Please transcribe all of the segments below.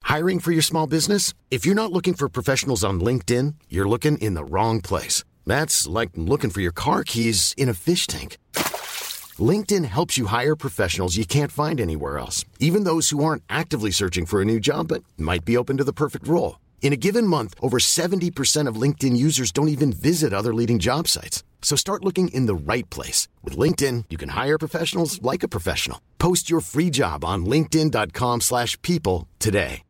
Hiring for your small business? If you're not looking for professionals on LinkedIn, you're looking in the wrong place. That's like looking for your car keys in a fish tank. LinkedIn helps you hire professionals you can't find anywhere else, even those who aren't actively searching for a new job but might be open to the perfect role. In a given month, over 70% of LinkedIn users don't even visit other leading job sites. So start looking in the right place. With LinkedIn, you can hire professionals like a professional. Post your free job on linkedin.com/people today.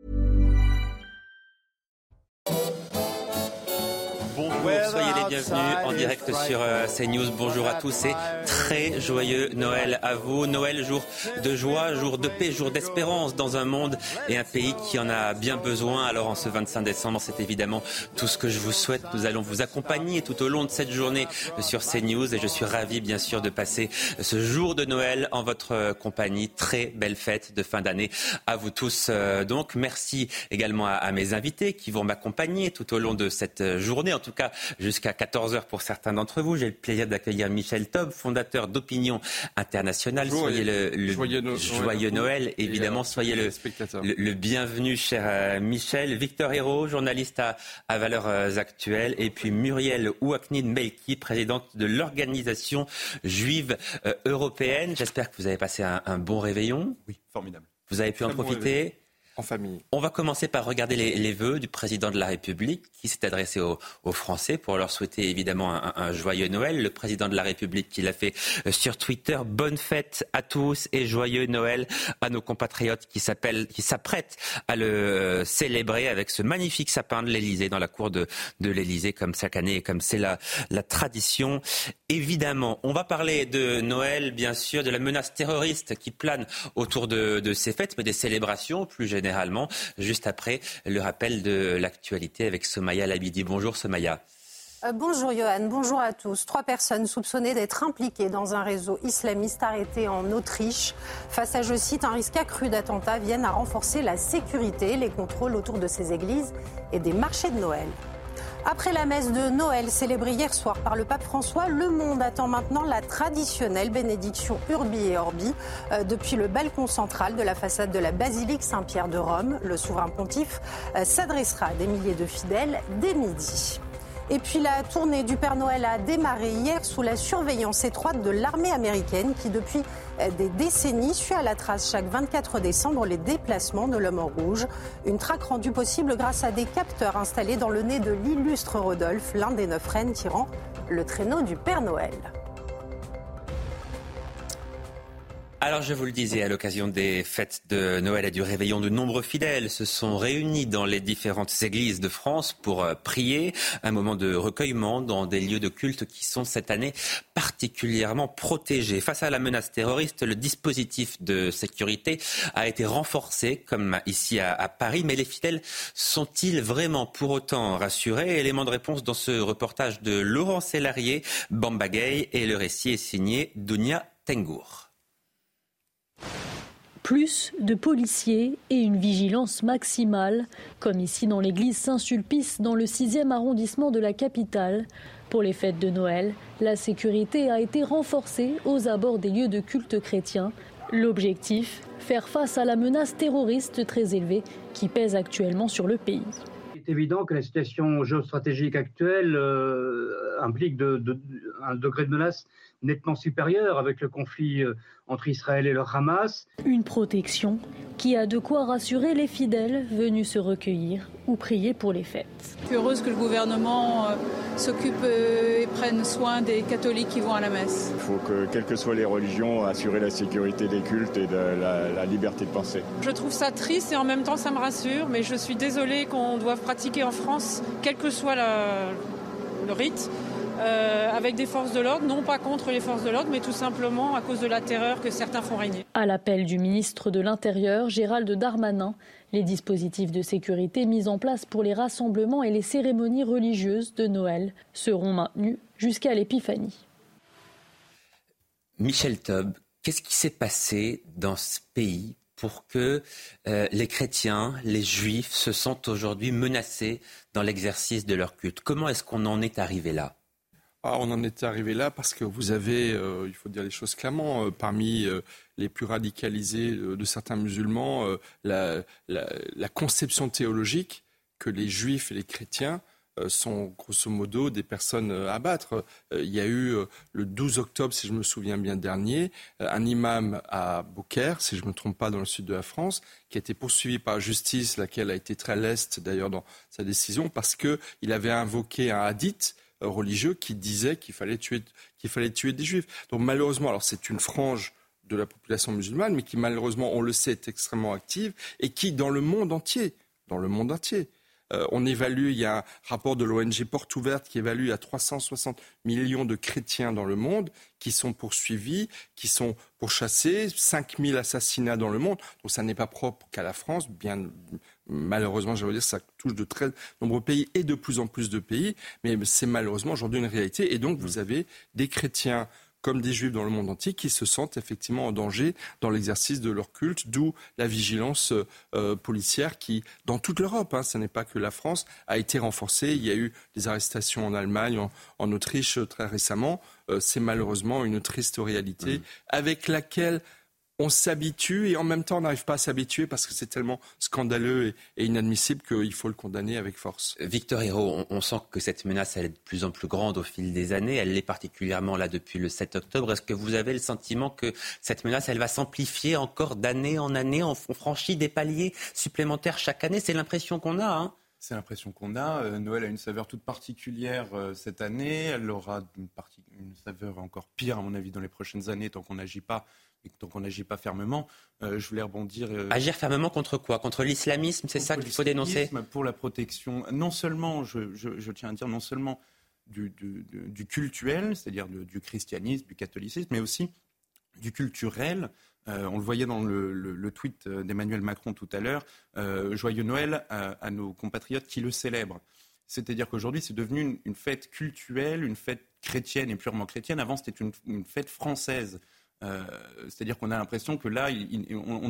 Bonjour, soyez les bienvenus en direct sur CNews. Bonjour à tous et très joyeux Noël à vous. Noël, jour de joie, jour de paix, jour d'espérance dans un monde et un pays qui en a bien besoin. Alors en ce 25 décembre, c'est évidemment tout ce que je vous souhaite. Nous allons vous accompagner tout au long de cette journée sur CNews et je suis ravi bien sûr de passer ce jour de Noël en votre compagnie. Très belle fête de fin d'année à vous tous. Donc merci également à mes invités qui vont m'accompagner tout au long de cette journée. En tout cas, jusqu'à 14h pour certains d'entre vous. J'ai le plaisir d'accueillir Michel Taube, fondateur d'Opinion Internationale. Soyez le joyeux Noël, évidemment. Soyez le bienvenu, cher Michel. Victor Hérault, journaliste à Valeurs Actuelles. Et puis Muriel Ouaknine-Melki, présidente de l'Organisation juive européenne. J'espère que vous avez passé un bon réveillon. Oui, formidable. Vous avez pu en profiter ? En famille. On va commencer par regarder les vœux du président de la République qui s'est adressé aux Français pour leur souhaiter évidemment un joyeux Noël. Le président de la République qui l'a fait sur Twitter. Bonne fête à tous et joyeux Noël à nos compatriotes qui s'apprêtent à le célébrer avec ce magnifique sapin de l'Élysée dans la cour de l'Élysée comme chaque année et comme c'est la tradition. Évidemment, on va parler de Noël, bien sûr, de la menace terroriste qui plane autour de ces fêtes, mais des célébrations plus généralement, juste après le rappel de l'actualité avec Somaya Labidi. Bonjour Somaya. Bonjour Johan, bonjour à tous. 3 personnes soupçonnées d'être impliquées dans un réseau islamiste arrêté en Autriche. Face à, je cite, un risque accru d'attentat, viennent à renforcer la sécurité, les contrôles autour de ces églises et des marchés de Noël. Après la messe de Noël célébrée hier soir par le pape François, le monde attend maintenant la traditionnelle bénédiction Urbi et Orbi depuis le balcon central de la façade de la basilique Saint-Pierre de Rome. Le souverain pontife s'adressera à des milliers de fidèles dès midi. Et puis la tournée du Père Noël a démarré hier sous la surveillance étroite de l'armée américaine qui depuis des décennies suit à la trace chaque 24 décembre les déplacements de l'homme en rouge. Une traque rendue possible grâce à des capteurs installés dans le nez de l'illustre Rodolphe, l'un des 9 reines tirant le traîneau du Père Noël. Alors je vous le disais, à l'occasion des fêtes de Noël et du réveillon, de nombreux fidèles se sont réunis dans les différentes églises de France pour prier. Un moment de recueillement dans des lieux de culte qui sont cette année particulièrement protégés. Face à la menace terroriste, le dispositif de sécurité a été renforcé, comme ici à Paris. Mais les fidèles sont-ils vraiment pour autant rassurés ? Élément de réponse dans ce reportage de Laurent Sélarié, Bamba Gay, et le récit est signé Dounia Tengour. Plus de policiers et une vigilance maximale, comme ici dans l'église Saint-Sulpice, dans le 6e arrondissement de la capitale. Pour les fêtes de Noël, la sécurité a été renforcée aux abords des lieux de culte chrétiens. L'objectif, faire face à la menace terroriste très élevée qui pèse actuellement sur le pays. Il est évident que la situation géostratégique actuelle implique un degré de menace nettement supérieur avec le conflit entre Israël et le Hamas. Une protection qui a de quoi rassurer les fidèles venus se recueillir ou prier pour les fêtes. Je suis heureuse que le gouvernement s'occupe et prenne soin des catholiques qui vont à la messe. Il faut que, quelles que soient les religions, assurer la sécurité des cultes et de la liberté de penser. Je trouve ça triste et en même temps ça me rassure, mais je suis désolée qu'on doive pratiquer en France, quel que soit le rite, avec des forces de l'ordre, non pas contre les forces de l'ordre, mais tout simplement à cause de la terreur que certains font régner. À l'appel du ministre de l'Intérieur, Gérald Darmanin, les dispositifs de sécurité mis en place pour les rassemblements et les cérémonies religieuses de Noël seront maintenus jusqu'à l'Épiphanie. Michel Taube, qu'est-ce qui s'est passé dans ce pays pour que les chrétiens, les juifs se sentent aujourd'hui menacés dans l'exercice de leur culte ? Comment est-ce qu'on en est arrivé là ? On en était arrivé là parce que vous avez, il faut dire les choses clairement, parmi les plus radicalisés de certains musulmans, la conception théologique que les juifs et les chrétiens sont grosso modo des personnes à abattre. Il y a eu le 12 octobre, si je me souviens bien dernier, un imam à Beaucaire, si je ne me trompe pas, dans le sud de la France, qui a été poursuivi par la justice, laquelle a été très leste d'ailleurs dans sa décision, parce qu'il avait invoqué un hadith religieux qui disait qu'il fallait tuer des juifs. Donc malheureusement, alors c'est une frange de la population musulmane, mais qui malheureusement, on le sait, est extrêmement active et qui, dans le monde entier, on évalue, il y a un rapport de l'ONG Porte Ouverte qui évalue à 360 millions de chrétiens dans le monde qui sont poursuivis, qui sont pourchassés, 5000 assassinats dans le monde. Donc ça n'est pas propre qu'à la France, bien malheureusement, je veux dire, ça touche de très nombreux pays et de plus en plus de pays, mais c'est malheureusement aujourd'hui une réalité. Et donc vous avez des chrétiens comme des juifs dans le monde entier qui se sentent effectivement en danger dans l'exercice de leur culte, d'où la vigilance policière qui, dans toute l'Europe, ce n'est pas que la France, a été renforcée. Il y a eu des arrestations en Allemagne, en Autriche très récemment. C'est malheureusement une triste réalité avec laquelle on s'habitue et en même temps on n'arrive pas à s'habituer parce que c'est tellement scandaleux et inadmissible qu'il faut le condamner avec force. Victor Hérault, on sent que cette menace elle est de plus en plus grande au fil des années. Elle l'est particulièrement là depuis le 7 octobre. Est-ce que vous avez le sentiment que cette menace elle va s'amplifier encore d'année en année? On franchit des paliers supplémentaires chaque année. C'est l'impression qu'on a. C'est l'impression qu'on a. Noël a une saveur toute particulière cette année. Elle aura une saveur encore pire, à mon avis, dans les prochaines années, tant qu'on n'agit pas. Et tant qu'on n'agit pas fermement, je voulais rebondir. Agir fermement contre quoi? Contre l'islamisme, c'est ça qu'il faut dénoncer? Pour la protection, non seulement, je tiens à dire, non seulement du cultuel, c'est-à-dire du christianisme, du catholicisme, mais aussi du culturel. On le voyait dans le tweet d'Emmanuel Macron tout à l'heure. Joyeux Noël à nos compatriotes qui le célèbrent. C'est-à-dire qu'aujourd'hui, c'est devenu une fête cultuelle, une fête chrétienne et purement chrétienne. Avant, c'était une fête française. C'est-à-dire qu'on a l'impression que là, on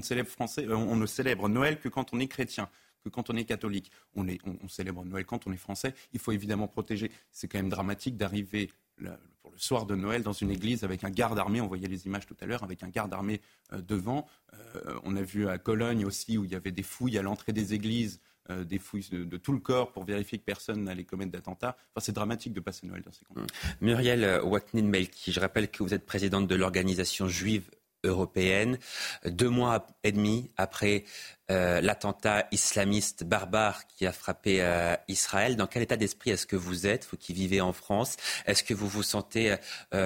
ne célèbre Noël que quand on est chrétien, que quand on est catholique. On célèbre Noël quand on est français. Il faut évidemment protéger. C'est quand même dramatique d'arriver pour le soir de Noël dans une église avec un garde armé. On voyait les images tout à l'heure avec un garde armé devant. On a vu à Cologne aussi où il y avait des fouilles à l'entrée des églises. Des fouilles de tout le corps pour vérifier que personne n'allait commettre d'attentat. Enfin, c'est dramatique de passer Noël dans ces conditions. Muriel Waknin-Melki, je rappelle que vous êtes présidente de l'organisation juive européenne. 2 mois et demi après l'attentat islamiste barbare qui a frappé Israël, dans quel état d'esprit est-ce que vous êtes, vous qui vivez en France? Est-ce que vous vous sentez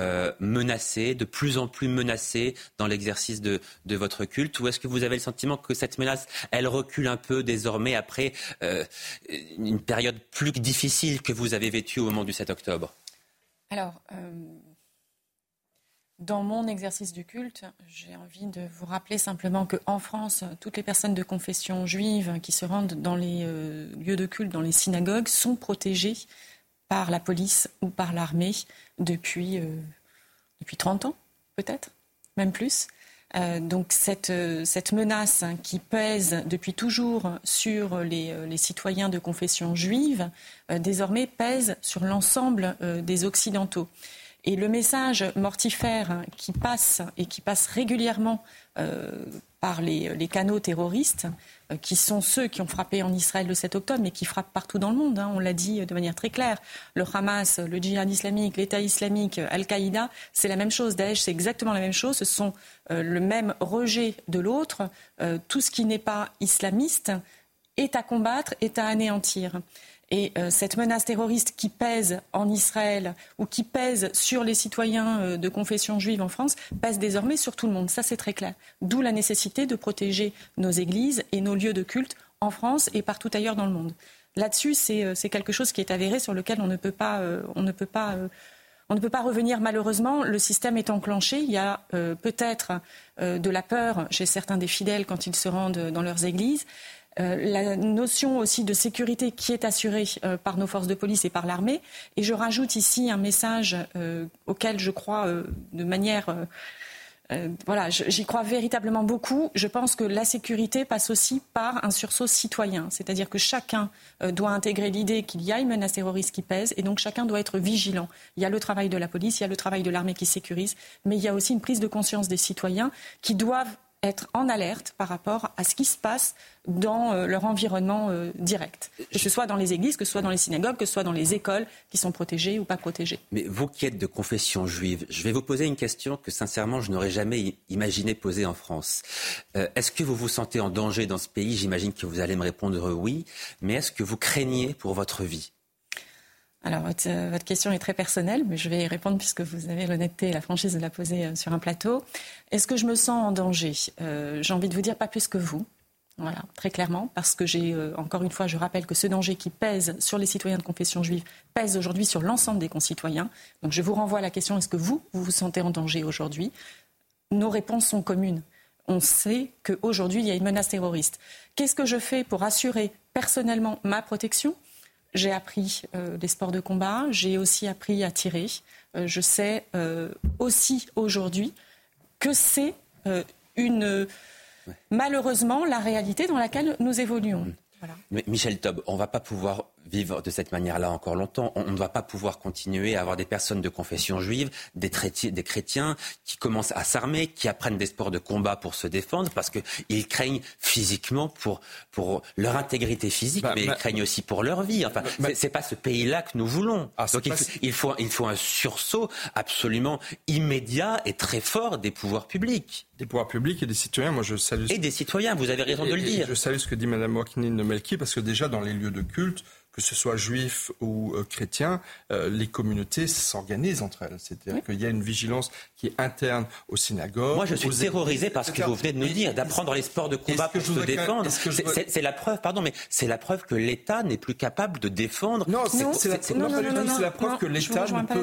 menacé, de plus en plus menacé dans l'exercice de votre culte, ou est-ce que vous avez le sentiment que cette menace, elle recule un peu désormais après une période plus difficile que vous avez vécue au moment du 7 octobre? Alors, dans mon exercice du culte, j'ai envie de vous rappeler simplement qu'en France, toutes les personnes de confession juive qui se rendent dans les lieux de culte, dans les synagogues, sont protégées par la police ou par l'armée depuis 30 ans, peut-être, même plus. Donc cette menace qui pèse depuis toujours sur les citoyens de confession juive, désormais pèse sur l'ensemble des Occidentaux. Et le message mortifère qui passe régulièrement par les canaux terroristes, qui sont ceux qui ont frappé en Israël le 7 octobre, mais qui frappent partout dans le monde, on l'a dit de manière très claire. Le Hamas, le djihad islamique, l'État islamique, Al-Qaïda, c'est la même chose. Daesh, c'est exactement la même chose. Ce sont le même rejet de l'autre. Tout ce qui n'est pas islamiste est à combattre, est à anéantir. Et cette menace terroriste qui pèse en Israël ou qui pèse sur les citoyens de confession juive en France pèse désormais sur tout le monde. Ça, c'est très clair. D'où la nécessité de protéger nos églises et nos lieux de culte en France et partout ailleurs dans le monde. Là-dessus, c'est quelque chose qui est avéré, sur lequel on ne peut pas revenir malheureusement. Le système est enclenché. Il y a peut-être de la peur chez certains des fidèles quand ils se rendent dans leurs églises. La notion aussi de sécurité qui est assurée par nos forces de police et par l'armée. Et je rajoute ici un message auquel je crois de manière Voilà, j'y crois véritablement beaucoup. Je pense que la sécurité passe aussi par un sursaut citoyen. C'est-à-dire que chacun doit intégrer l'idée qu'il y a une menace terroriste qui pèse et donc chacun doit être vigilant. Il y a le travail de la police, il y a le travail de l'armée qui sécurise, mais il y a aussi une prise de conscience des citoyens qui doivent être en alerte par rapport à ce qui se passe dans leur environnement direct. Que ce soit dans les églises, que ce soit dans les synagogues, que ce soit dans les écoles qui sont protégées ou pas protégées. Mais vous qui êtes de confession juive, je vais vous poser une question que sincèrement je n'aurais jamais imaginé poser en France. Est-ce que vous vous sentez en danger dans ce pays ? J'imagine que vous allez me répondre oui, mais est-ce que vous craignez pour votre vie ? Alors, votre question est très personnelle, mais je vais y répondre puisque vous avez l'honnêteté et la franchise de la poser sur un plateau. Est-ce que je me sens en danger ? J'ai envie de vous dire pas plus que vous. Voilà, très clairement, parce que encore une fois, je rappelle que ce danger qui pèse sur les citoyens de confession juive pèse aujourd'hui sur l'ensemble des concitoyens. Donc je vous renvoie à la question, est-ce que vous vous sentez en danger aujourd'hui ? Nos réponses sont communes. On sait qu'aujourd'hui, il y a une menace terroriste. Qu'est-ce que je fais pour assurer personnellement ma protection ? J'ai appris les sports de combat, j'ai aussi appris à tirer. Je sais aussi aujourd'hui que c'est malheureusement la réalité dans laquelle nous évoluons. Voilà. Mais Michel Taube, on ne va pas pouvoir vivre de cette manière-là encore longtemps. On ne va pas pouvoir continuer à avoir des personnes de confession juive, des chrétiens qui commencent à s'armer, qui apprennent des sports de combat pour se défendre parce qu'ils craignent physiquement pour leur intégrité physique, mais ils craignent aussi pour leur vie. Enfin, c'est pas ce pays-là que nous voulons. Donc il faut un sursaut absolument immédiat et très fort des pouvoirs publics. Des pouvoirs publics et des citoyens, moi je salue... Et des citoyens, vous avez raison de le dire. Je salue ce que dit Mme Waknine Melki, parce que déjà dans les lieux de culte, que ce soit juifs ou chrétiens, les communautés s'organisent entre elles. C'est-à-dire qu'il y a une vigilance qui est interne aux synagogues. Moi, je suis terrorisé par ce que vous venez de nous dire, d'apprendre les sports de combat pour se défendre. C'est la preuve, pardon, mais c'est la preuve que l'État n'est plus capable de défendre. C'est la preuve que l'État ne peut.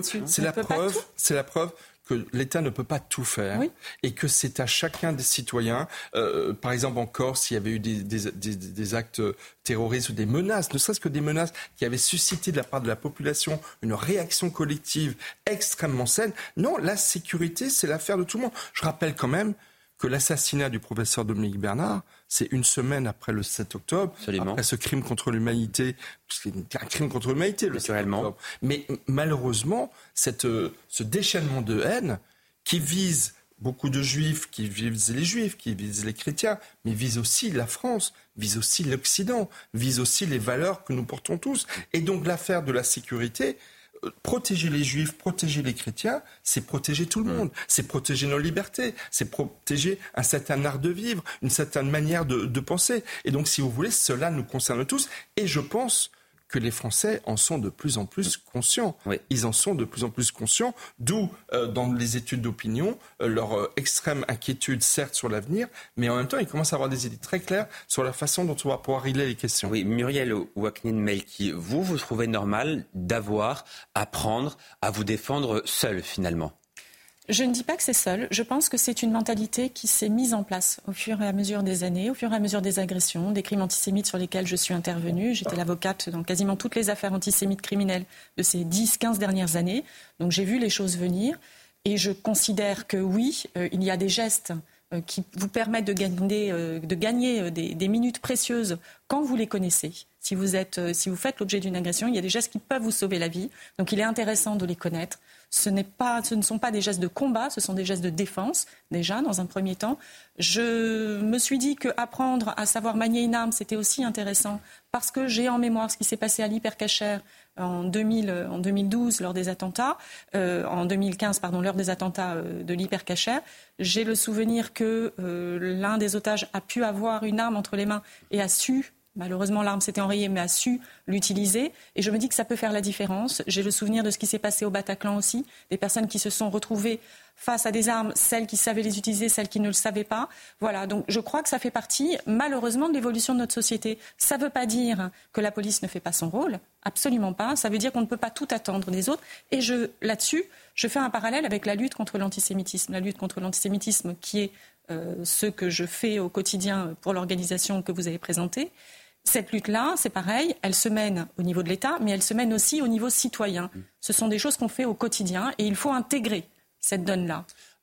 C'est la preuve que l'État ne peut pas tout faire et que c'est à chacun des citoyens, par exemple en Corse, il y avait eu des actes terroristes ou des menaces, ne serait-ce que des menaces qui avaient suscité de la part de la population une réaction collective extrêmement saine. Non, la sécurité, c'est l'affaire de tout le monde. Je rappelle quand même que l'assassinat du professeur Dominique Bernard, c'est une semaine après le 7 octobre, après ce crime contre l'humanité, parce qu'il y a un crime contre l'humanité le 7 octobre. Mais malheureusement, ce déchaînement de haine qui vise beaucoup de juifs, qui vise les juifs, qui vise les chrétiens, mais vise aussi la France, vise aussi l'Occident, vise aussi les valeurs que nous portons tous. Et donc l'affaire de la sécurité... Protéger les juifs, protéger les chrétiens, c'est protéger tout le monde. C'est protéger nos libertés, c'est protéger un certain art de vivre, une certaine manière de penser. Et donc, si vous voulez, cela nous concerne tous. Et je pense que les Français en sont de plus en plus conscients. Oui. Ils en sont de plus en plus conscients, d'où, dans les études d'opinion, leur extrême inquiétude, certes, sur l'avenir, mais en même temps, ils commencent à avoir des idées très claires sur la façon dont on va pouvoir régler les questions. Oui, Muriel Waknine Melki, vous trouvez normal apprendre à vous défendre seul, finalement ? Je ne dis pas que c'est seul. Je pense que c'est une mentalité qui s'est mise en place au fur et à mesure des années, au fur et à mesure des agressions, des crimes antisémites sur lesquels je suis intervenue. J'étais l'avocate dans quasiment toutes les affaires antisémites criminelles de ces 10-15 dernières années. Donc j'ai vu les choses venir et je considère que oui, il y a des gestes qui vous permettent de gagner des minutes précieuses quand vous les connaissez. Si vous faites l'objet d'une agression, il y a des gestes qui peuvent vous sauver la vie. Donc il est intéressant de les connaître. Ce ne sont pas des gestes de combat, ce sont des gestes de défense, déjà, dans un premier temps. Je me suis dit qu'apprendre à savoir manier une arme, c'était aussi intéressant, parce que j'ai en mémoire ce qui s'est passé à l'Hypercacher en 2012, lors des attentats, en 2015, lors des attentats de l'Hypercacher. J'ai le souvenir que l'un des otages a pu avoir une arme entre les mains et a su... Malheureusement, l'arme s'était enrayée, mais a su l'utiliser. Et je me dis que ça peut faire la différence. J'ai le souvenir de ce qui s'est passé au Bataclan aussi. Des personnes qui se sont retrouvées face à des armes, celles qui savaient les utiliser, celles qui ne le savaient pas. Voilà, donc je crois que ça fait partie, malheureusement, de l'évolution de notre société. Ça ne veut pas dire que la police ne fait pas son rôle. Absolument pas. Ça veut dire qu'on ne peut pas tout attendre des autres. Et là-dessus, je fais un parallèle avec la lutte contre l'antisémitisme. La lutte contre l'antisémitisme qui est ce que je fais au quotidien pour l'organisation que vous avez présentée. Cette lutte-là, c'est pareil, elle se mène au niveau de l'État, mais elle se mène aussi au niveau citoyen. Ce sont des choses qu'on fait au quotidien et il faut intégrer cette donne-là.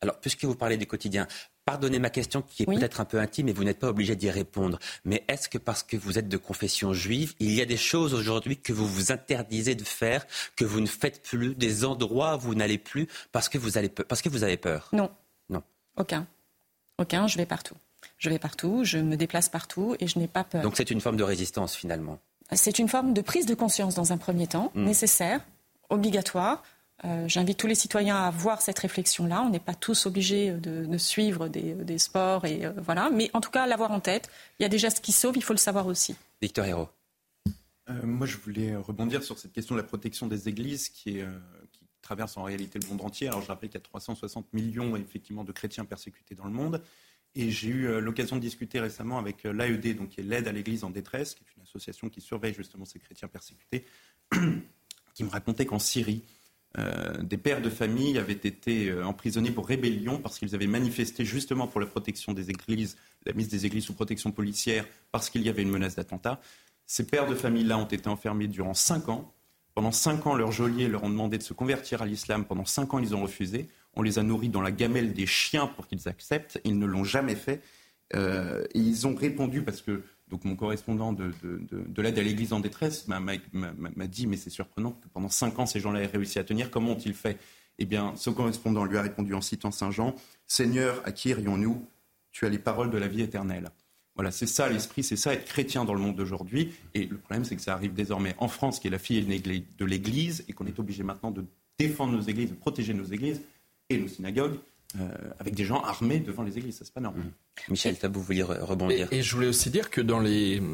Alors, puisque vous parlez du quotidien, pardonnez ma question qui est peut-être un peu intime et vous n'êtes pas obligé d'y répondre. Mais est-ce que parce que vous êtes de confession juive, il y a des choses aujourd'hui que vous vous interdisez de faire, que vous ne faites plus, des endroits où vous n'allez plus parce que vous avez peur? Non. Aucun. Je vais partout. Je me déplace partout et je n'ai pas peur. Donc c'est une forme de résistance finalement? C'est une forme de prise de conscience dans un premier temps, nécessaire, obligatoire. J'invite tous les citoyens à avoir cette réflexion-là. On n'est pas tous obligés de suivre des sports, voilà. Mais en tout cas, l'avoir en tête. Il y a des gestes qui sauvent, il faut le savoir aussi. Victor Hérault. Moi, je voulais rebondir sur cette question de la protection des églises qui traverse en réalité le monde entier. Alors, je rappelle qu'il y a 360 millions effectivement de chrétiens persécutés dans le monde. Et j'ai eu l'occasion de discuter récemment avec l'AED, donc qui est l'aide à l'Église en détresse, qui est une association qui surveille justement ces chrétiens persécutés, qui me racontait qu'en Syrie, des pères de famille avaient été emprisonnés pour rébellion parce qu'ils avaient manifesté justement pour la protection des églises, la mise des églises sous protection policière, parce qu'il y avait une menace d'attentat. Ces pères de famille-là ont été enfermés durant 5 ans. Pendant 5 ans, leurs geôliers leur ont demandé de se convertir à l'islam. Pendant 5 ans, ils ont refusé. On les a nourris dans la gamelle des chiens pour qu'ils acceptent. Ils ne l'ont jamais fait. Et ils ont répondu parce que donc mon correspondant de l'aide à l'Église en détresse m'a dit, mais c'est surprenant que pendant 5 ans, ces gens-là aient réussi à tenir. Comment ont-ils fait? Eh bien, ce correspondant lui a répondu en citant Saint Jean, « Seigneur, à qui irions-nous? Tu as les paroles de la vie éternelle. » Voilà, c'est ça l'esprit, c'est ça être chrétien dans le monde d'aujourd'hui. Et le problème, c'est que ça arrive désormais en France, qui est la fille de l'Église, et qu'on est obligé maintenant de défendre nos églises, de protéger nos églises et nos synagogues, avec des gens armés devant les églises. Ça, c'est pas normal. Michel Taub, vous vouliez rebondir. Et je voulais aussi dire que dans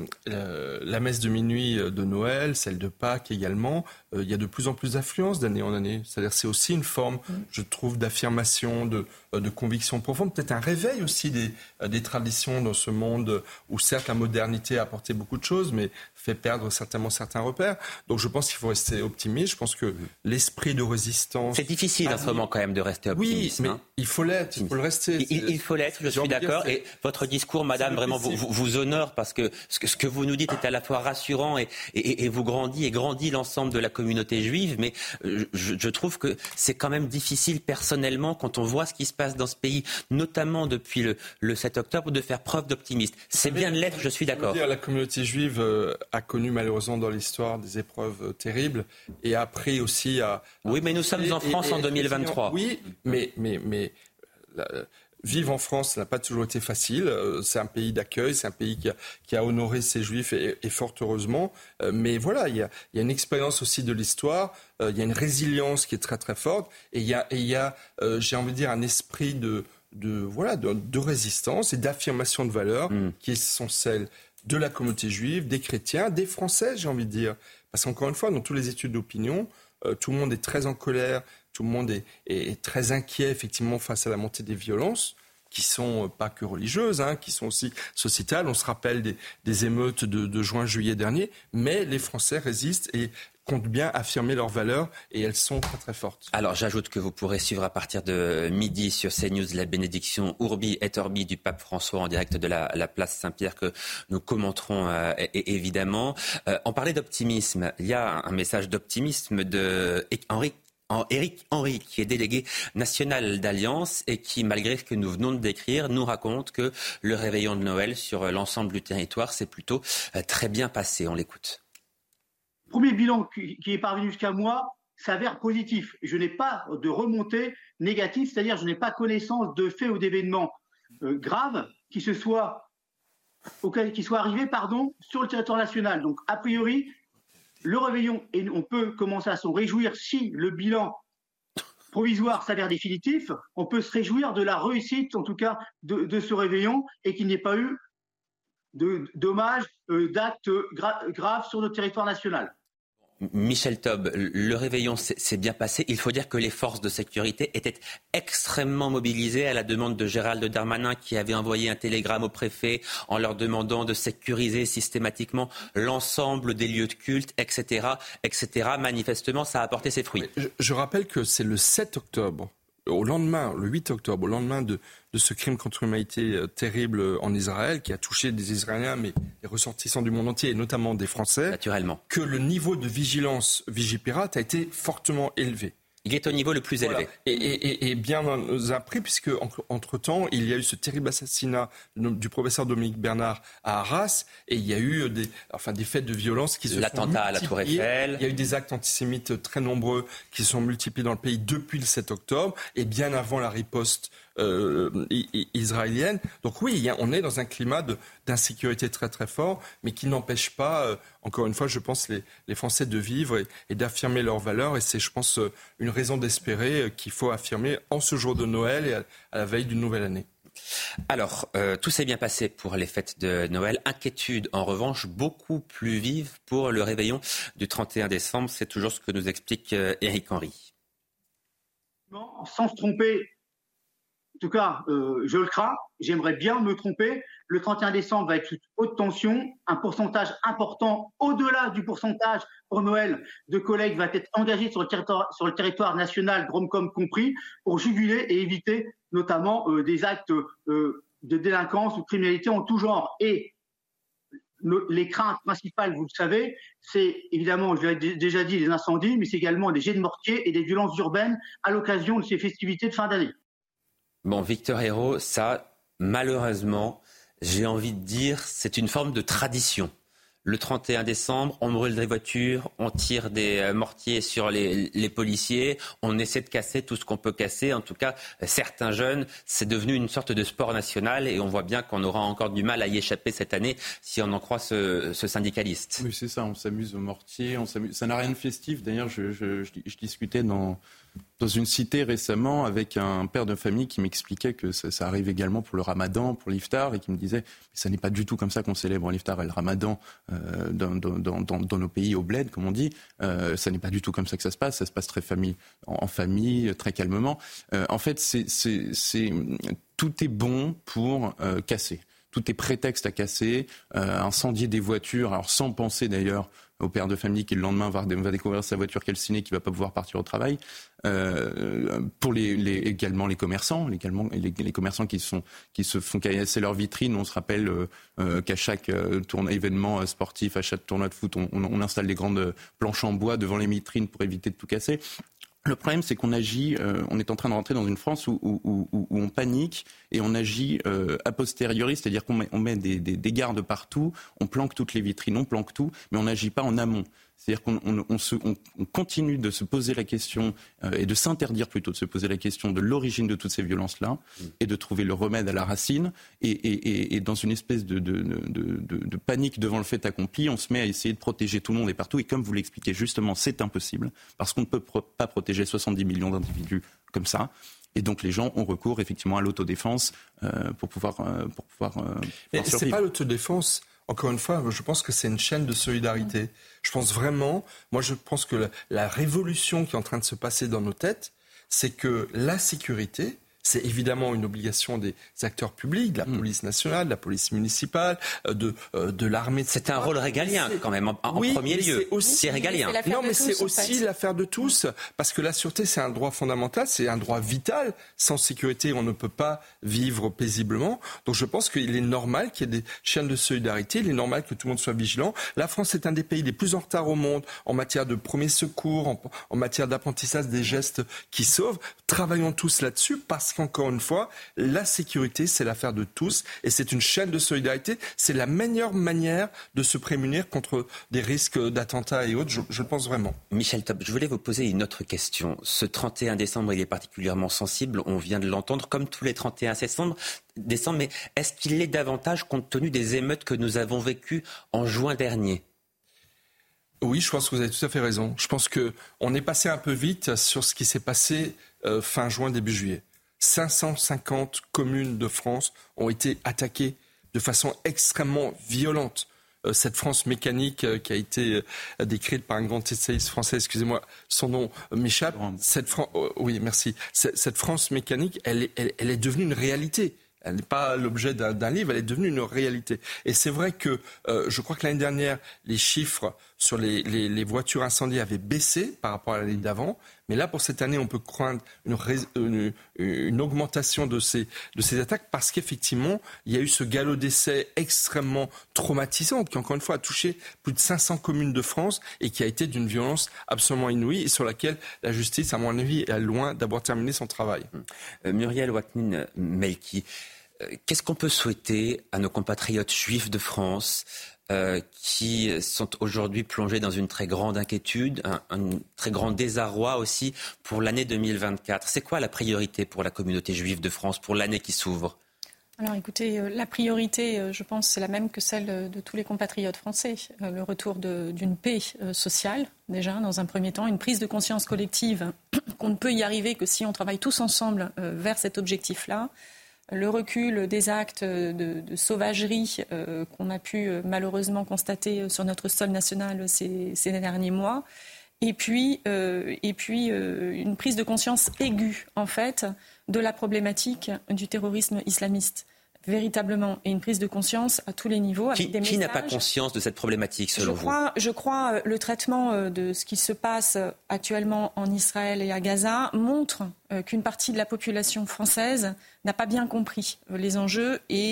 la messe de minuit de Noël, celle de Pâques également, il y a de plus en plus d'affluence d'année en année. C'est-à-dire c'est aussi une forme, je trouve, d'affirmation, de conviction profonde, peut-être un réveil aussi des traditions dans ce monde où certes la modernité a apporté beaucoup de choses, mais fait perdre certainement certains repères. Donc je pense qu'il faut rester optimiste. Je pense que l'esprit de résistance... C'est difficile en ce moment quand même de rester optimiste. Oui, mais il faut l'être, il faut le rester. Il faut l'être, je suis d'accord. Et votre discours, madame, vraiment vous honore parce que ce que vous nous dites est à la fois rassurant et vous grandit l'ensemble de la communauté juive. Mais je trouve que c'est quand même difficile personnellement quand on voit ce qui se passe dans ce pays, notamment depuis le 7 octobre, de faire preuve d'optimisme. C'est bien de l'être, je suis d'accord. La communauté juive a connu malheureusement dans l'histoire des épreuves terribles et a appris aussi à... Oui, mais nous sommes en France en 2023. Oui, mais vivre en France, ça n'a pas toujours été facile. C'est un pays d'accueil, c'est un pays qui a honoré ses juifs et fort heureusement. Mais voilà, il y a une expérience aussi de l'histoire, il y a une résilience qui est très très forte et il y a j'ai envie de dire, un esprit de résistance et d'affirmation de valeurs qui sont celles de la communauté juive, des chrétiens, des Français, j'ai envie de dire. Parce qu'encore une fois, dans toutes les études d'opinion, tout le monde est très en colère, tout le monde est très inquiet, effectivement, face à la montée des violences, qui sont pas que religieuses, qui sont aussi sociétales. On se rappelle des émeutes de juin-juillet dernier, mais les Français résistent et comptent bien affirmer leurs valeurs et elles sont très très fortes. Alors j'ajoute que vous pourrez suivre à partir de midi sur CNews la bénédiction Urbi et Orbi du pape François en direct de la place Saint-Pierre que nous commenterons évidemment. On parlait d'optimisme, il y a un message d'optimisme de Éric Henry, qui est délégué national d'Alliance et qui, malgré ce que nous venons de décrire, nous raconte que le réveillon de Noël sur l'ensemble du territoire s'est plutôt très bien passé. On l'écoute. Le premier bilan qui est parvenu jusqu'à moi s'avère positif. Je n'ai pas de remontée négative, c'est-à-dire je n'ai pas connaissance de faits ou d'événements graves qui soient arrivés sur le territoire national. Donc, a priori, le réveillon, et on peut commencer à s'en réjouir si le bilan provisoire s'avère définitif, on peut se réjouir de la réussite, en tout cas, de ce réveillon et qu'il n'y ait pas eu de dommages, d'actes graves sur notre territoire national. Michel Taub, le réveillon s'est bien passé. Il faut dire que les forces de sécurité étaient extrêmement mobilisées à la demande de Gérald Darmanin qui avait envoyé un télégramme au préfet en leur demandant de sécuriser systématiquement l'ensemble des lieux de culte, etc., etc. Manifestement, ça a apporté ses fruits. Je rappelle que c'est le 7 octobre, le 8 octobre, au lendemain de ce crime contre l'humanité terrible en Israël, qui a touché des Israéliens, mais des ressortissants du monde entier, et notamment des Français, naturellement, que le niveau de vigilance Vigipirate a été fortement élevé. Il est au niveau le plus élevé. Et bien appris, puisque entre-temps, il y a eu ce terrible assassinat du professeur Dominique Bernard à Arras, et il y a eu des faits de violence qui se sont multipliés. L'attentat à la Tour Eiffel. Il y a eu des actes antisémites très nombreux qui se sont multipliés dans le pays depuis le 7 octobre, et bien avant la riposte israélienne. Donc oui, on est dans un climat d'insécurité très très fort, mais qui n'empêche pas, encore une fois, je pense, les Français de vivre et d'affirmer leurs valeurs. Et c'est, je pense, une raison d'espérer qu'il faut affirmer en ce jour de Noël et à la veille d'une nouvelle année. Alors, tout s'est bien passé pour les fêtes de Noël. Inquiétude, en revanche, beaucoup plus vive pour le réveillon du 31 décembre. C'est toujours ce que nous explique Éric Henry. Sans se tromper, en tout cas, je le crains, j'aimerais bien me tromper. Le 31 décembre va être sous haute tension. Un pourcentage important, au-delà du pourcentage pour Noël, de collègues va être engagé sur le territoire national, Drôme-Com compris, pour juguler et éviter notamment des actes de délinquance ou de criminalité en tout genre. Et les craintes principales, vous le savez, c'est évidemment, je l'ai déjà dit, les incendies, mais c'est également des jets de mortier et des violences urbaines à l'occasion de ces festivités de fin d'année. Bon, Victor Hérault, ça, malheureusement, j'ai envie de dire, c'est une forme de tradition. Le 31 décembre, on brûle des voitures, on tire des mortiers sur les policiers, on essaie de casser tout ce qu'on peut casser. En tout cas, certains jeunes, c'est devenu une sorte de sport national et on voit bien qu'on aura encore du mal à y échapper cette année si on en croit ce syndicaliste. Oui, c'est ça, on s'amuse au mortier, ça n'a rien de festif. D'ailleurs, je discutais dans une cité récemment avec un père de famille qui m'expliquait que ça arrive également pour le ramadan, pour l'iftar, et qui me disait « ça n'est pas du tout comme ça qu'on célèbre l'iftar et le ramadan dans nos pays au bled, comme on dit. Ça n'est pas du tout comme ça que ça se passe très en famille, très calmement. En fait, tout est bon pour casser. Tout est prétexte à casser, incendier des voitures, alors sans penser d'ailleurs au père de famille qui le lendemain va découvrir sa voiture calcinée, qui ne va pas pouvoir partir au travail. Pour également les commerçants, les commerçants qui se font casser leur vitrine. On se rappelle qu'à chaque événement sportif, à chaque tournoi de foot, on installe des grandes planches en bois devant les vitrines pour éviter de tout casser. Le problème, c'est qu'on agit, on est en train de rentrer dans une France où on panique et on agit a posteriori, c'est-à-dire qu'on met des gardes partout, on planque toutes les vitrines, on planque tout, mais on n'agit pas en amont. C'est-à-dire qu'on continue de se poser la question, et de s'interdire plutôt de se poser la question de l'origine de toutes ces violences-là, et de trouver le remède à la racine, et dans une espèce de panique devant le fait accompli, on se met à essayer de protéger tout le monde et partout, et comme vous l'expliquez justement, c'est impossible, parce qu'on ne peut pas protéger 70 millions d'individus comme ça. Et donc les gens ont recours effectivement à l'autodéfense pour pouvoir Mais ce n'est pas l'autodéfense. Encore une fois, je pense que c'est une chaîne de solidarité. Je pense que la révolution qui est en train de se passer dans nos têtes, c'est que la sécurité, c'est évidemment une obligation des acteurs publics, de la police nationale, de la police municipale, de l'armée. C'est un rôle régalien quand même, en premier lieu. C'est régalien. Non, mais c'est aussi l'affaire de tous, parce que la sûreté, c'est un droit fondamental, c'est un droit vital. Sans sécurité, on ne peut pas vivre paisiblement. Donc je pense qu'il est normal qu'il y ait des chaînes de solidarité, il est normal que tout le monde soit vigilant. La France est un des pays les plus en retard au monde en matière de premiers secours, en matière d'apprentissage des gestes qui sauvent. Travaillons tous là-dessus, parce qu'encore une fois, la sécurité, c'est l'affaire de tous et c'est une chaîne de solidarité. C'est la meilleure manière de se prémunir contre des risques d'attentats et autres, je le pense vraiment. Michel Taub, je voulais vous poser une autre question. Ce 31 décembre, il est particulièrement sensible, on vient de l'entendre, comme tous les 31 décembre, mais est-ce qu'il l'est davantage compte tenu des émeutes que nous avons vécues en juin dernier ? Oui, je pense que vous avez tout à fait raison. Je pense qu'on est passé un peu vite sur ce qui s'est passé fin juin, début juillet. 550 communes de France ont été attaquées de façon extrêmement violente. Cette France mécanique qui a été décrite par un grand essayiste français, excusez-moi, son nom m'échappe. Oui, merci. Cette France mécanique, elle est devenue une réalité. Elle n'est pas l'objet d'un livre, elle est devenue une réalité. Et c'est vrai que je crois que l'année dernière, les chiffres sur les voitures incendiées avaient baissé par rapport à l'année d'avant. Mais là, pour cette année, on peut craindre une augmentation de ces attaques parce qu'effectivement, il y a eu ce galop d'essai extrêmement traumatisant qui, encore une fois, a touché plus de 500 communes de France et qui a été d'une violence absolument inouïe et sur laquelle la justice, à mon avis, est loin d'avoir terminé son travail. Muriel Waknin-Melki, qu'est-ce qu'on peut souhaiter à nos compatriotes juifs de France qui sont aujourd'hui plongés dans une très grande inquiétude, un très grand désarroi aussi pour l'année 2024. C'est quoi la priorité pour la communauté juive de France pour l'année qui s'ouvre ? Alors écoutez, la priorité, je pense, c'est la même que celle de tous les compatriotes français. Le retour d'une paix sociale, déjà, dans un premier temps, une prise de conscience collective qu'on ne peut y arriver que si on travaille tous ensemble vers cet objectif-là. Le recul des actes de sauvagerie qu'on a pu malheureusement constater sur notre sol national ces derniers mois. Et puis une prise de conscience aiguë, en fait, de la problématique du terrorisme islamiste. Véritablement, et une prise de conscience à tous les niveaux. Avec des messages. Qui n'a pas conscience de cette problématique, selon vous ? Je crois le traitement de ce qui se passe actuellement en Israël et à Gaza montre qu'une partie de la population française n'a pas bien compris les enjeux et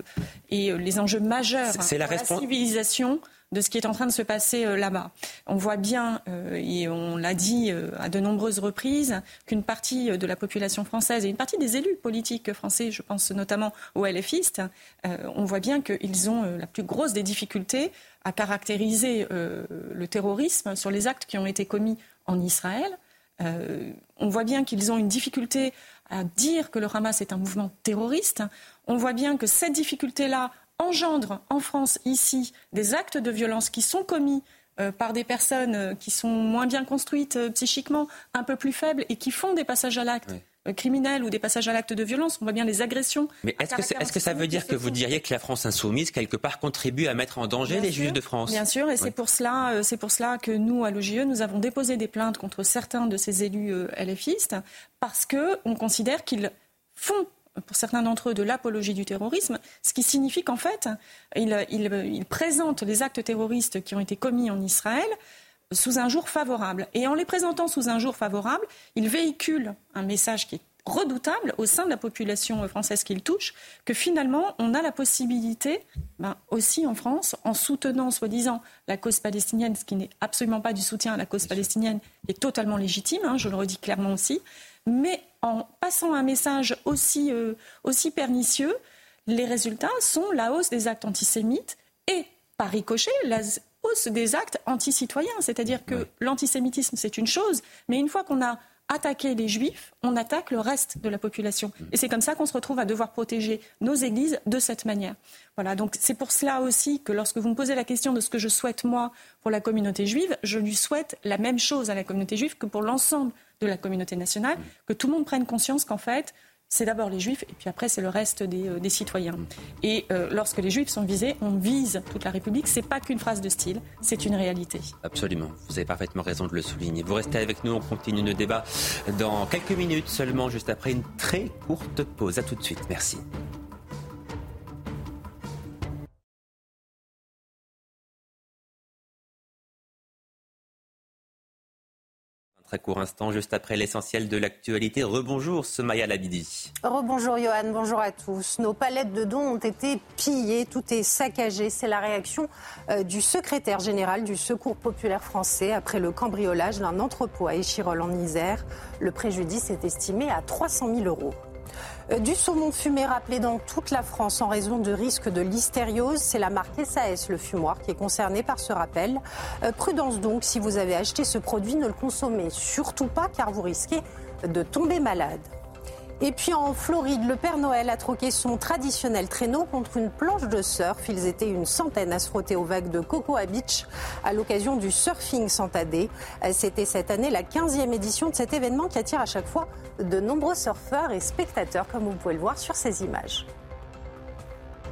les enjeux majeurs pour la civilisation de ce qui est en train de se passer là-bas. On voit bien, et on l'a dit à de nombreuses reprises, qu'une partie de la population française et une partie des élus politiques français, je pense notamment aux LFistes, on voit bien qu'ils ont la plus grosse des difficultés à caractériser le terrorisme sur les actes qui ont été commis en Israël. On voit bien qu'ils ont une difficulté à dire que le Hamas est un mouvement terroriste. On voit bien que cette difficulté-là engendre en France, ici, des actes de violence qui sont commis par des personnes qui sont moins bien construites psychiquement, un peu plus faibles et qui font des passages à l'acte criminels ou des passages à l'acte de violence. On voit bien les agressions. Mais est-ce que ça veut dire que vous diriez que la France insoumise, quelque part, contribue à mettre en danger les Juifs de France ? Bien sûr, et c'est pour cela que nous, à l'OJE, nous avons déposé des plaintes contre certains de ces élus LFistes parce qu'on considère qu'ils font, pour certains d'entre eux, de l'apologie du terrorisme, ce qui signifie qu'en fait, ils présentent les actes terroristes qui ont été commis en Israël sous un jour favorable. Et en les présentant sous un jour favorable, ils véhiculent un message qui est redoutable au sein de la population française qu'ils touchent, que finalement, on a la possibilité, aussi en France, en soutenant, soi-disant, la cause palestinienne, ce qui n'est absolument pas du soutien à la cause palestinienne, est totalement légitime, je le redis clairement aussi, mais en passant un message aussi pernicieux, les résultats sont la hausse des actes antisémites et, par ricochet, la hausse des actes anti-citoyens. C'est-à-dire que l'antisémitisme, c'est une chose, mais une fois qu'on a attaqué les Juifs, on attaque le reste de la population. Et c'est comme ça qu'on se retrouve à devoir protéger nos églises de cette manière. Voilà, donc c'est pour cela aussi que lorsque vous me posez la question de ce que je souhaite, moi, pour la communauté juive, je lui souhaite la même chose à la communauté juive que pour l'ensemble de la communauté nationale, que tout le monde prenne conscience qu'en fait, c'est d'abord les Juifs et puis après c'est le reste des citoyens. Et lorsque les Juifs sont visés, on vise toute la République. C'est pas qu'une phrase de style, c'est une réalité. Absolument, vous avez parfaitement raison de le souligner. Vous restez avec nous, on continue le débat dans quelques minutes seulement, juste après une très courte pause. À tout de suite, merci. Très court instant, juste après l'essentiel de l'actualité. Rebonjour, Somaya Labidi. Rebonjour, Johan. Bonjour à tous. Nos palettes de dons ont été pillées. Tout est saccagé. C'est la réaction du secrétaire général du Secours populaire français après le cambriolage d'un entrepôt à Échirolles en Isère. Le préjudice est estimé à 300 000 €. Du saumon fumé rappelé dans toute la France en raison de risques de listériose. C'est la marque SAS, le fumoir, qui est concernée par ce rappel. Prudence donc, si vous avez acheté ce produit, ne le consommez surtout pas car vous risquez de tomber malade. Et puis en Floride, le Père Noël a troqué son traditionnel traîneau contre une planche de surf. Ils étaient une centaine à se frotter aux vagues de Cocoa Beach à l'occasion du Surfing Santa Day. C'était cette année la 15e édition de cet événement qui attire à chaque fois de nombreux surfeurs et spectateurs, comme vous pouvez le voir sur ces images.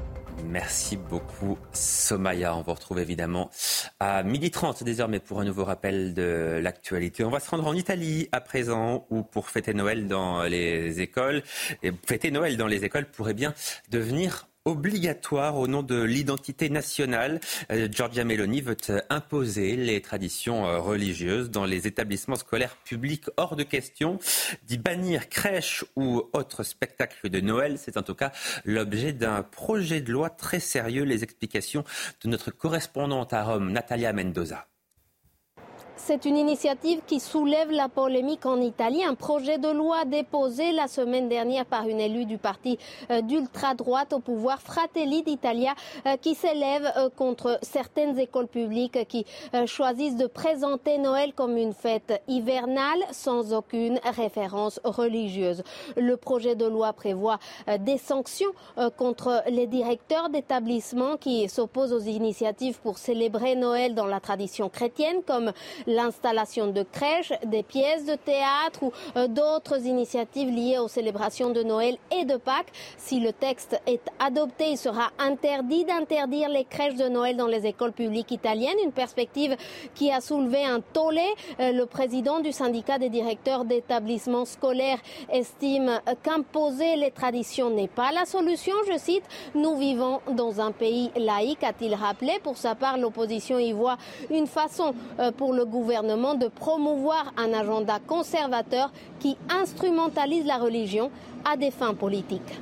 Merci beaucoup Somaya. On vous retrouve évidemment à 12h30 désormais pour un nouveau rappel de l'actualité. On va se rendre en Italie à présent où pour fêter Noël dans les écoles, et fêter Noël dans les écoles pourrait bien devenir obligatoire au nom de l'identité nationale. Giorgia Meloni veut imposer les traditions religieuses dans les établissements scolaires publics. Hors de question d'y bannir crèches ou autres spectacles de Noël. C'est en tout cas l'objet d'un projet de loi très sérieux. Les explications de notre correspondante à Rome, Natalia Mendoza. C'est une initiative qui soulève la polémique en Italie. Un projet de loi déposé la semaine dernière par une élue du parti d'ultra-droite au pouvoir, Fratelli d'Italia, qui s'élève contre certaines écoles publiques qui choisissent de présenter Noël comme une fête hivernale sans aucune référence religieuse. Le projet de loi prévoit des sanctions contre les directeurs d'établissements qui s'opposent aux initiatives pour célébrer Noël dans la tradition chrétienne, comme l'installation de crèches, des pièces de théâtre ou d'autres initiatives liées aux célébrations de Noël et de Pâques. Si le texte est adopté, il sera interdit d'interdire les crèches de Noël dans les écoles publiques italiennes, une perspective qui a soulevé un tollé. Le président du syndicat des directeurs d'établissements scolaires estime qu'imposer les traditions n'est pas la solution. Je cite, « Nous vivons dans un pays laïque », a-t-il rappelé. Pour sa part, l'opposition y voit une façon pour le gouvernement de promouvoir un agenda conservateur qui instrumentalise la religion à des fins politiques.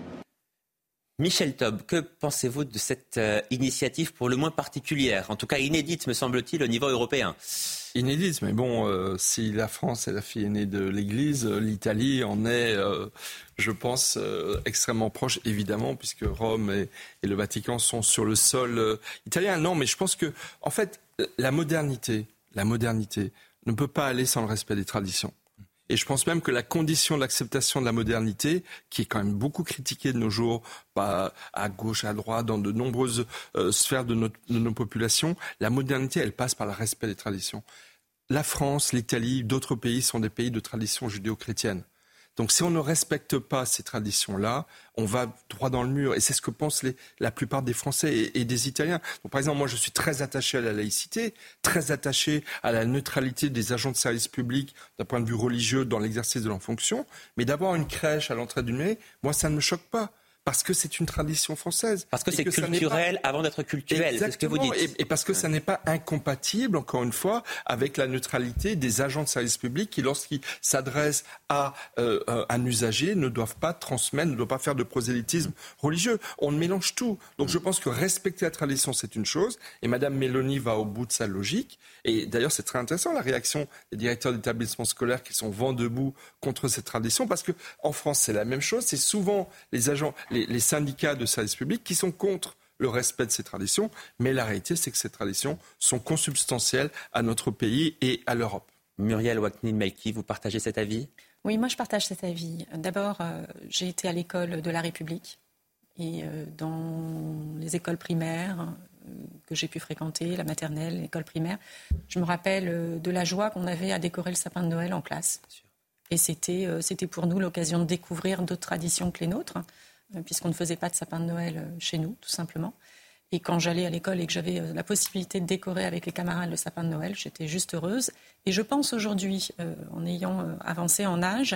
Michel Taube, que pensez-vous de cette initiative pour le moins particulière, en tout cas inédite me semble-t-il au niveau européen ? Inédite, mais bon, si la France est la fille aînée de l'Église, l'Italie en est, je pense, extrêmement proche, évidemment, puisque Rome et le Vatican sont sur le sol italien. Non, mais je pense que, en fait, la modernité ne peut pas aller sans le respect des traditions. Et je pense même que la condition de l'acceptation de la modernité, qui est quand même beaucoup critiquée de nos jours, à gauche, à droite, dans de nombreuses sphères de nos populations, la modernité, elle passe par le respect des traditions. La France, l'Italie, d'autres pays sont des pays de tradition judéo-chrétienne. Donc si on ne respecte pas ces traditions-là, on va droit dans le mur. Et c'est ce que pensent la plupart des Français et des Italiens. Donc, par exemple, moi je suis très attaché à la laïcité, très attaché à la neutralité des agents de service public d'un point de vue religieux dans l'exercice de leurs fonctions. Mais d'avoir une crèche à l'entrée d'une mairie, moi ça ne me choque pas. Parce que c'est une tradition française. Parce que c'est culturel avant d'être culturel, c'est ce que vous dites. Et parce que ça n'est pas incompatible, encore une fois, avec la neutralité des agents de service public qui, lorsqu'ils s'adressent à un usager, ne doivent pas transmettre, ne doivent pas faire de prosélytisme religieux. On mélange tout. Donc je pense que respecter la tradition, c'est une chose. Et Mme Meloni va au bout de sa logique. Et d'ailleurs, c'est très intéressant, la réaction des directeurs d'établissements scolaires qui sont vent debout contre cette tradition. Parce qu'en France, c'est la même chose. C'est souvent les syndicats de services publics qui sont contre le respect de ces traditions, mais la réalité, c'est que ces traditions sont consubstantielles à notre pays et à l'Europe. Muriel Waknin-Melki, vous partagez cet avis ? Oui, moi je partage cet avis. D'abord, j'ai été à l'école de la République et dans les écoles primaires que j'ai pu fréquenter, la maternelle, l'école primaire, je me rappelle de la joie qu'on avait à décorer le sapin de Noël en classe. Et c'était pour nous l'occasion de découvrir d'autres traditions que les nôtres, puisqu'on ne faisait pas de sapin de Noël chez nous, tout simplement. Et quand j'allais à l'école et que j'avais la possibilité de décorer avec les camarades le sapin de Noël, j'étais juste heureuse. Et je pense aujourd'hui, en ayant avancé en âge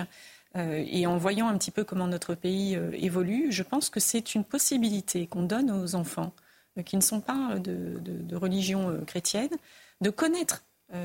et en voyant un petit peu comment notre pays évolue, je pense que c'est une possibilité qu'on donne aux enfants qui ne sont pas de religion chrétienne, de connaître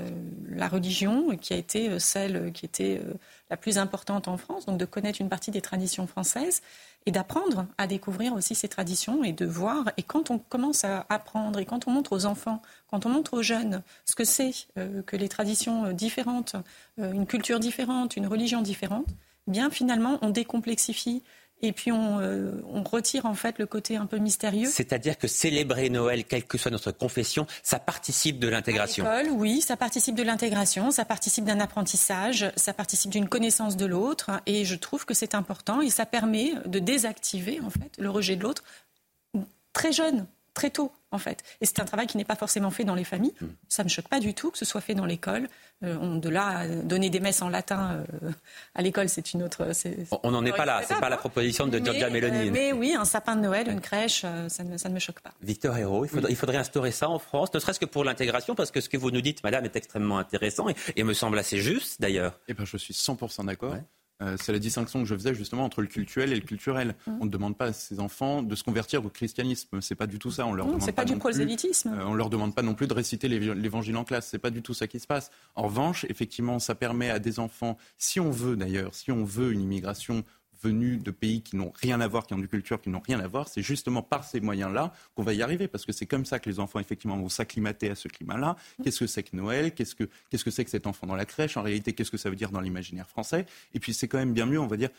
la religion qui a été celle qui était la plus importante en France, donc de connaître une partie des traditions françaises et d'apprendre à découvrir aussi ces traditions et de voir. Et quand on commence à apprendre et quand on montre aux enfants, quand on montre aux jeunes ce que c'est que les traditions différentes, une culture différente, une religion différente, bien finalement on décomplexifie. Et puis on retire en fait le côté un peu mystérieux. C'est-à-dire que célébrer Noël, quelle que soit notre confession, ça participe de l'intégration. À l'école, oui, ça participe de l'intégration, ça participe d'un apprentissage, ça participe d'une connaissance de l'autre. Et je trouve que c'est important et ça permet de désactiver en fait le rejet de l'autre très jeune, très tôt. en fait. Et c'est un travail qui n'est pas forcément fait dans les familles. Ça ne me choque pas du tout que ce soit fait dans l'école. De là à donner des messes en latin à l'école, c'est une autre... On n'en est pas là, c'est pas la proposition de Giorgia Meloni. Mais oui, un sapin de Noël, une crèche, ça ne me choque pas. Victor Hérault, il faudrait instaurer ça en France, ne serait-ce que pour l'intégration, parce que ce que vous nous dites, madame, est extrêmement intéressant et me semble assez juste, d'ailleurs. Eh ben, je suis 100% d'accord. Ouais. C'est la distinction que je faisais justement entre le cultuel et le culturel. On ne demande pas à ces enfants de se convertir au christianisme. C'est pas du tout ça. On leur demande c'est pas du prosélytisme. On leur demande pas non plus de réciter l'évangile en classe. C'est pas du tout ça qui se passe. En revanche, effectivement, ça permet à des enfants, si on veut une immigration venus de pays qui n'ont rien à voir, qui ont une culture qui n'ont rien à voir, c'est justement par ces moyens-là qu'on va y arriver, parce que c'est comme ça que les enfants, effectivement, vont s'acclimater à ce climat-là. Qu'est-ce que c'est que Noël ? Qu'est-ce que c'est que cet enfant dans la crèche ? En réalité, qu'est-ce que ça veut dire dans l'imaginaire français ? Et puis, c'est quand même bien mieux, on va dire,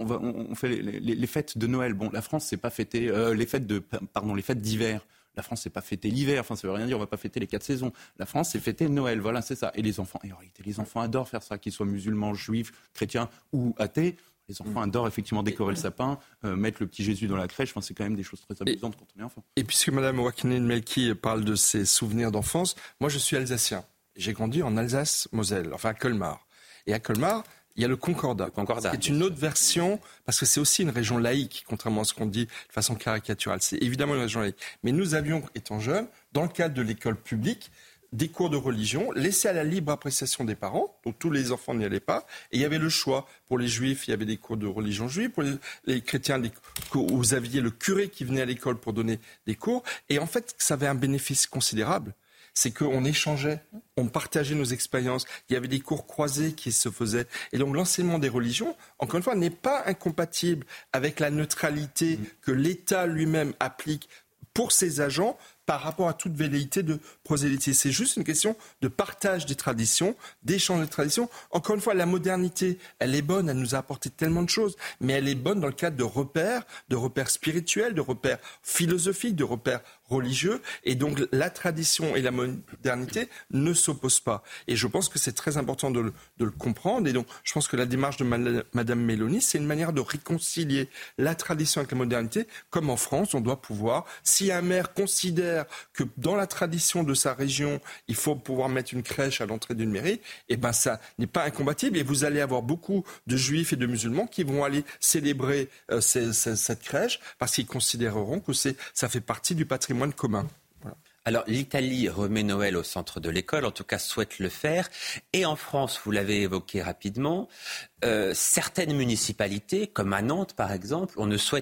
on fait les fêtes de Noël. Bon, la France, c'est pas fêter les fêtes d'hiver. La France, c'est pas fêter l'hiver, enfin ça veut rien dire, on va pas fêter les 4 saisons. La France, c'est fêter Noël, voilà, c'est ça. Et en réalité, les enfants adorent faire ça, qu'ils soient musulmans, juifs, chrétiens ou athées. Les enfants adorent effectivement décorer le sapin, mettre le petit Jésus dans la crèche. Enfin, c'est quand même des choses très amusantes quand on est enfant. Et puisque Mme Wageningen-Melki parle de ses souvenirs d'enfance, moi je suis alsacien. J'ai grandi en Alsace-Moselle, enfin à Colmar. Et à Colmar, il y a le Concordat, qui est une autre version, parce que c'est aussi une région laïque, contrairement à ce qu'on dit de façon caricaturale. C'est évidemment une région laïque. Mais nous avions, étant jeunes, dans le cadre de l'école publique, des cours de religion laissés à la libre appréciation des parents, donc tous les enfants n'y allaient pas, et il y avait le choix. Pour les juifs, il y avait des cours de religion juive, pour les chrétiens, vous aviez le curé qui venait à l'école pour donner des cours, et en fait, ça avait un bénéfice considérable. C'est qu'on échangeait, on partageait nos expériences, il y avait des cours croisés qui se faisaient. Et donc l'enseignement des religions, encore une fois, n'est pas incompatible avec la neutralité que l'État lui-même applique pour ses agents par rapport à toute velléité de prosélytisme. C'est juste une question de partage des traditions, d'échange des traditions. Encore une fois, la modernité, elle est bonne, elle nous a apporté tellement de choses, mais elle est bonne dans le cadre de repères spirituels, de repères philosophiques, de repères religieux. Et donc, la tradition et la modernité ne s'opposent pas. Et je pense que c'est très important de le comprendre. Et donc, je pense que la démarche de Mme Meloni, c'est une manière de réconcilier la tradition avec la modernité. Comme en France, on doit pouvoir, si un maire considère que dans la tradition de sa région, il faut pouvoir mettre une crèche à l'entrée d'une mairie, et ben ça n'est pas incompatible. Et vous allez avoir beaucoup de juifs et de musulmans qui vont aller célébrer cette crèche parce qu'ils considéreront que ça fait partie du patrimoine commun. Voilà. Alors, l'Italie remet Noël au centre de l'école, en tout cas souhaite le faire. Et en France, vous l'avez évoqué rapidement, certaines municipalités, comme à Nantes par exemple,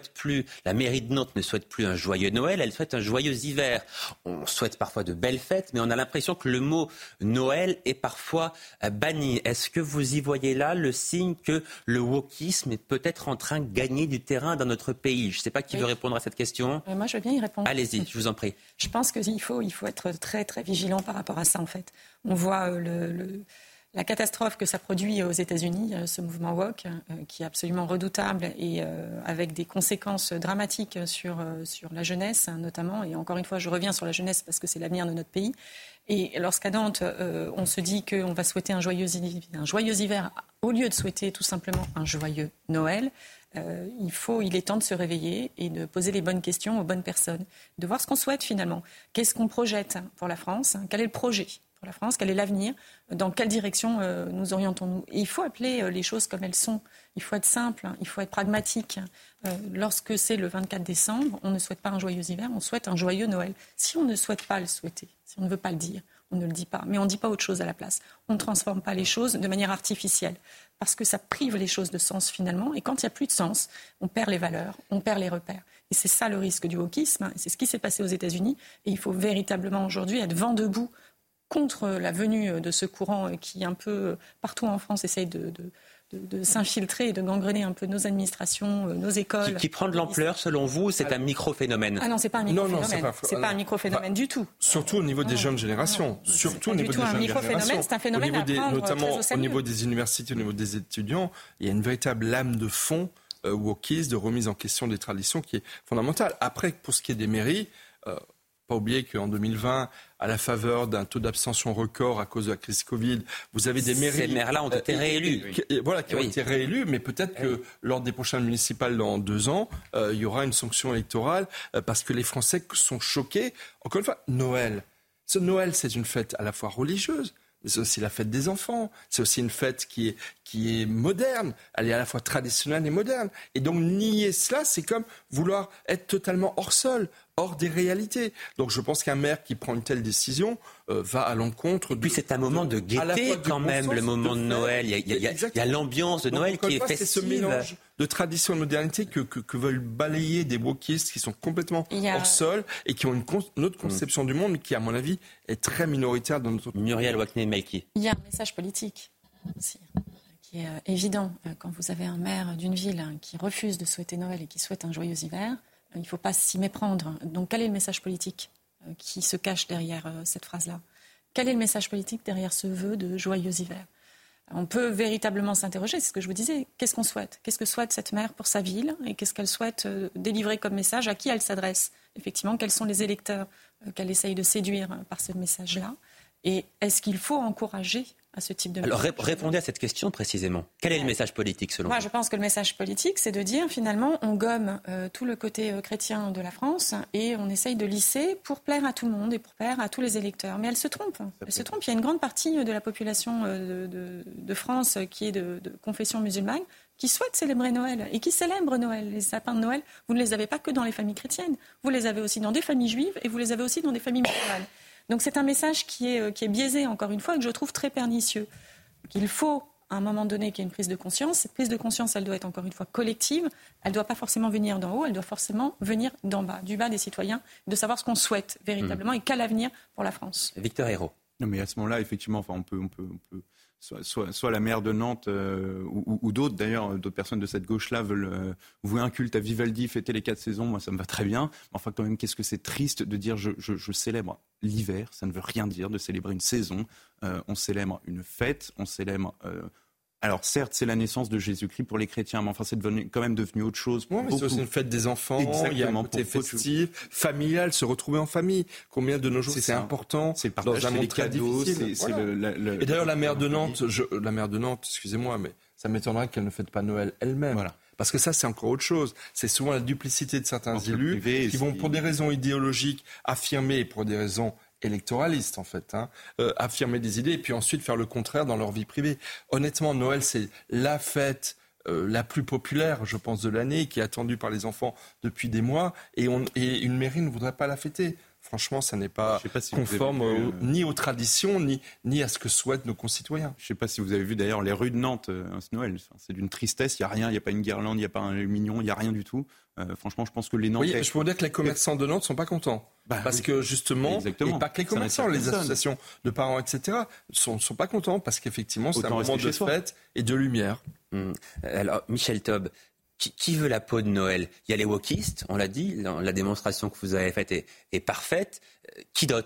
la mairie de Nantes ne souhaite plus un joyeux Noël, elle souhaite un joyeux hiver. On souhaite parfois de belles fêtes, mais on a l'impression que le mot Noël est parfois banni. Est-ce que vous y voyez là le signe que le wokisme est peut-être en train de gagner du terrain dans notre pays ? Je ne sais pas qui veut répondre à cette question. Moi, je veux bien y répondre. Allez-y, je vous en prie. Je pense qu'il faut être très, très vigilant par rapport à ça, en fait. On voit la catastrophe que ça produit aux États-Unis, ce mouvement woke, qui est absolument redoutable et avec des conséquences dramatiques sur la jeunesse, notamment. Et encore une fois, je reviens sur la jeunesse parce que c'est l'avenir de notre pays. Et lorsqu'à Nantes, on se dit qu'on va souhaiter un joyeux hiver, au lieu de souhaiter tout simplement un joyeux Noël, il est temps de se réveiller et de poser les bonnes questions aux bonnes personnes, de voir ce qu'on souhaite finalement. Qu'est-ce qu'on projette pour la France ? Quel est le projet pour la France ? Quel est l'avenir ? Dans quelle direction nous orientons-nous ? Et il faut appeler les choses comme elles sont. Il faut être simple, il faut être pragmatique. Lorsque c'est le 24 décembre, on ne souhaite pas un joyeux hiver, on souhaite un joyeux Noël. Si on ne souhaite pas le souhaiter, si on ne veut pas le dire, on ne le dit pas. Mais on ne dit pas autre chose à la place. On ne transforme pas les choses de manière artificielle. Parce que ça prive les choses de sens finalement. Et quand il n'y a plus de sens, on perd les valeurs, on perd les repères. Et c'est ça le risque du wokisme. C'est ce qui s'est passé aux États-Unis. Et il faut véritablement aujourd'hui être vent debout contre la venue de ce courant qui, un peu partout en France, essaye de s'infiltrer et de gangrener un peu nos administrations, nos écoles. Qui prend de l'ampleur, selon vous, c'est un micro-phénomène ? Ah non, c'est pas un micro-phénomène. C'est pas un micro-phénomène du tout. Surtout au niveau des jeunes générations. Surtout au niveau des jeunes générations. C'est un phénomène à prendre notamment très au sérieux. Au niveau des universités, au niveau des étudiants, il y a une véritable lame de fond wokiste, de remise en question des traditions qui est fondamentale. Après, pour ce qui est des mairies, pas oublier qu'en 2020, à la faveur d'un taux d'abstention record à cause de la crise Covid, vous avez des mairies... Ces maires-là ont été réélus. Qui ont été réélus, mais peut-être que lors des prochaines municipales dans 2 ans, il y aura une sanction électorale parce que les Français sont choqués. Encore une fois, Noël, c'est une fête à la fois religieuse, mais c'est aussi la fête des enfants. C'est aussi une fête qui est moderne. Elle est à la fois traditionnelle et moderne. Et donc nier cela, c'est comme vouloir être totalement hors sol, hors des réalités. Donc je pense qu'un maire qui prend une telle décision va à l'encontre... Puis c'est un moment de gaieté quand même, le moment de Noël. Il y a l'ambiance de Noël qui est festive. C'est ce mélange de tradition et de modernité que veulent balayer des wokistes qui sont complètement hors sol et qui ont une autre conception du monde qui, à mon avis, est très minoritaire dans notre... Muriel Waknin-Melki. Il y a un message politique aussi, qui est évident. Quand vous avez un maire d'une ville qui refuse de souhaiter Noël et qui souhaite un joyeux hiver, il ne faut pas s'y méprendre. Donc quel est le message politique qui se cache derrière cette phrase-là ? Quel est le message politique derrière ce vœu de joyeux hiver ? On peut véritablement s'interroger, c'est ce que je vous disais, qu'est-ce qu'on souhaite ? Qu'est-ce que souhaite cette maire pour sa ville ? Et qu'est-ce qu'elle souhaite délivrer comme message ? À qui elle s'adresse ? Effectivement, quels sont les électeurs qu'elle essaye de séduire par ce message-là ? Et est-ce qu'il faut encourager à ce type de message ? Alors répondez à cette question précisément. Quel est le message politique selon vous ? Moi, je pense que le message politique, c'est de dire finalement, on gomme tout le côté chrétien de la France et on essaye de lisser pour plaire à tout le monde et pour plaire à tous les électeurs. Mais elle se trompe. Elle se trompe. Il y a une grande partie de la population de France qui est de confession musulmane qui souhaite célébrer Noël et qui célèbre Noël. Les sapins de Noël, vous ne les avez pas que dans les familles chrétiennes. Vous les avez aussi dans des familles juives et vous les avez aussi dans des familles musulmanes. Donc c'est un message qui est biaisé, encore une fois, et que je trouve très pernicieux. Qu'il faut, à un moment donné, qu'il y ait une prise de conscience. Cette prise de conscience, elle doit être, encore une fois, collective. Elle ne doit pas forcément venir d'en haut, elle doit forcément venir d'en bas, du bas des citoyens, de savoir ce qu'on souhaite véritablement et quel avenir pour la France. Victor Hérault. Non, mais à ce moment-là, effectivement, on peut soit la maire de Nantes ou d'autres, d'ailleurs, d'autres personnes de cette gauche-là veulent vouer un culte à Vivaldi, fêter les 4 saisons, moi ça me va très bien. Enfin, quand même, qu'est-ce que c'est triste de dire je célèbre l'hiver, ça ne veut rien dire de célébrer une saison. On célèbre une fête, on célèbre... Alors certes, c'est la naissance de Jésus-Christ pour les chrétiens, mais enfin c'est quand même devenu autre chose. Oui, mais c'est aussi une fête des enfants, il y a un côté festif, familial, se retrouver en famille. Combien de nos jours c'est important, c'est le partage, dans un monde très difficile. Et d'ailleurs la maire de Nantes, excusez-moi, mais ça m'étonnerait qu'elle ne fête pas Noël elle-même. Voilà. Parce que ça, c'est encore autre chose. C'est souvent la duplicité de certains élus qui vont, pour des raisons idéologiques, affirmer, et pour des raisons électoralistes en fait, affirmer des idées et puis ensuite faire le contraire dans leur vie privée. Honnêtement, Noël, c'est la fête la plus populaire, je pense, de l'année, qui est attendue par les enfants depuis des mois, et une mairie ne voudrait pas la fêter. Franchement, ça n'est pas conforme ni aux traditions, ni à ce que souhaitent nos concitoyens. Je ne sais pas si vous avez vu d'ailleurs les rues de Nantes ce Noël. C'est d'une tristesse, il n'y a rien, il n'y a pas une guirlande, il n'y a pas un mignon, il n'y a rien du tout. Franchement, je pense que les Nantais... Oui, je peux vous dire que les commerçants de Nantes ne sont pas contents. Parce que justement, et pas que les commerçants, les associations de parents, etc., ne sont pas contents parce qu'effectivement, c'est un moment de fête et de lumière. Alors, Michel Taube, qui veut la peau de Noël ? Il y a les wokistes, on l'a dit, la démonstration que vous avez faite est parfaite. Qui d'autre ?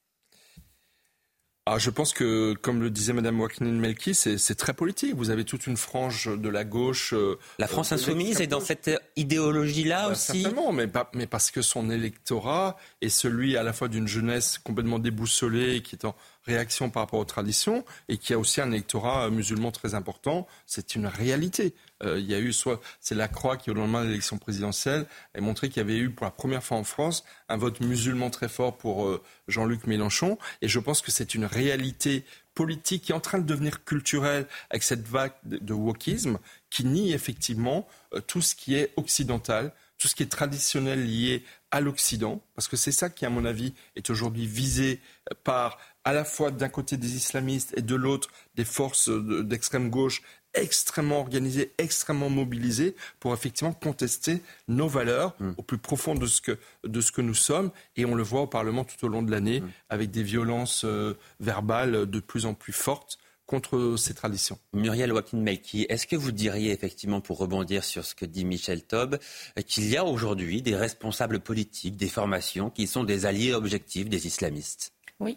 Je pense que, comme le disait Mme Waknin-Melki, c'est très politique. Vous avez toute une frange de la gauche. La France insoumise est dans cette idéologie-là aussi. Certainement, mais parce que son électorat est celui à la fois d'une jeunesse complètement déboussolée, qui est en réaction par rapport aux traditions, et qui a aussi un électorat musulman très important. C'est une réalité. Il y a eu c'est la Croix qui, au lendemain de l'élection présidentielle, a montré qu'il y avait eu pour la première fois en France un vote musulman très fort pour Jean-Luc Mélenchon. Et je pense que c'est une réalité politique qui est en train de devenir culturelle avec cette vague de wokisme qui nie effectivement tout ce qui est occidental, tout ce qui est traditionnel lié à l'Occident, parce que c'est ça qui, à mon avis, est aujourd'hui visé par à la fois d'un côté des islamistes et de l'autre des forces d'extrême gauche extrêmement organisées, extrêmement mobilisées pour effectivement contester nos valeurs au plus profond de ce que nous sommes. Et on le voit au Parlement tout au long de l'année avec des violences verbales de plus en plus fortes contre ces traditions. Muriel Waknin-Melki, est-ce que vous diriez effectivement, pour rebondir sur ce que dit Michel Taube, qu'il y a aujourd'hui des responsables politiques, des formations qui sont des alliés objectifs des islamistes ?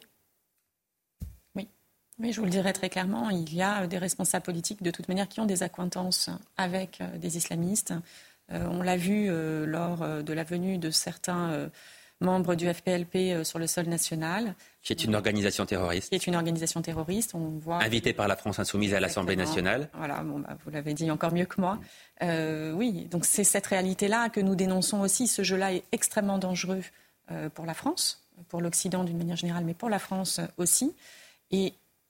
Oui, je vous le dirais très clairement, il y a des responsables politiques de toute manière qui ont des accointances avec des islamistes. On l'a vu lors de la venue de certains membre du FPLP sur le sol national. Qui est une organisation terroriste. Qui est une organisation terroriste. On voit invitée par la France insoumise à l'Assemblée nationale. Voilà, vous l'avez dit encore mieux que moi. Oui, donc c'est cette réalité-là que nous dénonçons aussi. Ce jeu-là est extrêmement dangereux pour la France, pour l'Occident d'une manière générale, mais pour la France aussi. Et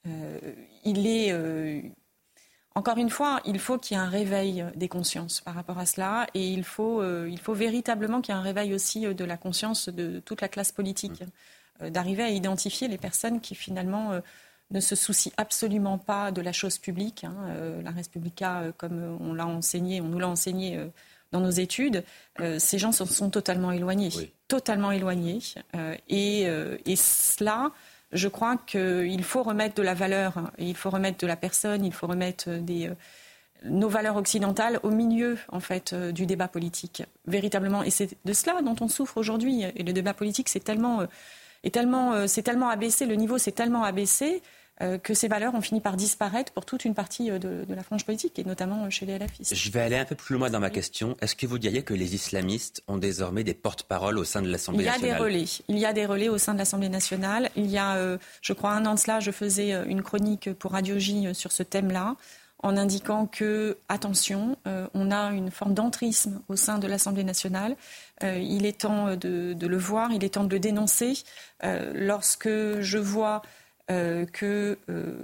il est... Encore une fois, il faut qu'il y ait un réveil des consciences par rapport à cela, et il faut véritablement qu'il y ait un réveil aussi de la conscience de toute la classe politique, d'arriver à identifier les personnes qui finalement ne se soucient absolument pas de la chose publique. La Res Publica, comme on nous l'a enseigné dans nos études, ces gens sont totalement éloignés, totalement éloignés, et cela. Je crois qu'il faut remettre de la valeur, il faut remettre de la personne, il faut remettre nos valeurs occidentales au milieu en fait du débat politique, véritablement. Et c'est de cela dont on souffre aujourd'hui. Et le débat politique, c'est tellement abaissé, le niveau s'est tellement abaissé que ces valeurs ont fini par disparaître pour toute une partie de la frange politique, et notamment chez les LFistes. Je vais aller un peu plus loin dans ma question. Est-ce que vous diriez que les islamistes ont désormais des porte-paroles au sein de l'Assemblée nationale ? Il y a des relais au sein de l'Assemblée nationale. Il y a, je crois, un an de cela, je faisais une chronique pour Radio J sur ce thème-là, en indiquant que, attention, on a une forme d'entrisme au sein de l'Assemblée nationale. Il est temps de le voir, il est temps de le dénoncer. Lorsque je vois que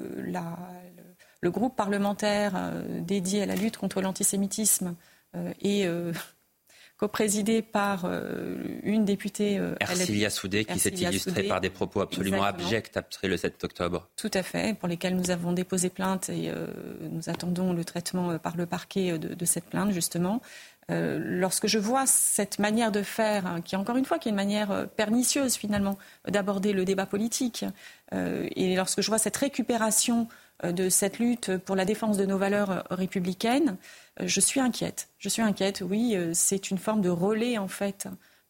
le groupe parlementaire dédié à la lutte contre l'antisémitisme est coprésidé par une députée Ercilia Soudé, qui s'est illustrée par des propos absolument abjects après le 7 octobre. Tout à fait, pour lesquels nous avons déposé plainte, et nous attendons le traitement par le parquet de cette plainte, justement. Lorsque je vois cette manière de faire, qui encore une fois qui est une manière pernicieuse finalement d'aborder le débat politique, et lorsque je vois cette récupération de cette lutte pour la défense de nos valeurs républicaines, je suis inquiète. Oui, c'est une forme de relais en fait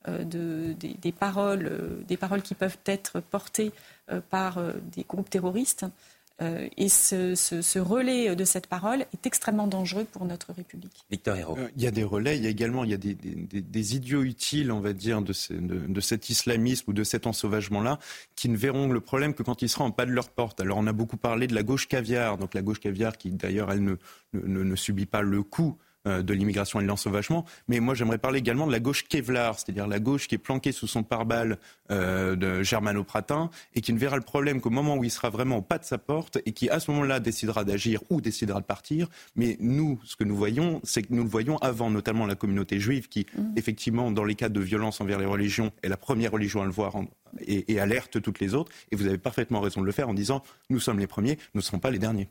des paroles qui peuvent être portées par des groupes terroristes. Et ce relais de cette parole est extrêmement dangereux pour notre République. Victor Hérault. Il y a des relais, il y a des idiots utiles, on va dire, de cet islamisme ou de cet ensauvagement-là, qui ne verront le problème que quand il sera en pas de leur porte. Alors on a beaucoup parlé de la gauche caviar, donc la gauche caviar qui d'ailleurs elle ne subit pas le coup de l'immigration et de l'ensauvagement, mais moi j'aimerais parler également de la gauche Kevlar, c'est-à-dire la gauche qui est planquée sous son pare-balles de germano-pratin et qui ne verra le problème qu'au moment où il sera vraiment au pas de sa porte et qui à ce moment-là décidera d'agir ou décidera de partir. Mais nous, ce que nous voyons, c'est que nous le voyons avant, notamment la communauté juive qui, effectivement, dans les cas de violence envers les religions, est la première religion à le voir et alerte toutes les autres. Et vous avez parfaitement raison de le faire en disant nous sommes les premiers, nous ne serons pas les derniers.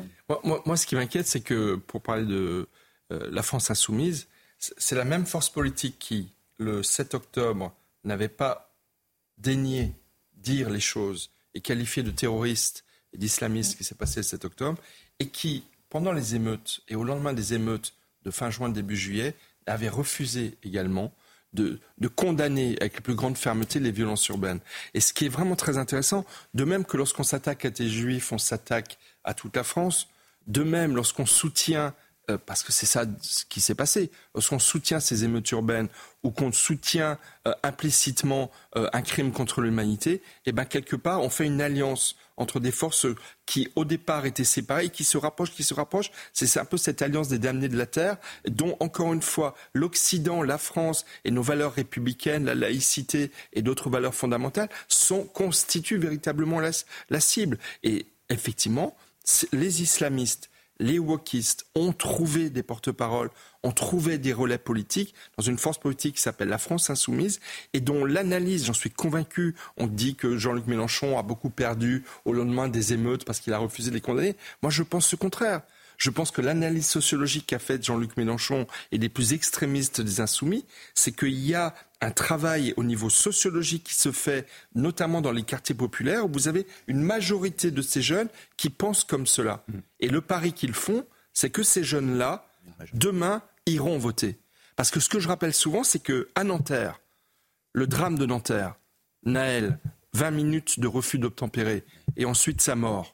Moi, ce qui m'inquiète, c'est que pour parler de la France insoumise, c'est la même force politique qui, le 7 octobre, n'avait pas daigné dire les choses et qualifier de terroristes et d'islamistes ce qui s'est passé le 7 octobre, et qui, pendant les émeutes et au lendemain des émeutes de fin juin, début juillet, avait refusé également de condamner avec la plus grande fermeté les violences urbaines. Et ce qui est vraiment très intéressant, de même que lorsqu'on s'attaque à des juifs, on s'attaque à toute la France, de même lorsqu'on soutient parce que c'est ça ce qui s'est passé. Lorsqu'on soutient ces émeutes urbaines ou qu'on soutient implicitement un crime contre l'humanité, et bien quelque part, on fait une alliance entre des forces qui, au départ, étaient séparées et qui se rapprochent. C'est un peu cette alliance des damnés de la terre, dont, encore une fois, l'Occident, la France et nos valeurs républicaines, la laïcité et d'autres valeurs fondamentales constituent véritablement la cible. Et effectivement, les islamistes, les wokistes ont trouvé des porte-paroles, ont trouvé des relais politiques dans une force politique qui s'appelle la France insoumise et dont l'analyse, j'en suis convaincu, on dit que Jean-Luc Mélenchon a beaucoup perdu au lendemain des émeutes parce qu'il a refusé de les condamner. Moi, je pense le contraire. Je pense que l'analyse sociologique qu'a faite Jean-Luc Mélenchon et des plus extrémistes des Insoumis, c'est qu'il y a un travail au niveau sociologique qui se fait, notamment dans les quartiers populaires, où vous avez une majorité de ces jeunes qui pensent comme cela. Et le pari qu'ils font, c'est que ces jeunes-là, demain, iront voter. Parce que ce que je rappelle souvent, c'est qu'à Nanterre, le drame de Nanterre, Naël, 20 minutes de refus d'obtempérer, et ensuite sa mort.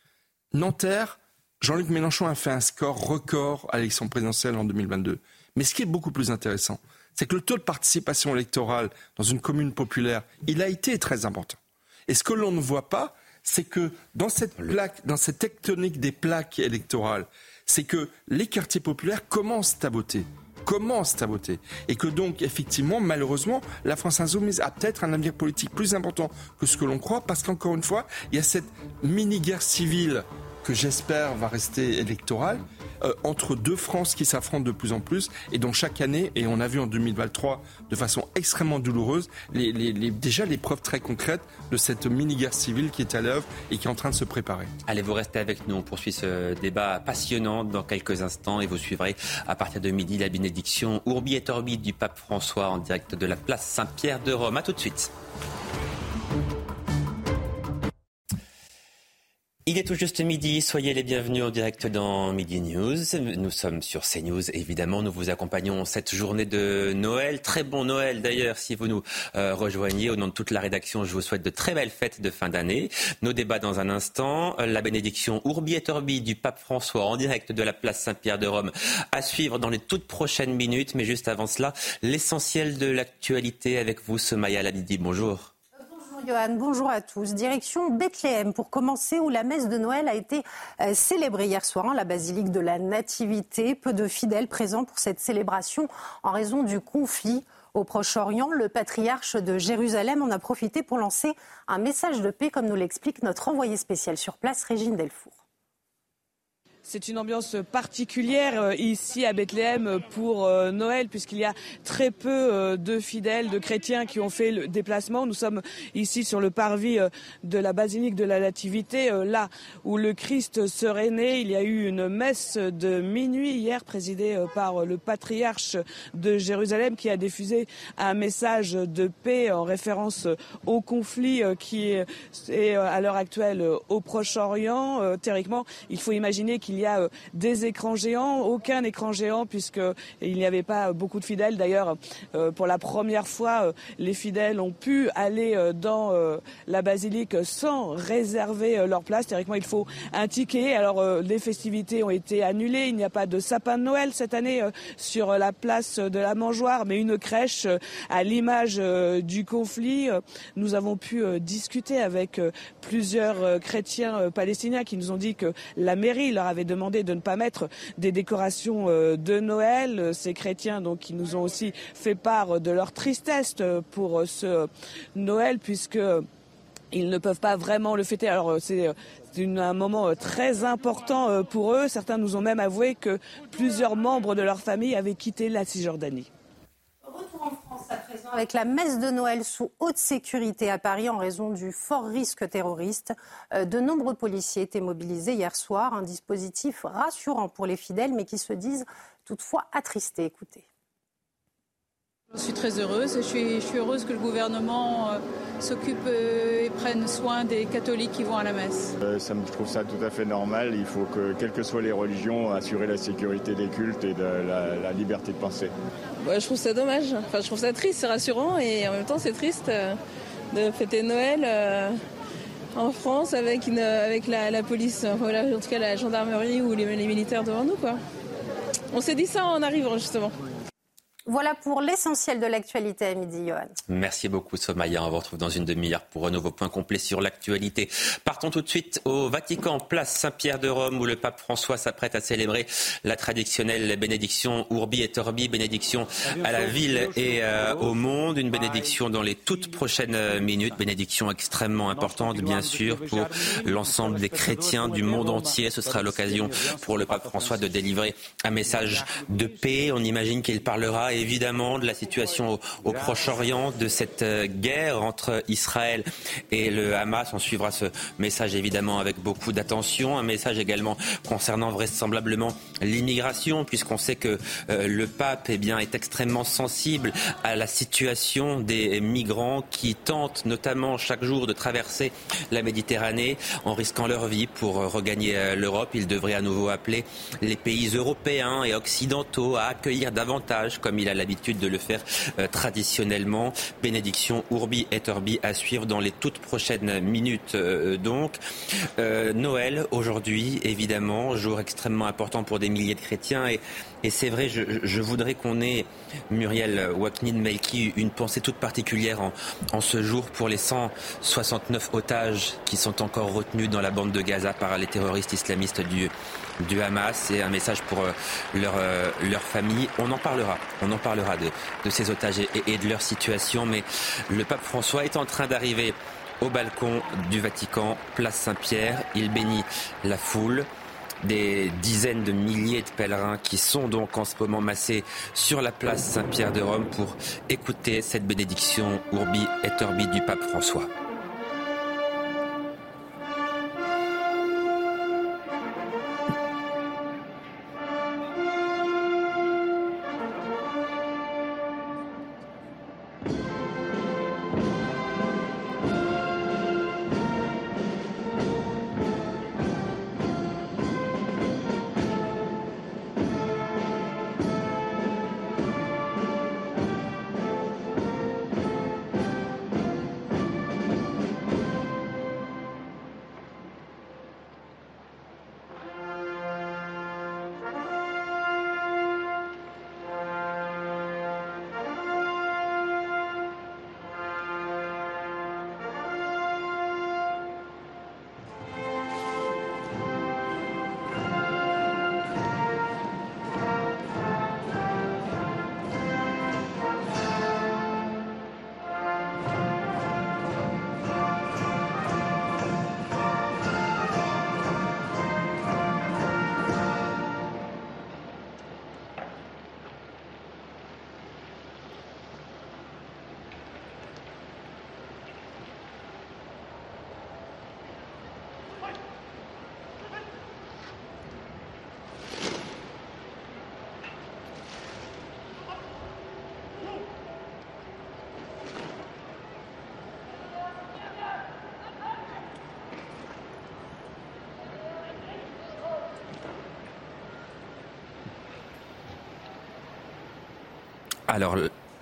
Nanterre, Jean-Luc Mélenchon a fait un score record à l'élection présidentielle en 2022. Mais ce qui est beaucoup plus intéressant, c'est que le taux de participation électorale dans une commune populaire, il a été très important. Et ce que l'on ne voit pas, c'est que dans cette tectonique des plaques électorales, c'est que les quartiers populaires commencent à voter. Et que donc, effectivement, malheureusement, la France Insoumise a peut-être un avenir politique plus important que ce que l'on croit, parce qu'encore une fois, il y a cette mini-guerre civile que j'espère va rester électorale, entre deux France qui s'affrontent de plus en plus, et donc chaque année, et on a vu en 2023 de façon extrêmement douloureuse, déjà les preuves très concrètes de cette mini-guerre civile qui est à l'œuvre et qui est en train de se préparer. Allez, vous restez avec nous, on poursuit ce débat passionnant dans quelques instants, et vous suivrez à partir de midi la bénédiction Urbi et Orbi du pape François en direct de la place Saint-Pierre de Rome. A tout de suite. Il est tout juste midi, soyez les bienvenus en direct dans Midi News. Nous sommes sur CNews, évidemment, nous vous accompagnons cette journée de Noël. Très bon Noël d'ailleurs, si vous nous rejoignez. Au nom de toute la rédaction, je vous souhaite de très belles fêtes de fin d'année. Nos débats dans un instant, la bénédiction Urbi et Orbi du pape François en direct de la place Saint-Pierre de Rome à suivre dans les toutes prochaines minutes. Mais juste avant cela, l'essentiel de l'actualité avec vous, Somaya Labidi. Bonjour. Johan, bonjour à tous. Direction Bethléem pour commencer, où la messe de Noël a été célébrée hier soir en la basilique de la Nativité. Peu de fidèles présents pour cette célébration en raison du conflit au Proche-Orient. Le patriarche de Jérusalem en a profité pour lancer un message de paix, comme nous l'explique notre envoyée spéciale sur place, Régine Delfour. C'est une ambiance particulière ici à Bethléem pour Noël, puisqu'il y a très peu de fidèles, de chrétiens qui ont fait le déplacement. Nous sommes ici sur le parvis de la basilique de la Nativité, là où le Christ serait né. Il y a eu une messe de minuit hier présidée par le patriarche de Jérusalem qui a diffusé un message de paix en référence au conflit qui est à l'heure actuelle au Proche-Orient. Théoriquement, il faut imaginer qu'il y a des écrans géants, aucun écran géant puisqu'il n'y avait pas beaucoup de fidèles. D'ailleurs, pour la première fois, les fidèles ont pu aller dans la basilique sans réserver leur place. Théoriquement, il faut un ticket. Alors, les festivités ont été annulées. Il n'y a pas de sapin de Noël cette année sur la place de la Mangeoire, mais une crèche à l'image du conflit. Nous avons pu discuter avec plusieurs chrétiens palestiniens qui nous ont dit que la mairie leur avait demandé de ne pas mettre des décorations de Noël. Ces chrétiens donc qui nous ont aussi fait part de leur tristesse pour ce Noël puisque ils ne peuvent pas vraiment le fêter. Alors c'est un moment très important pour eux. Certains nous ont même avoué que plusieurs membres de leur famille avaient quitté la Cisjordanie. Retour en France à présent avec la messe de Noël sous haute sécurité à Paris en raison du fort risque terroriste. De nombreux policiers étaient mobilisés hier soir. Un dispositif rassurant pour les fidèles mais qui se disent toutefois attristés. Écoutez. Je suis très heureuse. Je suis heureuse que le gouvernement s'occupe et prenne soin des catholiques qui vont à la messe. Je trouve ça tout à fait normal. Il faut que, quelles que soient les religions, assurer la sécurité des cultes et de la liberté de penser. Ouais, je trouve ça dommage. Enfin, je trouve ça triste, c'est rassurant et en même temps c'est triste de fêter Noël en France avec la police, voilà, en tout cas la gendarmerie ou les militaires devant nous, quoi. On s'est dit ça en arrivant justement. Voilà pour l'essentiel de l'actualité à midi, Johan. Merci beaucoup, Somaya. On vous retrouve dans une demi-heure pour un nouveau point complet sur l'actualité. Partons tout de suite au Vatican, place Saint-Pierre de Rome, où le pape François s'apprête à célébrer la traditionnelle bénédiction Urbi et Orbi, bénédiction à la ville et au monde. Une bénédiction dans les toutes prochaines minutes. Bénédiction extrêmement importante, bien sûr, pour l'ensemble des chrétiens du monde entier. Ce sera l'occasion pour le pape François de délivrer un message de paix. On imagine qu'il parlera évidemment de la situation au Proche-Orient, de cette guerre entre Israël et le Hamas. On suivra ce message évidemment avec beaucoup d'attention. Un message également concernant vraisemblablement l'immigration, puisqu'on sait que le pape est extrêmement sensible à la situation des migrants qui tentent notamment chaque jour de traverser la Méditerranée en risquant leur vie pour regagner l'Europe. Il devrait à nouveau appeler les pays européens et occidentaux à accueillir davantage, comme il il a l'habitude de le faire traditionnellement. Bénédiction Urbi et Orbi à suivre dans les toutes prochaines minutes donc. Noël aujourd'hui, évidemment, jour extrêmement important pour des milliers de chrétiens et c'est vrai, je voudrais qu'on ait, Muriel Waknin-Melki, une pensée toute particulière en ce jour pour les 169 otages qui sont encore retenus dans la bande de Gaza par les terroristes islamistes du Hamas, et un message pour leur famille. On en parlera de ces otages et de leur situation, mais le pape François est en train d'arriver au balcon du Vatican, place Saint-Pierre. Il bénit la foule. Des dizaines de milliers de pèlerins qui sont donc en ce moment massés sur la place Saint-Pierre de Rome pour écouter cette bénédiction Urbi et Orbi du pape François. Alors,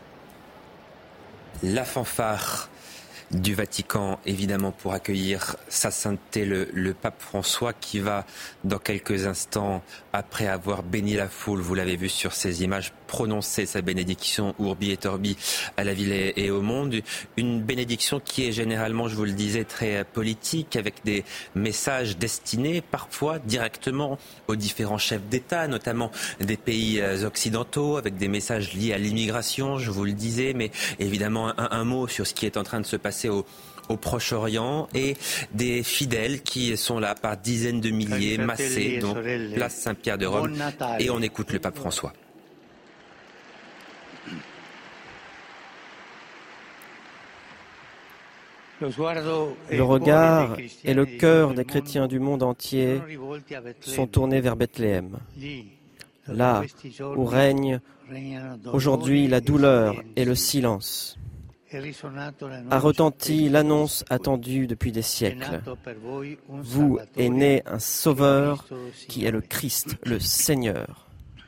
la fanfare du Vatican, évidemment, pour accueillir sa sainteté, le pape François, qui va, dans quelques instants, après avoir béni la foule, vous l'avez vu sur ces images, prononcer sa bénédiction Urbi et Orbi à la ville et au monde. Une bénédiction qui est généralement, je vous le disais, très politique, avec des messages destinés parfois directement aux différents chefs d'État, notamment des pays occidentaux, avec des messages liés à l'immigration, je vous le disais, mais évidemment un mot sur ce qui est en train de se passer au Proche-Orient, et des fidèles qui sont là par dizaines de milliers, massés, donc place Saint-Pierre de Rome, et on écoute le pape François. Le regard et le cœur des chrétiens du monde entier sont tournés vers Bethléem, là où règne aujourd'hui la douleur et le silence. A retenti l'annonce attendue depuis des siècles. Vous est né un Sauveur qui est le Christ, le Seigneur.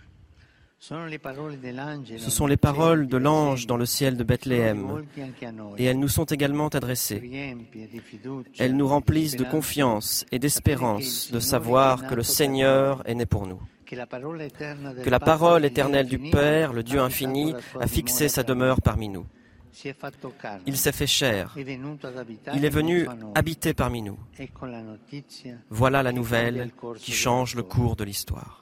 Ce sont les paroles de l'ange dans le ciel de Bethléem, et elles nous sont également adressées. Elles nous remplissent de confiance et d'espérance de savoir que le Seigneur est né pour nous, que la parole éternelle du Père, le Dieu infini, a fixé sa demeure parmi nous. Il s'est fait chair. Il est venu habiter parmi nous. Voilà la nouvelle qui change le cours de l'histoire.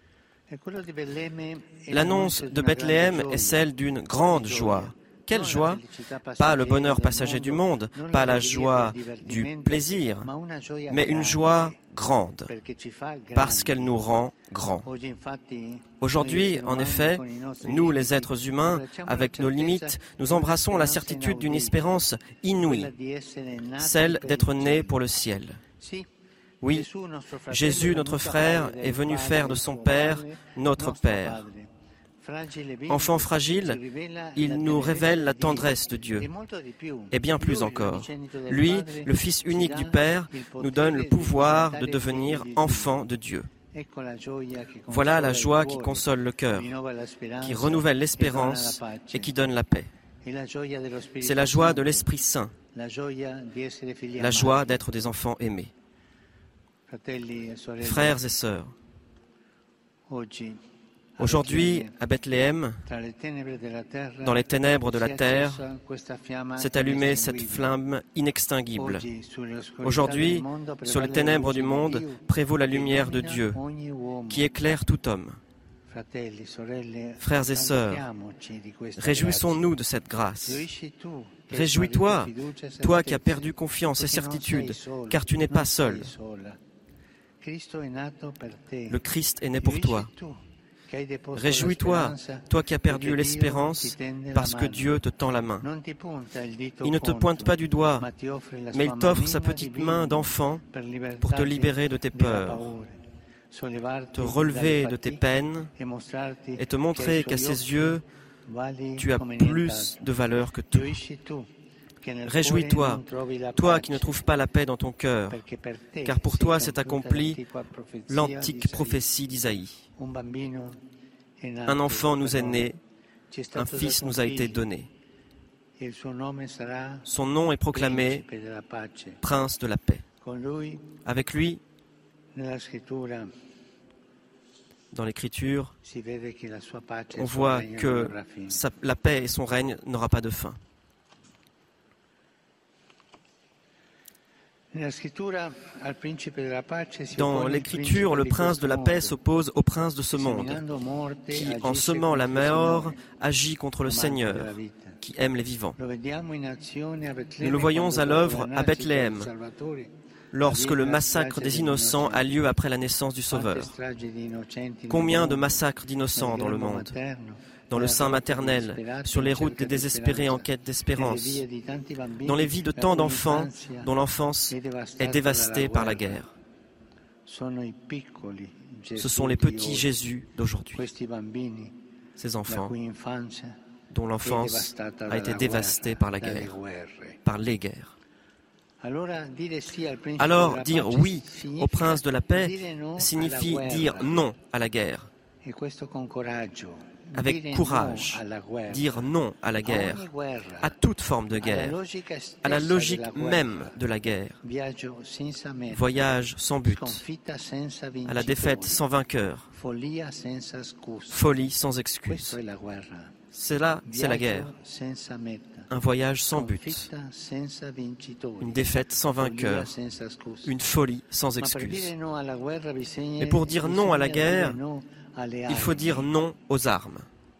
L'annonce de Bethléem est celle d'une grande joie. Quelle joie? Pas le bonheur passager du monde, pas la joie du plaisir, mais une joie grande, parce qu'elle nous rend grands. Aujourd'hui, en effet, nous, les êtres humains, avec nos limites, nous embrassons la certitude d'une espérance inouïe, celle d'être nés pour le ciel. Oui, Jésus, notre frère, est venu faire de son Père notre Père. Enfant fragile, il nous révèle la tendresse de Dieu. Et bien plus encore. Lui, le Fils unique du Père, nous donne le pouvoir de devenir enfants de Dieu. Voilà la joie qui console le cœur, qui renouvelle l'espérance et qui donne la paix. C'est la joie de l'Esprit Saint, la joie d'être des enfants aimés. Frères et sœurs, aujourd'hui, à Bethléem, dans les ténèbres de la terre, s'est allumée cette flamme inextinguible. Aujourd'hui, sur les ténèbres du monde, prévaut la lumière de Dieu, qui éclaire tout homme. Frères et sœurs, réjouissons-nous de cette grâce. Réjouis-toi, toi qui as perdu confiance et certitude, car tu n'es pas seul. Le Christ est né pour toi. Réjouis-toi, toi qui as perdu l'espérance, parce que Dieu te tend la main. Il ne te pointe pas du doigt, mais il t'offre sa petite main d'enfant pour te libérer de tes peurs, te relever de tes peines et te montrer qu'à ses yeux, tu as plus de valeur que tout. Réjouis-toi, toi qui ne trouves pas la paix dans ton cœur, car pour toi s'est accomplie l'antique prophétie d'Isaïe. Un enfant nous est né, un fils nous a été donné. Son nom est proclamé Prince de la paix. Avec lui, dans l'Écriture, on voit que la paix et son règne n'aura pas de fin. Dans l'Écriture, le prince de la paix s'oppose au prince de ce monde, qui, en semant la mort, agit contre le Seigneur, qui aime les vivants. Nous le voyons à l'œuvre à Bethléem, lorsque le massacre des innocents a lieu après la naissance du Sauveur. Combien de massacres d'innocents dans le monde, dans le sein maternel, sur les routes des désespérés en quête d'espérance, dans les vies de tant d'enfants dont l'enfance est dévastée par la guerre. Ce sont les petits Jésus d'aujourd'hui, ces enfants dont l'enfance a été dévastée par la guerre, par les guerres. Alors, dire oui au prince de la paix signifie dire non à la guerre. Avec courage, dire non à la guerre, à toute forme de guerre, à la logique même de la guerre. Voyage sans but, à la défaite sans vainqueur, folie sans excuse. Cela, c'est la guerre. Un voyage sans but, une défaite sans vainqueur, une folie sans excuse. Mais pour dire non à la guerre, il faut dire non aux armes.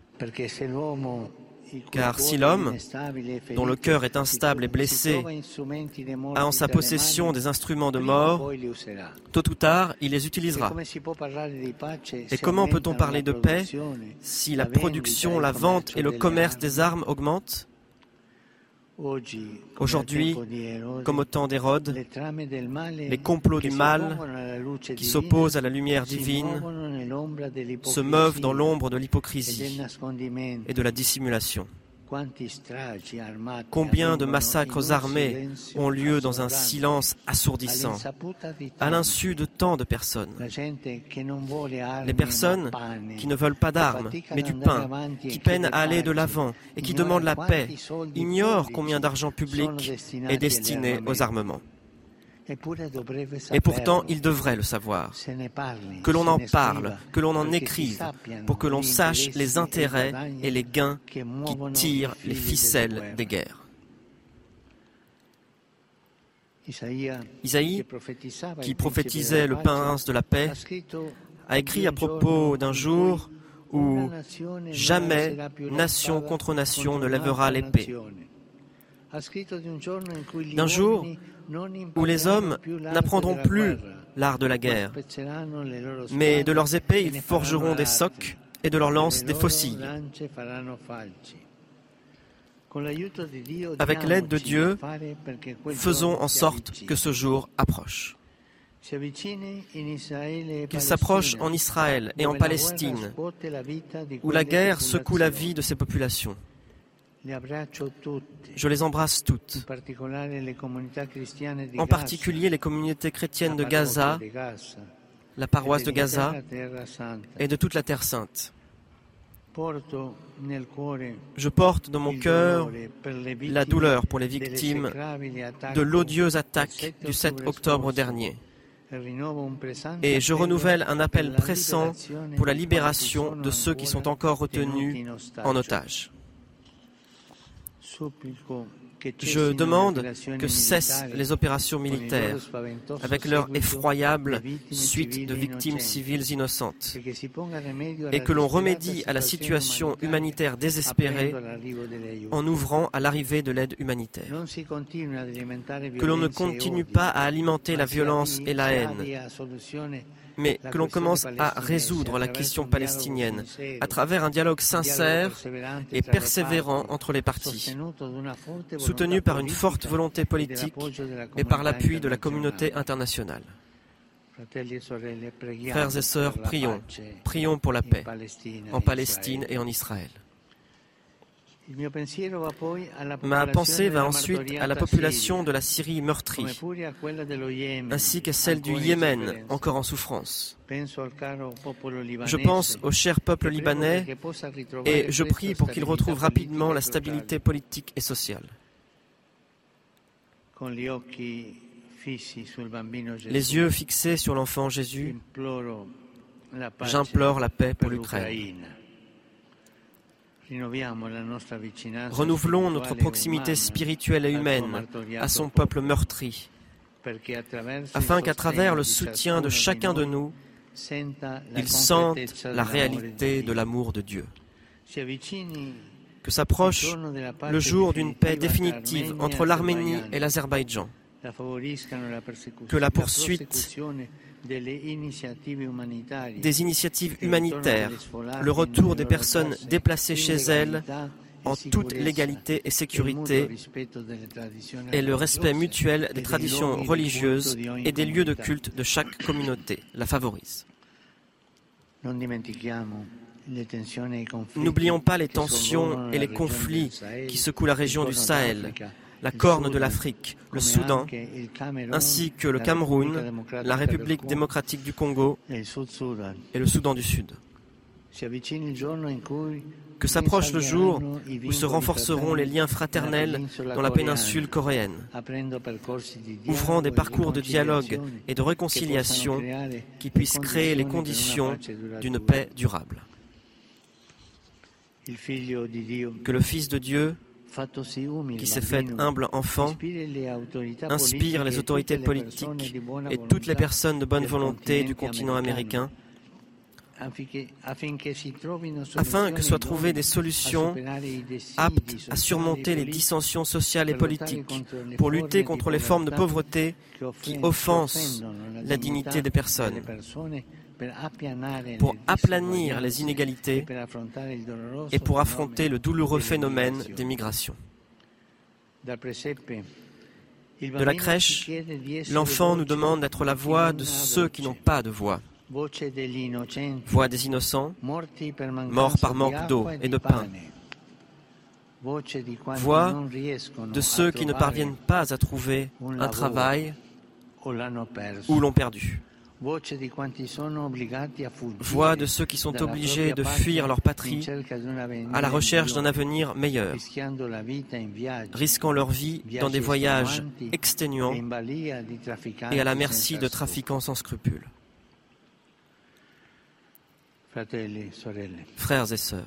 Car si l'homme, dont le cœur est instable et blessé, a en sa possession des instruments de mort, tôt ou tard, il les utilisera. Et comment peut-on parler de paix si la production, la vente et le commerce des armes augmentent ? Aujourd'hui, comme au temps d'Hérode, les complots du mal qui s'opposent à la lumière divine se meuvent dans l'ombre de l'hypocrisie et de la dissimulation. Combien de massacres armés ont lieu dans un silence assourdissant, à l'insu de tant de personnes. Les personnes qui ne veulent pas d'armes, mais du pain, qui peinent à aller de l'avant et qui demandent la paix, ignorent combien d'argent public est destiné aux armements. Et pourtant, ils devraient le savoir. Que l'on en parle, que l'on en écrive, pour que l'on sache les intérêts et les gains qui tirent les ficelles des guerres. Isaïe, qui prophétisait le prince de la paix, a écrit à propos d'un jour où jamais nation contre nation ne lèvera l'épée. D'un jour où les hommes n'apprendront plus l'art de la guerre, mais de leurs épées ils forgeront des socs et de leurs lances des faucilles. Avec l'aide de Dieu, faisons en sorte que ce jour approche. Qu'il s'approche en Israël et en Palestine, où la guerre secoue la vie de ces populations. Je les embrasse toutes, en particulier les communautés chrétiennes de Gaza, la paroisse de Gaza et de toute la Terre Sainte. Je porte dans mon cœur la douleur pour les victimes de l'odieuse attaque du 7 octobre dernier. Et je renouvelle un appel pressant pour la libération de ceux qui sont encore retenus en otage. Je demande que cessent les opérations militaires avec leur effroyable suite de victimes civiles innocentes et que l'on remédie à la situation humanitaire désespérée en ouvrant à l'arrivée de l'aide humanitaire. Que l'on ne continue pas à alimenter la violence et la haine, mais que l'on commence à résoudre la question palestinienne à travers un dialogue sincère et persévérant entre les parties, soutenu par une forte volonté politique et par l'appui de la communauté internationale. Frères et sœurs, prions pour la paix en Palestine et en Israël. Ma pensée va ensuite à la population de la Syrie meurtrie, ainsi qu'à celle du Yémen, encore en souffrance. Je pense au cher peuple libanais et je prie pour qu'il retrouve rapidement la stabilité politique et sociale. Les yeux fixés sur l'enfant Jésus, j'implore la paix pour l'Ukraine. Renouvelons notre proximité spirituelle et humaine à son peuple meurtri, afin qu'à travers le soutien de chacun de nous, ils sentent la réalité de l'amour de Dieu. Que s'approche le jour d'une paix définitive entre l'Arménie et l'Azerbaïdjan. Que la poursuite des initiatives humanitaires, le retour des personnes déplacées chez elles en toute légalité et sécurité et le respect mutuel des traditions religieuses et des lieux de culte de chaque communauté la favorisent. N'oublions pas les tensions et les conflits qui secouent la région du Sahel, la Corne de l'Afrique, le Soudan, ainsi que le Cameroun, la République démocratique du Congo et le Soudan du Sud. Que s'approche le jour où se renforceront les liens fraternels dans la péninsule coréenne, ouvrant des parcours de dialogue et de réconciliation qui puissent créer les conditions d'une paix durable. Que le Fils de Dieu, qui s'est fait humble enfant, inspire les autorités politiques et toutes les personnes de bonne volonté du continent américain, afin que soient trouvées des solutions aptes à surmonter les dissensions sociales et politiques, pour lutter contre les formes de pauvreté qui offensent la dignité des personnes, pour aplanir les inégalités et pour affronter le douloureux phénomène des migrations. De la crèche, l'enfant nous demande d'être la voix de ceux qui n'ont pas de voix. Voix des innocents, morts par manque d'eau et de pain. Voix de ceux qui ne parviennent pas à trouver un travail ou l'ont perdu. Voix de ceux qui sont obligés de fuir leur patrie à la recherche d'un avenir meilleur, risquant leur vie dans des voyages exténuants et à la merci de trafiquants sans scrupules. Frères et sœurs,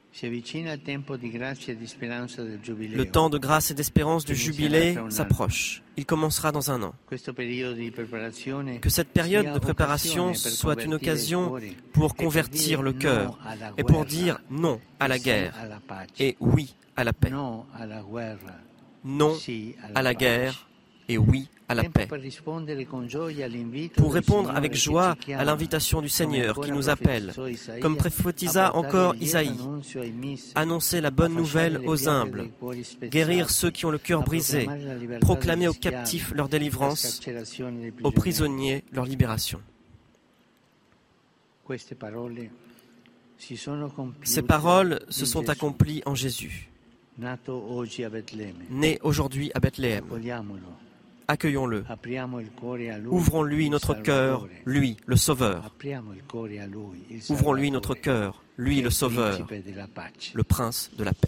le temps de grâce et d'espérance du jubilé s'approche. Il commencera dans un an. Que cette période de préparation soit une occasion pour convertir le cœur et pour dire non à la guerre et oui à la paix. Non à la guerre et oui à la paix. Pour répondre avec joie à l'invitation du Seigneur qui nous appelle, comme prophétisa encore Isaïe, annoncer la bonne nouvelle aux humbles, guérir ceux qui ont le cœur brisé, proclamer aux captifs leur délivrance, aux prisonniers leur libération. Ces paroles se sont accomplies en Jésus, né aujourd'hui à Bethléem. accueillons-le. Ouvrons-lui notre cœur, lui, le Sauveur. Ouvrons-lui notre cœur, lui, le Sauveur, le Prince de la paix.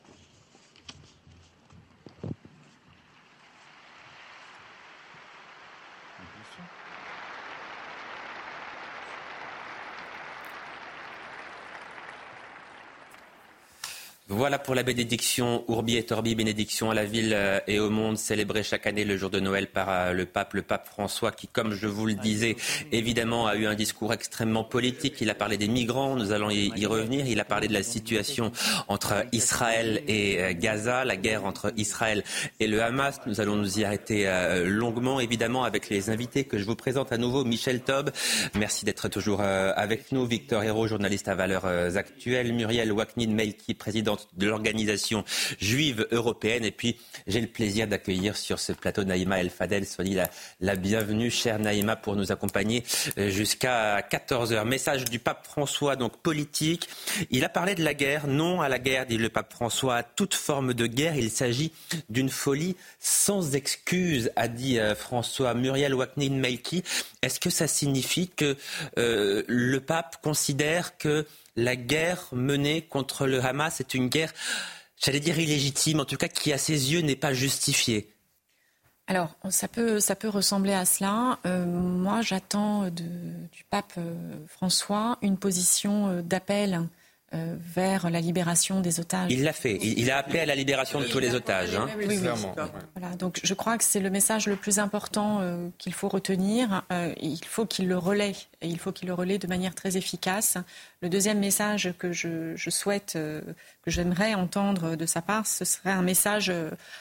Voilà pour la bénédiction Urbi et Orbi, bénédiction à la ville et au monde, célébrée chaque année le jour de Noël par le pape François, qui, comme je vous le disais, évidemment a eu un discours extrêmement politique. Il a parlé des migrants, nous allons y revenir. Il a parlé de la situation entre Israël et Gaza, la guerre entre Israël et le Hamas. Nous allons nous y arrêter longuement, évidemment, avec les invités que je vous présente à nouveau. Michel Taube, merci d'être toujours avec nous. Victor Hérault, journaliste à Valeurs Actuelles. Muriel Waknin-Melki, présidente de l'organisation juive européenne. Et puis, j'ai le plaisir d'accueillir sur ce plateau Naïma El Fadel. Soyez la bienvenue, chère Naïma, pour nous accompagner jusqu'à 14h. Message du pape François, donc politique. Il a parlé de la guerre. Non à la guerre, dit le pape François, à toute forme de guerre. Il s'agit d'une folie sans excuse, a dit François. Muriel Waknin-Melki, est-ce que ça signifie que le pape considère que la guerre menée contre le Hamas est une guerre, j'allais dire illégitime, en tout cas qui à ses yeux n'est pas justifiée? Alors, ça peut ressembler à cela. Moi, j'attends du pape François une position d'appel vers la libération des otages. Il l'a fait. Il a appelé à la libération de tous les otages. Hein. Oui. Voilà, donc je crois que c'est le message le plus important qu'il faut retenir. Il faut qu'il le relaie. Et il faut qu'il le relaie de manière très efficace. Le deuxième message que je souhaite, que j'aimerais entendre de sa part, ce serait un message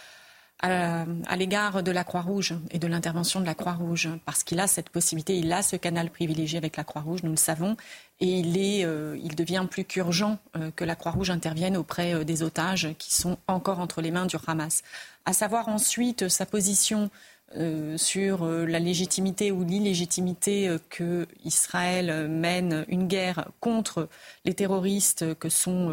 à l'égard de la Croix-Rouge et de l'intervention de la Croix-Rouge, parce qu'il a cette possibilité, il a ce canal privilégié avec la Croix-Rouge, nous le savons, et il devient plus qu'urgent que la Croix-Rouge intervienne auprès des otages qui sont encore entre les mains du Hamas. À savoir ensuite sa position sur la légitimité ou l'illégitimité que Israël mène une guerre contre les terroristes que sont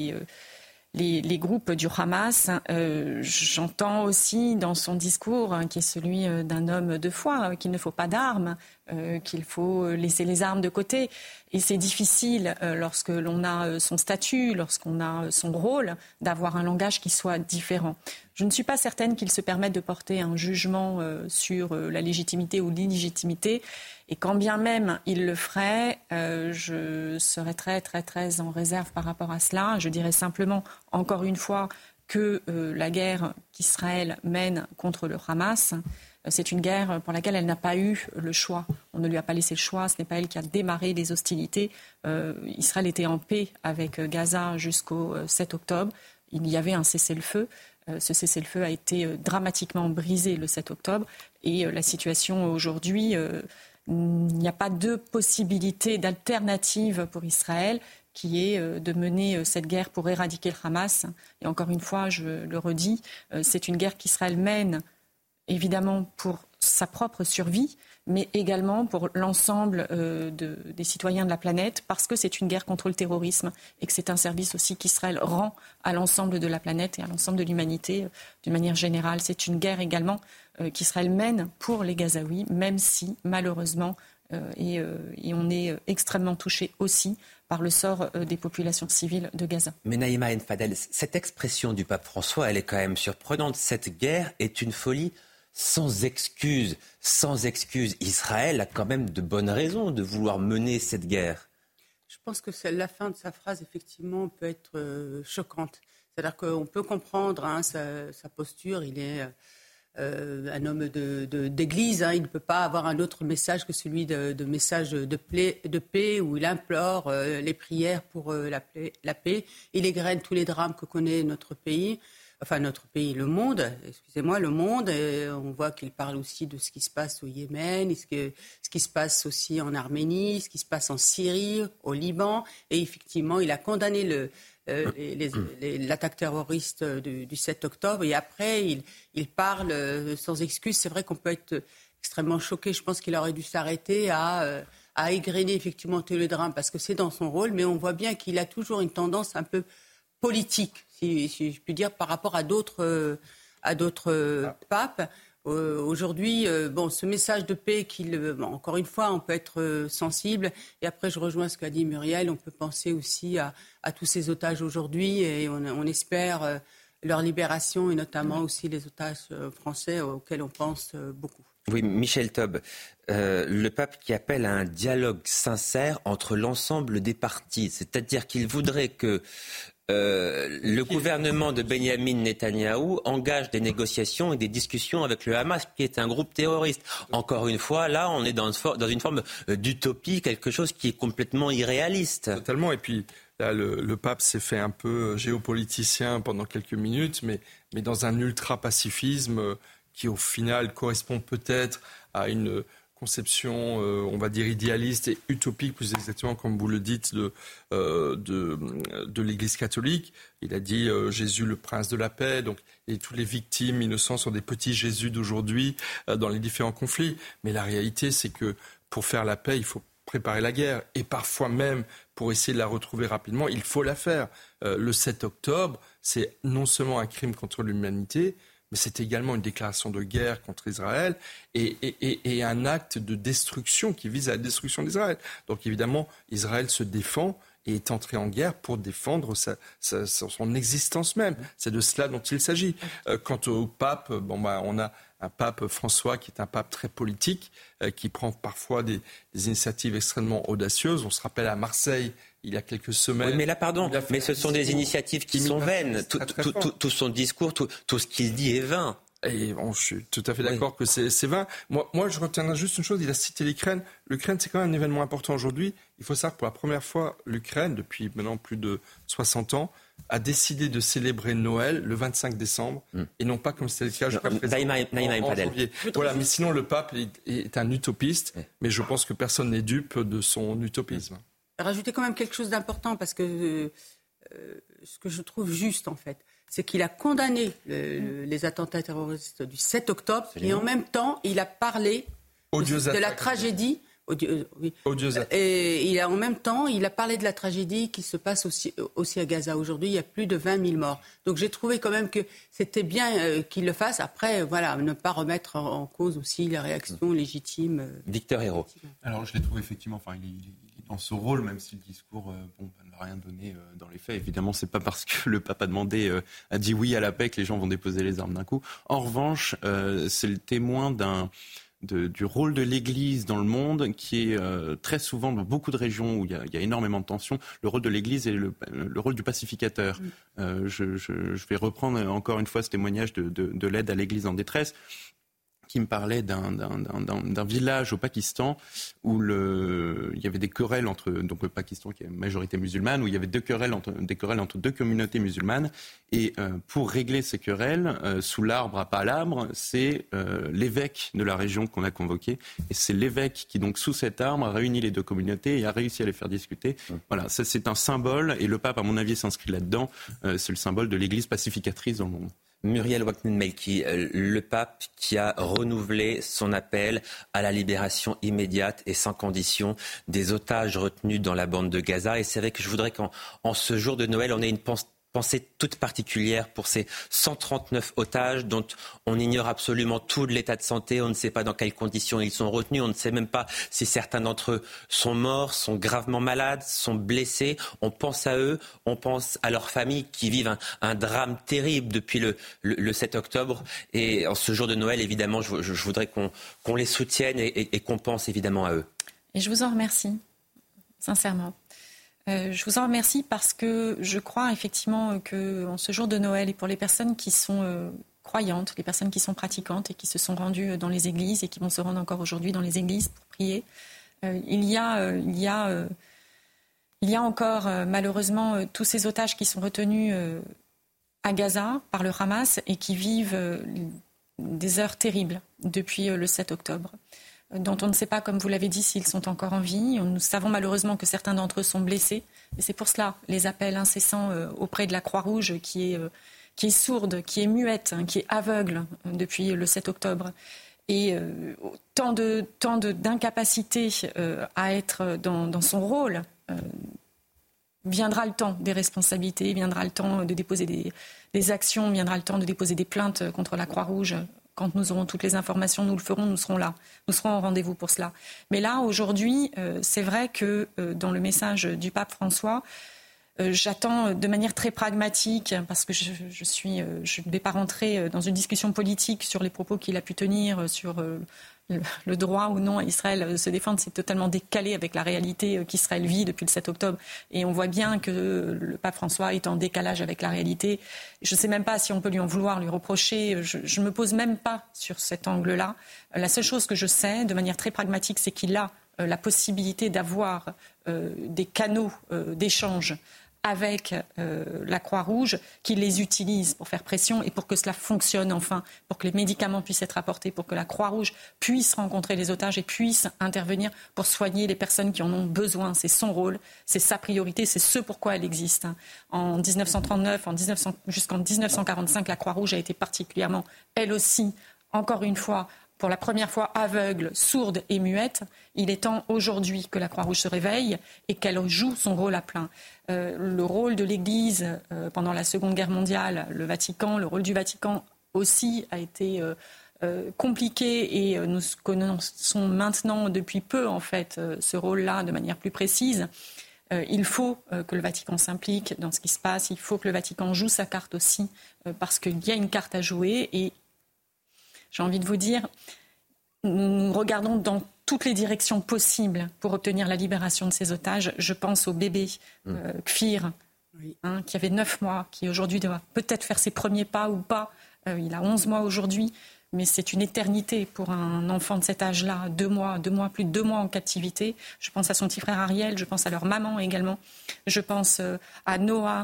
les groupes du Hamas. J'entends aussi dans son discours, qui est celui d'un homme de foi, qu'il ne faut pas d'armes, qu'il faut laisser les armes de côté. Et c'est difficile, lorsque l'on a son statut, lorsqu'on a son rôle, d'avoir un langage qui soit différent. Je ne suis pas certaine qu'il se permette de porter un jugement sur la légitimité ou l'illégitimité. Et quand bien même il le ferait, je serais très, très, très en réserve par rapport à cela. Je dirais simplement, encore une fois, que la guerre qu'Israël mène contre le Hamas, c'est une guerre pour laquelle elle n'a pas eu le choix. On ne lui a pas laissé le choix. Ce n'est pas elle qui a démarré les hostilités. Israël était en paix avec Gaza jusqu'au 7 octobre. Il y avait un cessez-le-feu. Ce cessez-le-feu a été dramatiquement brisé le 7 octobre. Et la situation aujourd'hui, il n'y a pas de possibilité d'alternative pour Israël qui est de mener cette guerre pour éradiquer le Hamas. Et encore une fois, je le redis, c'est une guerre qu'Israël mène évidemment pour sa propre survie, mais également pour l'ensemble des citoyens de la planète, parce que c'est une guerre contre le terrorisme et que c'est un service aussi qu'Israël rend à l'ensemble de la planète et à l'ensemble de l'humanité d'une manière générale. C'est une guerre également qu'Israël mène pour les Gazaouis, même si malheureusement, et on est extrêmement touché aussi par le sort des populations civiles de Gaza. Mais Naïma El Fadel, cette expression du pape François, elle est quand même surprenante. Cette guerre est une folie sans excuse. Sans excuse. Israël a quand même de bonnes raisons de vouloir mener cette guerre. Je pense que la fin de sa phrase, effectivement, peut être choquante. C'est-à-dire qu'on peut comprendre sa posture. Il est un homme d'église. Il ne peut pas avoir un autre message que celui de message de paix où il implore les prières pour la paix. Il égrène tous les drames que connaît notre pays. Enfin, notre pays, le monde, le monde. On voit qu'il parle aussi de ce qui se passe au Yémen, ce qui se passe aussi en Arménie, ce qui se passe en Syrie, au Liban. Et effectivement, il a condamné l'attaque terroriste du 7 octobre. Et après, il parle sans excuse. C'est vrai qu'on peut être extrêmement choqué. Je pense qu'il aurait dû s'arrêter à égrener effectivement tous les drames, parce que c'est dans son rôle. Mais on voit bien qu'il a toujours une tendance un peu politique, si je puis dire, par rapport à d'autres papes. Aujourd'hui, ce message de paix, encore une fois, on peut être sensible. Et après, je rejoins ce qu'a dit Muriel. On peut penser aussi à tous ces otages aujourd'hui, et on espère leur libération, et notamment aussi les otages français auxquels on pense beaucoup. Oui, Michel Taube, le pape qui appelle à un dialogue sincère entre l'ensemble des partis, c'est-à-dire qu'il voudrait que le gouvernement de Benyamin Netanyahou engage des négociations et des discussions avec le Hamas, qui est un groupe terroriste. Encore une fois, là, on est dans une forme d'utopie, quelque chose qui est complètement irréaliste. Totalement, et puis là, le pape s'est fait un peu géopoliticien pendant quelques minutes, mais dans un ultra-pacifisme qui au final correspond peut-être à une conception, on va dire, idéaliste et utopique, plus exactement, comme vous le dites, de l'Église catholique. Il a dit Jésus, le prince de la paix, donc, et toutes les victimes innocentes sont des petits Jésus d'aujourd'hui dans les différents conflits. Mais la réalité, c'est que pour faire la paix, il faut préparer la guerre. Et parfois même, pour essayer de la retrouver rapidement, il faut la faire. Le 7 octobre, c'est non seulement un crime contre l'humanité, mais c'est également une déclaration de guerre contre Israël et un acte de destruction qui vise à la destruction d'Israël. Donc évidemment, Israël se défend et est entré en guerre pour défendre son existence même. C'est de cela dont il s'agit. Quant au pape, on a un pape François qui est un pape très politique, qui prend parfois des initiatives extrêmement audacieuses. On se rappelle à Marseille, il y a quelques semaines. Oui, mais là, pardon, mais ce sont des initiatives qui sont vaines. Tout son discours, tout ce qu'il dit est vain. Et je suis tout à fait d'accord que c'est vain. Moi, je retiendrai juste une chose, il a cité l'Ukraine. L'Ukraine, c'est quand même un événement important aujourd'hui. Il faut savoir que pour la première fois, l'Ukraine, depuis maintenant plus de 60 ans, a décidé de célébrer Noël le 25 décembre, et non pas comme c'était le cas en janvier. Voilà, mais sinon, le pape est un utopiste, mais je pense que personne n'est dupe de son utopisme. Rajouter quand même quelque chose d'important, parce que ce que je trouve juste, en fait, c'est qu'il a condamné les attentats terroristes du 7 octobre, et en même temps, il a parlé de la tragédie. Et en même temps, il a parlé de la tragédie qui se passe aussi à Gaza. Aujourd'hui, il y a plus de 20 000 morts. Donc j'ai trouvé quand même que c'était bien qu'il le fasse. Après, voilà, ne pas remettre en cause aussi la réaction légitime. Victor Hérault. Alors je l'ai trouvé effectivement, il est dans ce rôle, même si le discours ne va rien donner dans les faits. Évidemment, c'est pas parce que le pape a dit oui à la paix que les gens vont déposer les armes d'un coup. En revanche, c'est le témoin du rôle de l'Église dans le monde, qui est très souvent dans beaucoup de régions où il y a énormément de tensions. Le rôle de l'Église est le rôle du pacificateur. Je vais reprendre encore une fois ce témoignage de l'aide à l'Église en détresse, qui me parlait d'un village au Pakistan où il y avait des querelles entre, donc le Pakistan qui est majorité musulmane, où il y avait des querelles entre deux communautés musulmanes, et pour régler ces querelles, sous l'arbre à palabre, c'est l'évêque de la région qu'on a convoqué, et c'est l'évêque qui, donc sous cet arbre, a réuni les deux communautés et a réussi à les faire discuter. Voilà, ça c'est un symbole, et le pape, à mon avis, s'inscrit là-dedans. C'est le symbole de l'Église pacificatrice dans le monde. Muriel Waknin-Melki, le pape qui a renouvelé son appel à la libération immédiate et sans condition des otages retenus dans la bande de Gaza. Et c'est vrai que je voudrais qu'en ce jour de Noël, on ait une pensée toute particulière pour ces 139 otages dont on ignore absolument tout de l'état de santé. On ne sait pas dans quelles conditions ils sont retenus. On ne sait même pas si certains d'entre eux sont morts, sont gravement malades, sont blessés. On pense à eux, on pense à leurs familles qui vivent un drame terrible depuis le 7 octobre. Et en ce jour de Noël, évidemment, je voudrais qu'on les soutienne et qu'on pense évidemment à eux. Et je vous en remercie, sincèrement. Je vous en remercie parce que je crois effectivement qu'en ce jour de Noël, et pour les personnes qui sont croyantes, les personnes qui sont pratiquantes et qui se sont rendues dans les églises et qui vont se rendre encore aujourd'hui dans les églises pour prier, il y a encore malheureusement tous ces otages qui sont retenus à Gaza par le Hamas et qui vivent des heures terribles depuis le 7 octobre. Dont on ne sait pas, comme vous l'avez dit, s'ils sont encore en vie. Nous savons malheureusement que certains d'entre eux sont blessés. Et c'est pour cela les appels incessants auprès de la Croix-Rouge qui est sourde, qui est muette, qui est aveugle depuis le 7 octobre. Et tant d'incapacité à être dans son rôle, viendra le temps des responsabilités, viendra le temps de déposer des actions, viendra le temps de déposer des plaintes contre la Croix-Rouge Quand nous aurons toutes les informations, nous le ferons, nous serons là. Nous serons au rendez-vous pour cela. Mais là, aujourd'hui, c'est vrai que dans le message du pape François, j'attends de manière très pragmatique, parce que je ne vais pas rentrer dans une discussion politique sur les propos qu'il a pu tenir sur le droit ou non à Israël de se défendre. C'est totalement décalé avec la réalité qu'Israël vit depuis le 7 octobre. Et on voit bien que le pape François est en décalage avec la réalité. Je ne sais même pas si on peut lui en vouloir, lui reprocher. Je ne me pose même pas sur cet angle-là. La seule chose que je sais, de manière très pragmatique, c'est qu'il a la possibilité d'avoir des canaux d'échange avec la Croix-Rouge, qui les utilise pour faire pression et pour que cela fonctionne enfin, pour que les médicaments puissent être apportés, pour que la Croix-Rouge puisse rencontrer les otages et puisse intervenir pour soigner les personnes qui en ont besoin. C'est son rôle, c'est sa priorité, c'est ce pourquoi elle existe. En 1939, jusqu'en 1945, la Croix-Rouge a été particulièrement, elle aussi, encore une fois, pour la première fois aveugle, sourde et muette. Il est temps aujourd'hui que la Croix-Rouge se réveille et qu'elle joue son rôle à plein. Le rôle de l'Église pendant la Seconde Guerre mondiale, le rôle du Vatican aussi a été compliqué et nous connaissons maintenant depuis peu en fait ce rôle-là de manière plus précise. Il faut que le Vatican s'implique dans ce qui se passe, il faut que le Vatican joue sa carte aussi parce qu'il y a une carte à jouer et j'ai envie de vous dire, nous regardons dans toutes les directions possibles pour obtenir la libération de ces otages. Je pense au bébé Kfir, qui avait 9 mois, qui aujourd'hui doit peut-être faire ses premiers pas ou pas. Il a 11 mois aujourd'hui, mais c'est une éternité pour un enfant de cet âge-là. 2 mois, plus de 2 mois en captivité. Je pense à son petit frère Ariel, je pense à leur maman également. Je pense à Noah,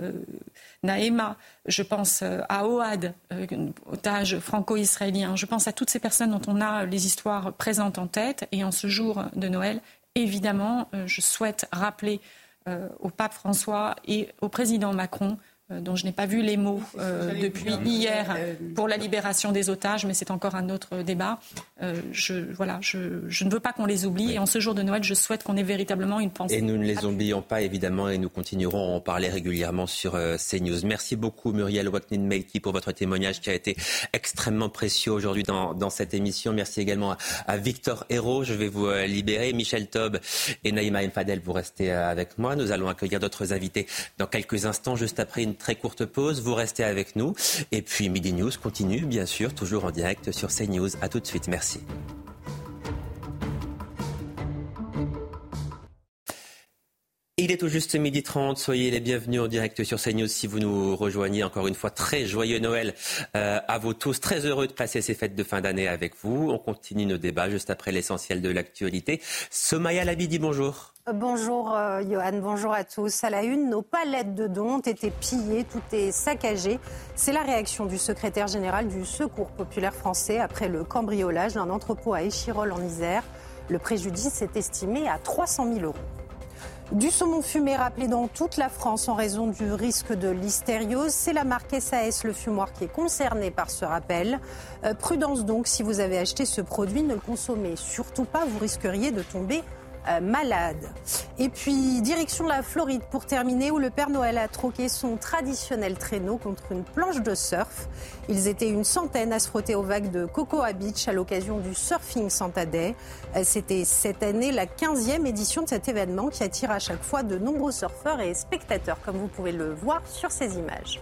Naïma, je pense à Ohad, otage franco-israélien. Je pense à toutes ces personnes dont on a les histoires présentes en tête. Et en ce jour de Noël, évidemment, je souhaite rappeler au pape François et au président Macron, dont je n'ai pas vu les mots depuis hier pour la libération des otages, mais c'est encore un autre débat. Je ne veux pas qu'on les oublie. Et en ce jour de Noël, je souhaite qu'on ait véritablement une pensée. Et nous ne les oublions pas, évidemment, et nous continuerons à en parler régulièrement sur CNews. Merci beaucoup, Muriel Waknin-Meilki, pour votre témoignage qui a été extrêmement précieux aujourd'hui dans cette émission. Merci également à Victor Hérault. Je vais vous libérer. Michel Taube et Naïma M. Fadel, vous restez avec moi. Nous allons accueillir d'autres invités dans quelques instants, juste après une très courte pause. Vous restez avec nous. Et puis Midi News continue, bien sûr, toujours en direct sur CNews. À tout de suite. Merci. Il est tout juste 12h30, soyez les bienvenus en direct sur CNews si vous nous rejoignez. Encore une fois, très joyeux Noël à vous tous. Très heureux de passer ces fêtes de fin d'année avec vous. On continue nos débats juste après l'essentiel de l'actualité. Somaya Labidi, bonjour. Bonjour Johan, bonjour à tous. À la une, nos palettes de dons ont été pillées, tout est saccagé. C'est la réaction du secrétaire général du Secours populaire français après le cambriolage d'un entrepôt à Échirolles en Isère. Le préjudice est estimé à 300 000 €. Du saumon fumé rappelé dans toute la France en raison du risque de listériose. C'est la marque SAS Le Fumoir qui est concernée par ce rappel. Prudence donc, si vous avez acheté ce produit, ne le consommez surtout pas, vous risqueriez de tomber malade. Et puis, direction la Floride pour terminer, où le Père Noël a troqué son traditionnel traîneau contre une planche de surf. Ils étaient une centaine à se frotter aux vagues de Cocoa Beach à l'occasion du Surfing Santa Day. C'était cette année la 15e édition de cet événement qui attire à chaque fois de nombreux surfeurs et spectateurs, comme vous pouvez le voir sur ces images.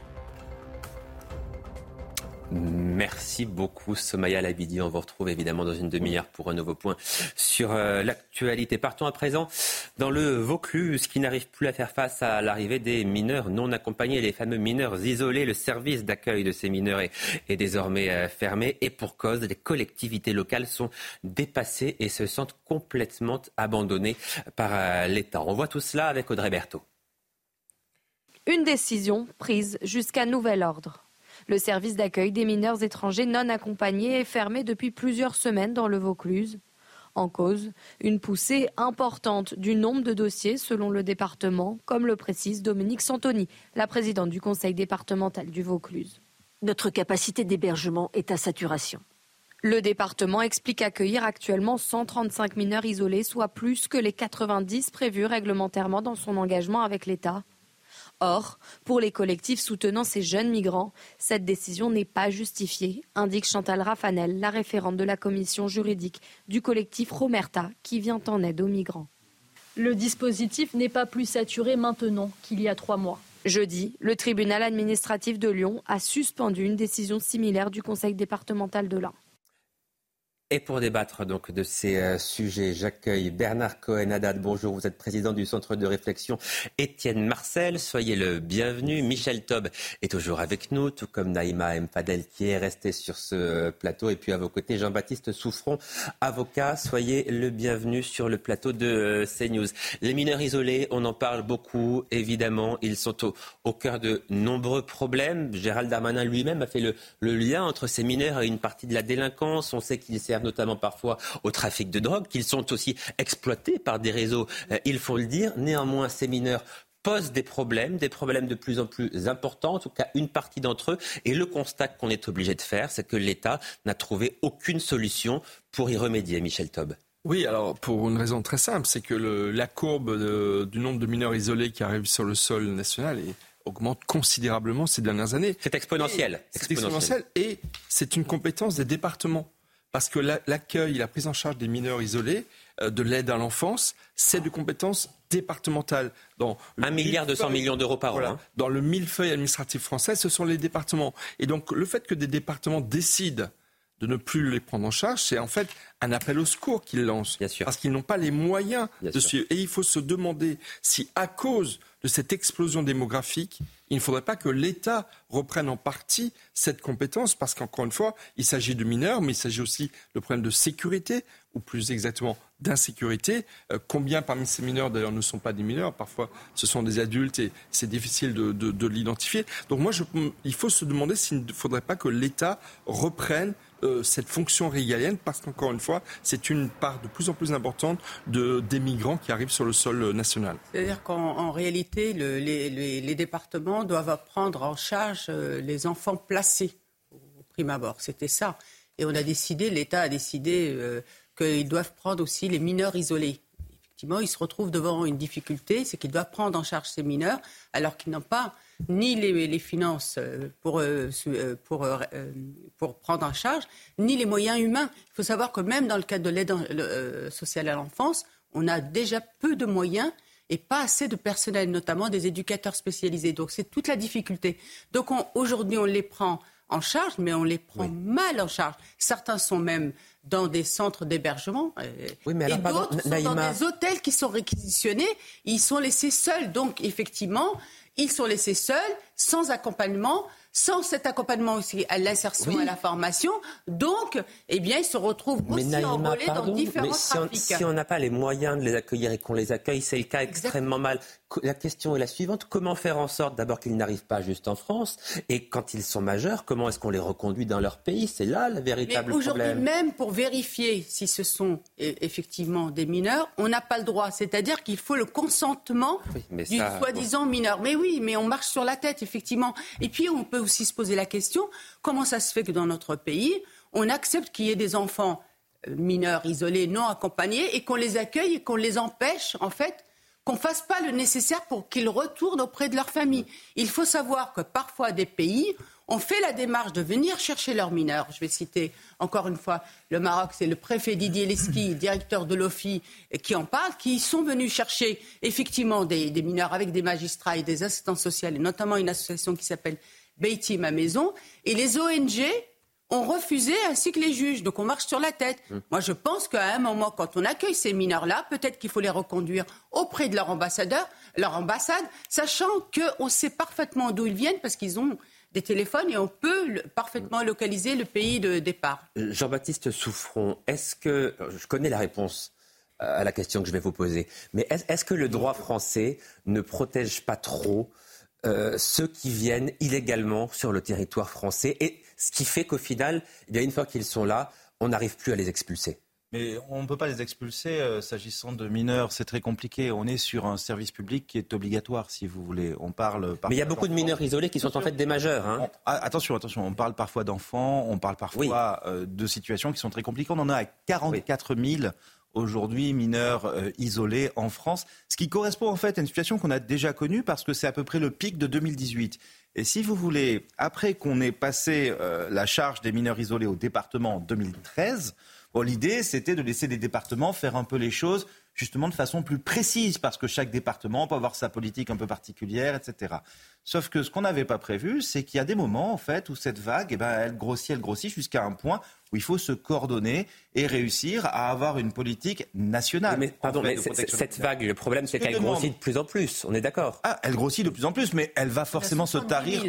Merci beaucoup Somaya Labidi. On vous retrouve évidemment dans une demi-heure pour un nouveau point sur l'actualité. Partons à présent dans le Vaucluse qui n'arrive plus à faire face à l'arrivée des mineurs non accompagnés, les fameux mineurs isolés. Le service d'accueil de ces mineurs est désormais fermé et pour cause, les collectivités locales sont dépassées et se sentent complètement abandonnées par l'État. On voit tout cela avec Audrey Berthaud. Une décision prise jusqu'à nouvel ordre. Le service d'accueil des mineurs étrangers non accompagnés est fermé depuis plusieurs semaines dans le Vaucluse. En cause, une poussée importante du nombre de dossiers selon le département, comme le précise Dominique Santoni, la présidente du conseil départemental du Vaucluse. Notre capacité d'hébergement est à saturation. Le département explique accueillir actuellement 135 mineurs isolés, soit plus que les 90 prévus réglementairement dans son engagement avec l'État. Or, pour les collectifs soutenant ces jeunes migrants, cette décision n'est pas justifiée, indique Chantal Raffanel, la référente de la commission juridique du collectif Romerta, qui vient en aide aux migrants. Le dispositif n'est pas plus saturé maintenant qu'il y a 3 mois. Jeudi, le tribunal administratif de Lyon a suspendu une décision similaire du conseil départemental de l'Ain. Et pour débattre donc de ces sujets, j'accueille Bernard Cohen-Haddad. Bonjour, vous êtes président du centre de réflexion Étienne Marcel. Soyez le bienvenu. Michel Taube est toujours avec nous, tout comme Naïma M. Fadel qui est resté sur ce plateau. Et puis à vos côtés, Jean-Baptiste Souffron, avocat. Soyez le bienvenu sur le plateau de CNews. Les mineurs isolés, on en parle beaucoup, évidemment. Ils sont au cœur de nombreux problèmes. Gérald Darmanin lui-même a fait le lien entre ces mineurs et une partie de la délinquance. On sait qu'ils servent notamment parfois au trafic de drogue, qu'ils sont aussi exploités par des réseaux, il faut le dire. Néanmoins, ces mineurs posent des problèmes de plus en plus importants, en tout cas une partie d'entre eux. Et le constat qu'on est obligé de faire, c'est que l'État n'a trouvé aucune solution pour y remédier. Michel Taube. Oui, alors pour une raison très simple, c'est que la courbe du nombre de mineurs isolés qui arrivent sur le sol national augmente considérablement ces dernières années. C'est exponentiel. C'est exponentiel et c'est une compétence des départements. Parce que l'accueil, la prise en charge des mineurs isolés, de l'aide à l'enfance, c'est de compétences départementales. 1,2 milliard d'euros par an. Voilà, dans le millefeuille administratif français, ce sont les départements. Et donc le fait que des départements décident de ne plus les prendre en charge, c'est en fait un appel au secours qu'ils lancent. Bien sûr. Parce qu'ils n'ont pas les moyens de suivre. Et il faut se demander si, à cause de cette explosion démographique, il ne faudrait pas que l'État reprenne en partie cette compétence, parce qu'encore une fois, il s'agit de mineurs, mais il s'agit aussi de problèmes de sécurité, ou plus exactement d'insécurité. Combien parmi ces mineurs, d'ailleurs, ne sont pas des mineurs? Parfois, ce sont des adultes et c'est difficile de l'identifier. Donc moi, il faut se demander s'il ne faudrait pas que l'État reprenne cette fonction régalienne, parce qu'encore une fois, c'est une part de plus en plus importante des migrants qui arrivent sur le sol national. C'est-à-dire qu'en réalité, les départements doivent prendre en charge les enfants placés au prime abord. C'était ça. Et l'État a décidé qu'ils doivent prendre aussi les mineurs isolés. Effectivement, ils se retrouvent devant une difficulté, c'est qu'ils doivent prendre en charge ces mineurs, alors qu'ils n'ont pas ni les finances pour prendre en charge, ni les moyens humains. Il faut savoir que même dans le cadre de l'aide sociale à l'enfance, on a déjà peu de moyens et pas assez de personnel, notamment des éducateurs spécialisés. Donc c'est toute la difficulté. Donc aujourd'hui, on les prend en charge, mais on les prend mal en charge. Certains sont même dans des centres d'hébergement et d'autres sont dans des hôtels qui sont réquisitionnés. Ils sont laissés seuls. Donc effectivement, ils sont laissés seuls, sans accompagnement, sans cet accompagnement aussi à l'insertion, à la formation. Donc, ils se retrouvent aussi enrôlés dans différents trafics. Si on n'a pas les moyens de les accueillir et qu'on les accueille, c'est le cas extrêmement mal. La question est la suivante. Comment faire en sorte d'abord qu'ils n'arrivent pas juste en France? Et quand ils sont majeurs, comment est-ce qu'on les reconduit dans leur pays? C'est là le véritable problème. Aujourd'hui, même pour vérifier si ce sont effectivement des mineurs, on n'a pas le droit. C'est-à-dire qu'il faut le consentement du soi-disant mineur. Mais oui, mais on marche sur la tête, effectivement. Et puis, on peut aussi se poser la question, comment ça se fait que dans notre pays, on accepte qu'il y ait des enfants mineurs, isolés, non accompagnés, et qu'on les accueille et qu'on les empêche, en fait, qu'on ne fasse pas le nécessaire pour qu'ils retournent auprès de leur famille. Il faut savoir que parfois des pays ont fait la démarche de venir chercher leurs mineurs. Je vais citer encore une fois le Maroc, c'est le préfet Didier Leski, directeur de l'OFI, qui en parle, qui sont venus chercher effectivement des mineurs avec des magistrats et des assistants sociaux, et notamment une association qui s'appelle Beiti Ma Maison, et les ONG ont refusé, ainsi que les juges. Donc on marche sur la tête. Moi, je pense qu'à un moment, quand on accueille ces mineurs-là, peut-être qu'il faut les reconduire auprès de leur ambassade, sachant qu'on sait parfaitement d'où ils viennent, parce qu'ils ont des téléphones et on peut parfaitement localiser le pays de départ. Jean-Baptiste Souffron, est-ce que... Je connais la réponse à la question que je vais vous poser, mais est-ce que le droit français ne protège pas trop ceux qui viennent illégalement sur le territoire français, et ce qui fait qu'au final, une fois qu'ils sont là, on n'arrive plus à les expulser? Mais on ne peut pas les expulser s'agissant de mineurs, c'est très compliqué. On est sur un service public qui est obligatoire, si vous voulez. On parle parfois. Mais il y a beaucoup de mineurs isolés qui sont en fait des majeurs. Hein. Attention, on parle parfois d'enfants, on parle parfois de situations qui sont très compliquées. On en a 44 000 aujourd'hui mineurs isolés en France, ce qui correspond en fait à une situation qu'on a déjà connue parce que c'est à peu près le pic de 2018. Et si vous voulez, après qu'on ait passé la charge des mineurs isolés au département en 2013, l'idée c'était de laisser les départements faire un peu les choses justement de façon plus précise parce que chaque département peut avoir sa politique un peu particulière, etc. Sauf que ce qu'on n'avait pas prévu, c'est qu'il y a des moments en fait où cette vague, elle grossit jusqu'à un point où il faut se coordonner et réussir à avoir une politique nationale. Mais cette vague, le problème, c'est qu'elle grossit de plus en plus. On est d'accord. Elle grossit de plus en plus, mais elle va forcément se tarir.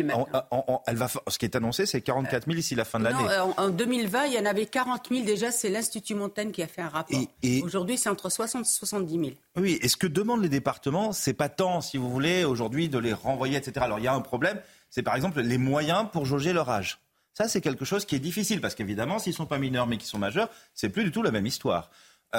Ce qui est annoncé, c'est 44 000 ici la fin de l'année. Non, en 2020, il y en avait 40 000 déjà. C'est l'Institut Montaigne qui a fait un rapport. Aujourd'hui, c'est entre 60 et 70 000. Oui, et ce que demandent les départements, c'est pas tant, si vous voulez, aujourd'hui, de les renvoyer, etc. Alors, il y a un problème, c'est par exemple les moyens pour jauger leur âge. Ça, c'est quelque chose qui est difficile, parce qu'évidemment, s'ils ne sont pas mineurs mais qu'ils sont majeurs, c'est plus du tout la même histoire.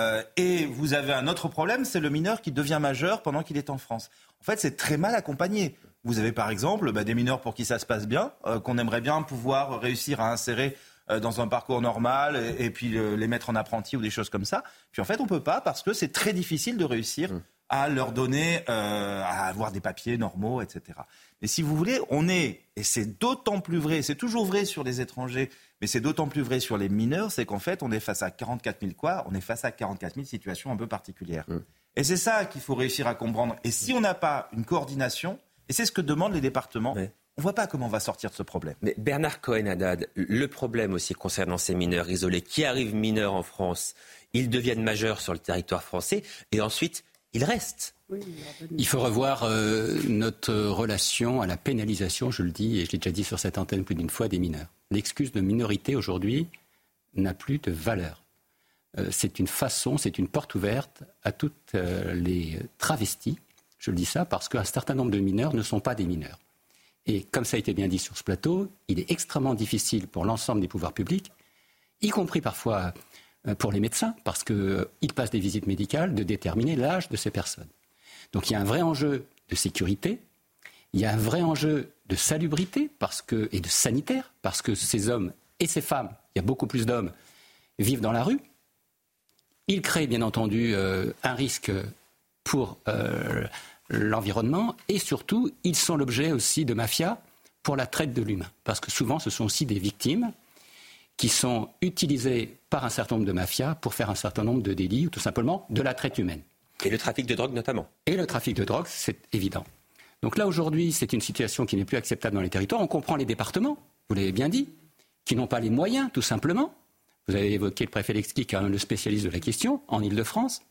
Et vous avez un autre problème, c'est le mineur qui devient majeur pendant qu'il est en France. En fait, c'est très mal accompagné. Vous avez par exemple des mineurs pour qui ça se passe bien, qu'on aimerait bien pouvoir réussir à insérer dans un parcours normal et puis les mettre en apprenti ou des choses comme ça. Puis en fait, on ne peut pas parce que c'est très difficile de réussir à leur donner, à avoir des papiers normaux, etc. Mais si vous voulez, et c'est d'autant plus vrai, c'est toujours vrai sur les étrangers, mais c'est d'autant plus vrai sur les mineurs, c'est qu'en fait, on est face à 44 000 on est face à 44 000 situations un peu particulières. Et c'est ça qu'il faut réussir à comprendre. Et si on n'a pas une coordination, et c'est ce que demandent les départements, on ne voit pas comment on va sortir de ce problème. Mais Bernard Cohen-Haddad, le problème aussi concernant ces mineurs isolés qui arrivent mineurs en France, ils deviennent majeurs sur le territoire français et ensuite ils restent. Il faut revoir notre relation à la pénalisation, je le dis et je l'ai déjà dit sur cette antenne plus d'une fois, des mineurs. L'excuse de minorité aujourd'hui n'a plus de valeur. C'est une façon, c'est une porte ouverte à toutes les travestis. Je le dis ça parce qu'un certain nombre de mineurs ne sont pas des mineurs. Et comme ça a été bien dit sur ce plateau, il est extrêmement difficile pour l'ensemble des pouvoirs publics, y compris parfois pour les médecins, parce qu'ils passent des visites médicales, de déterminer l'âge de ces personnes. Donc il y a un vrai enjeu de sécurité, il y a un vrai enjeu de salubrité et de sanitaire, parce que ces hommes et ces femmes, il y a beaucoup plus d'hommes, vivent dans la rue. Ils créent bien entendu un risque pour l'environnement et surtout, ils sont l'objet aussi de mafias pour la traite de l'humain. Parce que souvent, ce sont aussi des victimes qui sont utilisées par un certain nombre de mafias pour faire un certain nombre de délits ou tout simplement de la traite humaine. Et le trafic de drogue notamment. Et le trafic de drogue, c'est évident. Donc là, aujourd'hui, c'est une situation qui n'est plus acceptable dans les territoires. On comprend les départements, vous l'avez bien dit, qui n'ont pas les moyens, tout simplement. Vous avez évoqué le préfet Leski, qui est le spécialiste de la question, en Ile-de-France.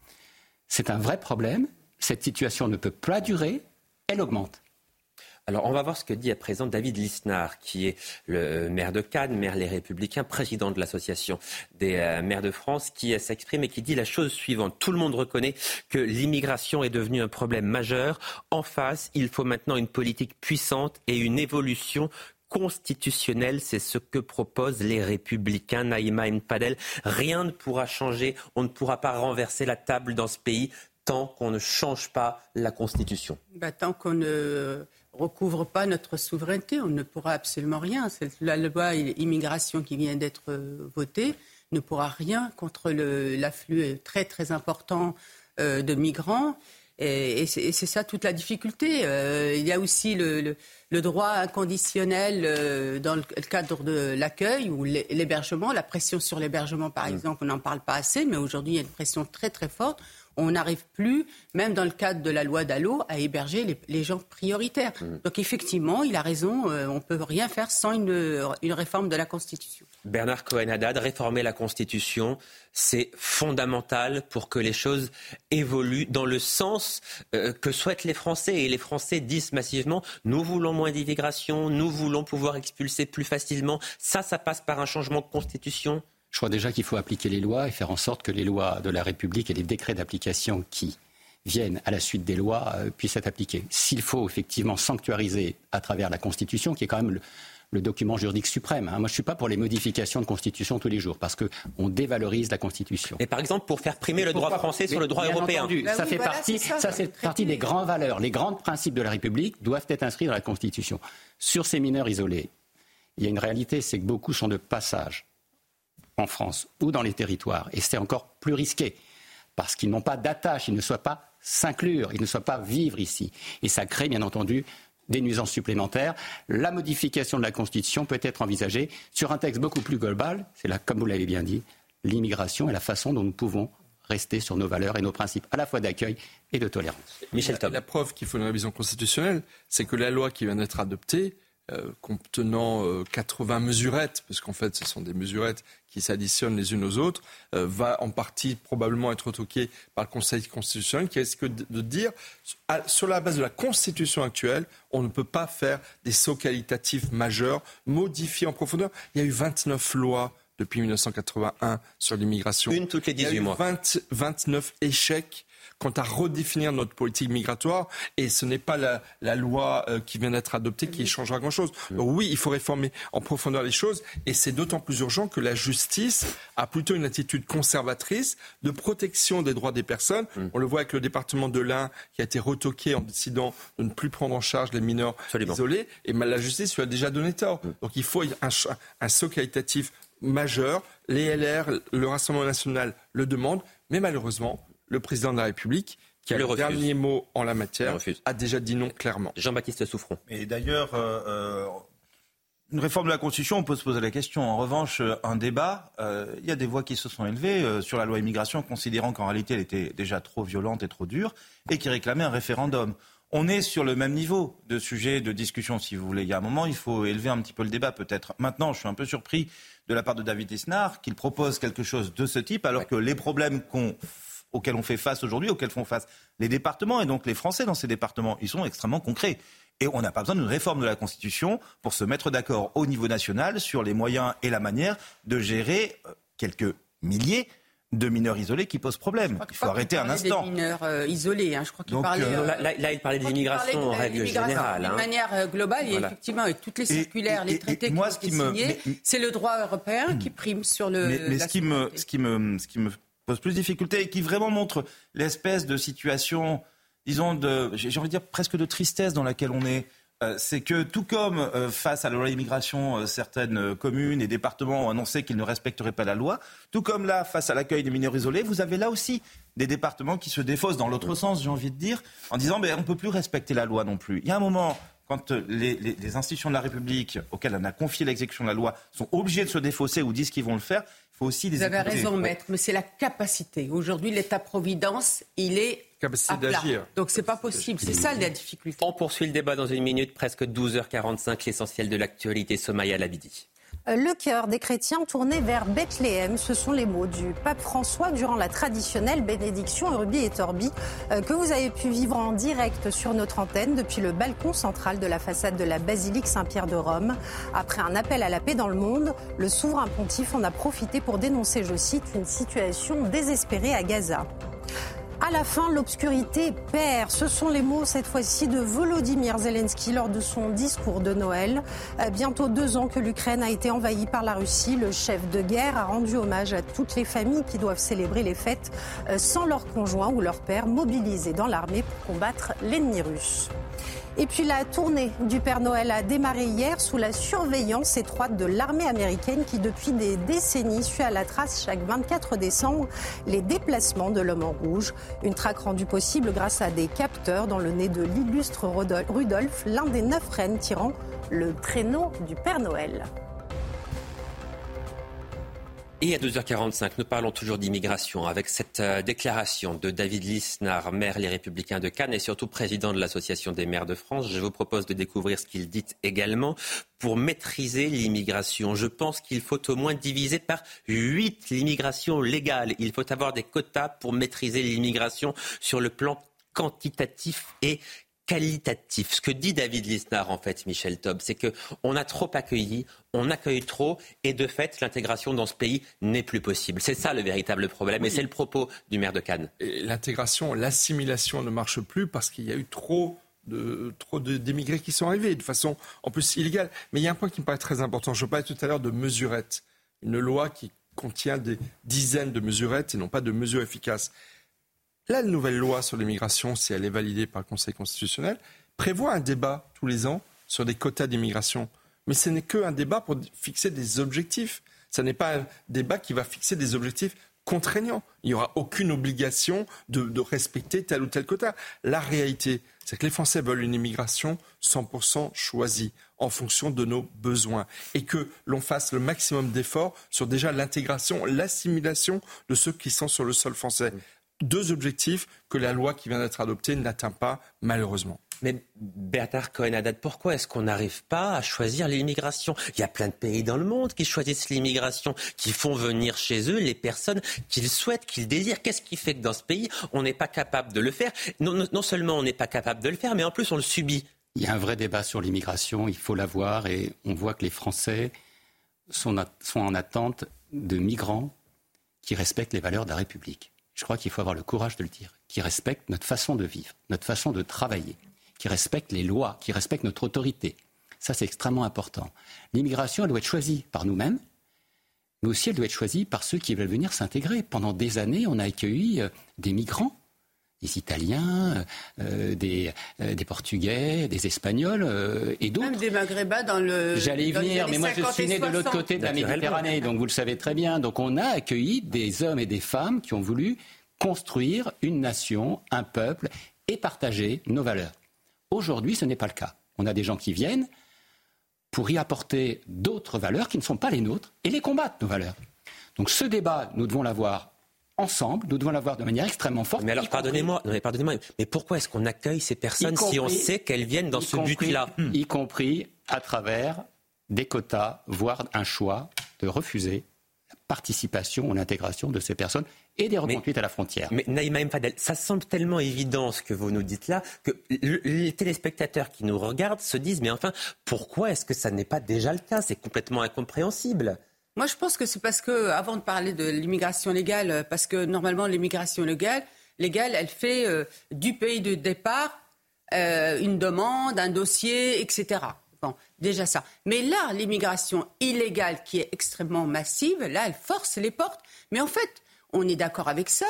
C'est un vrai problème. Cette situation ne peut pas durer. Elle augmente. Alors, on va voir ce que dit à présent David Lisnard, qui est le maire de Cannes, maire Les Républicains, président de l'association des maires de France, qui s'exprime et qui dit la chose suivante. Tout le monde reconnaît que l'immigration est devenue un problème majeur. En face, il faut maintenant une politique puissante et une évolution constitutionnelle. C'est ce que proposent les Républicains. Naïma Mpadel, rien ne pourra changer. On ne pourra pas renverser la table dans ce pays tant qu'on ne change pas la Constitution. Tant qu'on ne recouvre pas notre souveraineté, on ne pourra absolument rien. La loi immigration qui vient d'être votée ne pourra rien contre l'afflux très très important de migrants. Et c'est ça toute la difficulté. Il y a aussi le droit inconditionnel dans le cadre de l'accueil ou l'hébergement. La pression sur l'hébergement, par exemple, on n'en parle pas assez, mais aujourd'hui, il y a une pression très très forte. On n'arrive plus, même dans le cadre de la loi Dallot, à héberger les gens prioritaires. Donc effectivement, il a raison, on ne peut rien faire sans une réforme de la Constitution. Bernard Cohen-Haddad, réformer la Constitution, c'est fondamental pour que les choses évoluent dans le sens que souhaitent les Français. Et les Français disent massivement, nous voulons moins d'immigration, nous voulons pouvoir expulser plus facilement. Ça passe par un changement de Constitution. Je crois déjà qu'il faut appliquer les lois et faire en sorte que les lois de la République et les décrets d'application qui viennent à la suite des lois puissent être appliqués. S'il faut effectivement sanctuariser à travers la Constitution, qui est quand même le document juridique suprême. Moi, je ne suis pas pour les modifications de Constitution tous les jours, parce qu'on dévalorise la Constitution. Et par exemple, pour faire primer le droit français sur le droit européen. Ça fait partie des grandes valeurs. Les grands principes de la République doivent être inscrits dans la Constitution. Sur ces mineurs isolés, il y a une réalité, c'est que beaucoup sont de passage en France ou dans les territoires. Et c'est encore plus risqué. parce qu'ils n'ont pas d'attache, ils ne souhaitent pas s'inclure, ils ne souhaitent pas vivre ici. Et ça crée bien entendu des nuisances supplémentaires. La modification de la Constitution peut être envisagée sur un texte beaucoup plus global, c'est là, comme vous l'avez bien dit, l'immigration et la façon dont nous pouvons rester sur nos valeurs et nos principes à la fois d'accueil et de tolérance. Michel Taub. La preuve qu'il faut une révision constitutionnelle, c'est que la loi qui vient d'être adoptée, contenant 80 mesurettes, parce qu'en fait ce sont des mesurettes qui s'additionnent les unes aux autres, va en partie probablement être retoquée par le Conseil constitutionnel, qui risque de dire, sur la base de la Constitution actuelle, on ne peut pas faire des sauts qualitatifs majeurs, modifier en profondeur. Il y a eu 29 lois depuis 1981 sur l'immigration. Une toutes les 18 mois. 29 échecs quant à redéfinir notre politique migratoire, et ce n'est pas la loi qui vient d'être adoptée qui changera grand-chose. Donc oui, il faut réformer en profondeur les choses, et c'est d'autant plus urgent que la justice a plutôt une attitude conservatrice de protection des droits des personnes. On le voit avec le département de l'Ain qui a été retoqué en décidant de ne plus prendre en charge les mineurs isolés, et la justice lui a déjà donné tort. Donc il faut un saut qualitatif majeur. Les LR, le Rassemblement national le demandent, mais malheureusement, le président de la République, qui a le dernier mot en la matière, a déjà dit non clairement. Jean-Baptiste Souffron. Et d'ailleurs, une réforme de la Constitution, on peut se poser la question. En revanche, un débat, il y a des voix qui se sont élevées sur la loi immigration, considérant qu'en réalité, elle était déjà trop violente et trop dure, et qui réclamaient un référendum. On est sur le même niveau de sujet de discussion, si vous voulez. Il y a un moment, il faut élever un petit peu le débat, peut-être. Maintenant, je suis un peu surpris de la part de David Lisnard qu'il propose quelque chose de ce type, alors que les problèmes auxquels on fait face aujourd'hui, auxquels font face les départements et donc les Français dans ces départements, ils sont extrêmement concrets. Et on n'a pas besoin d'une réforme de la Constitution pour se mettre d'accord au niveau national sur les moyens et la manière de gérer quelques milliers de mineurs isolés qui posent problème. Il faut arrêter un instant. Des mineurs isolés, je crois qu'il parlait... Là, il parlait de l'immigration en règle générale. De manière globale, et effectivement, avec toutes les circulaires, les traités qui ont été signés, c'est le droit européen qui prime sur le... Mais ce qui me pose plus de difficultés et qui vraiment montre l'espèce de situation, disons, j'ai envie de dire presque de tristesse dans laquelle on est, c'est que tout comme face à la loi immigration, certaines communes et départements ont annoncé qu'ils ne respecteraient pas la loi, tout comme là, face à l'accueil des mineurs isolés, vous avez là aussi des départements qui se défaussent dans l'autre sens, j'ai envie de dire, en disant on ne peut plus respecter la loi non plus. Il y a un moment, quand les institutions de la République auxquelles on a confié l'exécution de la loi sont obligées de se défausser ou disent qu'ils vont le faire, il faut aussi les écouter. Vous avez raison, maître, mais c'est la capacité. Aujourd'hui, l'État-providence, il est capacité d'agir. Donc c'est pas possible, c'est ça la difficulté. On poursuit le débat dans une minute, presque 12h45, l'essentiel de l'actualité. Somaya Labidi. Le cœur des chrétiens tourné vers Bethléem, ce sont les mots du pape François durant la traditionnelle bénédiction Urbi et Orbi que vous avez pu vivre en direct sur notre antenne depuis le balcon central de la façade de la basilique Saint-Pierre de Rome. Après un appel à la paix dans le monde, le souverain pontife en a profité pour dénoncer, je cite, une situation désespérée à Gaza. À la fin, l'obscurité perd. Ce sont les mots, cette fois-ci, de Volodymyr Zelensky lors de son discours de Noël. Bientôt 2 ans que l'Ukraine a été envahie par la Russie. Le chef de guerre a rendu hommage à toutes les familles qui doivent célébrer les fêtes sans leur conjoint ou leur père mobilisés dans l'armée pour combattre l'ennemi russe. Et puis la tournée du Père Noël a démarré hier sous la surveillance étroite de l'armée américaine qui depuis des décennies suit à la trace chaque 24 décembre les déplacements de l'homme en rouge. Une traque rendue possible grâce à des capteurs dans le nez de l'illustre Rudolf, l'un des 9 rennes tirant le traîneau du Père Noël. Et à 2h45, nous parlons toujours d'immigration avec cette déclaration de David Lisnard, maire Les Républicains de Cannes et surtout président de l'Association des maires de France. Je vous propose de découvrir ce qu'il dit également. Pour maîtriser l'immigration, je pense qu'il faut au moins diviser par 8 l'immigration légale. Il faut avoir des quotas pour maîtriser l'immigration sur le plan quantitatif et qualitatif. Ce que dit David Lisnard, en fait, Michel Taub, c'est qu'on a trop accueilli, on accueille trop, et de fait, l'intégration dans ce pays n'est plus possible. C'est ça le véritable problème, et c'est le propos du maire de Cannes. Et l'intégration, l'assimilation ne marche plus parce qu'il y a eu trop d'émigrés qui sont arrivés de façon, en plus, illégale. Mais il y a un point qui me paraît très important. Je parlais tout à l'heure de mesurettes. Une loi qui contient des dizaines de mesurettes et non pas de mesures efficaces. La nouvelle loi sur l'immigration, si elle est validée par le Conseil constitutionnel, prévoit un débat tous les ans sur des quotas d'immigration. Mais ce n'est qu'un débat pour fixer des objectifs. Ce n'est pas un débat qui va fixer des objectifs contraignant. Il n'y aura aucune obligation de respecter tel ou tel quota. La réalité, c'est que les Français veulent une immigration 100% choisie en fonction de nos besoins et que l'on fasse le maximum d'efforts sur déjà l'intégration, l'assimilation de ceux qui sont sur le sol français. 2 objectifs que la loi qui vient d'être adoptée n'atteint pas, malheureusement. Mais Bernard Cohen-Haddad, pourquoi est-ce qu'on n'arrive pas à choisir l'immigration ? Il y a plein de pays dans le monde qui choisissent l'immigration, qui font venir chez eux les personnes qu'ils souhaitent, qu'ils désirent. Qu'est-ce qui fait que dans ce pays, on n'est pas capable de le faire ? Non seulement on n'est pas capable de le faire, mais en plus on le subit. Il y a un vrai débat sur l'immigration, il faut l'avoir, et on voit que les Français sont en attente de migrants qui respectent les valeurs de la République. Je crois qu'il faut avoir le courage de le dire, qui respectent notre façon de vivre, notre façon de travailler, qui respectent les lois, qui respectent notre autorité. Ça, c'est extrêmement important. L'immigration, elle doit être choisie par nous-mêmes, mais aussi elle doit être choisie par ceux qui veulent venir s'intégrer. Pendant des années, on a accueilli des migrants, des Italiens, des Portugais, des Espagnols et d'autres. Même des Maghrébins dans le... J'allais y venir, mais moi je suis né de l'autre côté de la Méditerranée, donc vous le savez très bien. Donc on a accueilli des hommes et des femmes qui ont voulu construire une nation, un peuple et partager nos valeurs. Aujourd'hui, ce n'est pas le cas. On a des gens qui viennent pour y apporter d'autres valeurs qui ne sont pas les nôtres et les combattre, nos valeurs. Donc ce débat, nous devons l'avoir ensemble, nous devons l'avoir de manière extrêmement forte. Mais alors, pardonnez-moi, mais pourquoi est-ce qu'on accueille ces personnes si on sait qu'elles viennent dans ce but-là ? Y compris à travers des quotas, voire un choix de refuser la participation ou l'intégration de ces personnes et des reconduites à la frontière. Mais Naïma M. Fadel, ça semble tellement évident ce que vous nous dites là, que les téléspectateurs qui nous regardent se disent, mais enfin, pourquoi est-ce que ça n'est pas déjà le cas ? C'est complètement incompréhensible. Moi, je pense que c'est parce que, avant de parler de l'immigration légale, parce que normalement, l'immigration légale, elle fait du pays de départ une demande, un dossier, etc. Bon, déjà ça. Mais là, l'immigration illégale, qui est extrêmement massive, là, elle force les portes. Mais en fait, on est d'accord avec ça,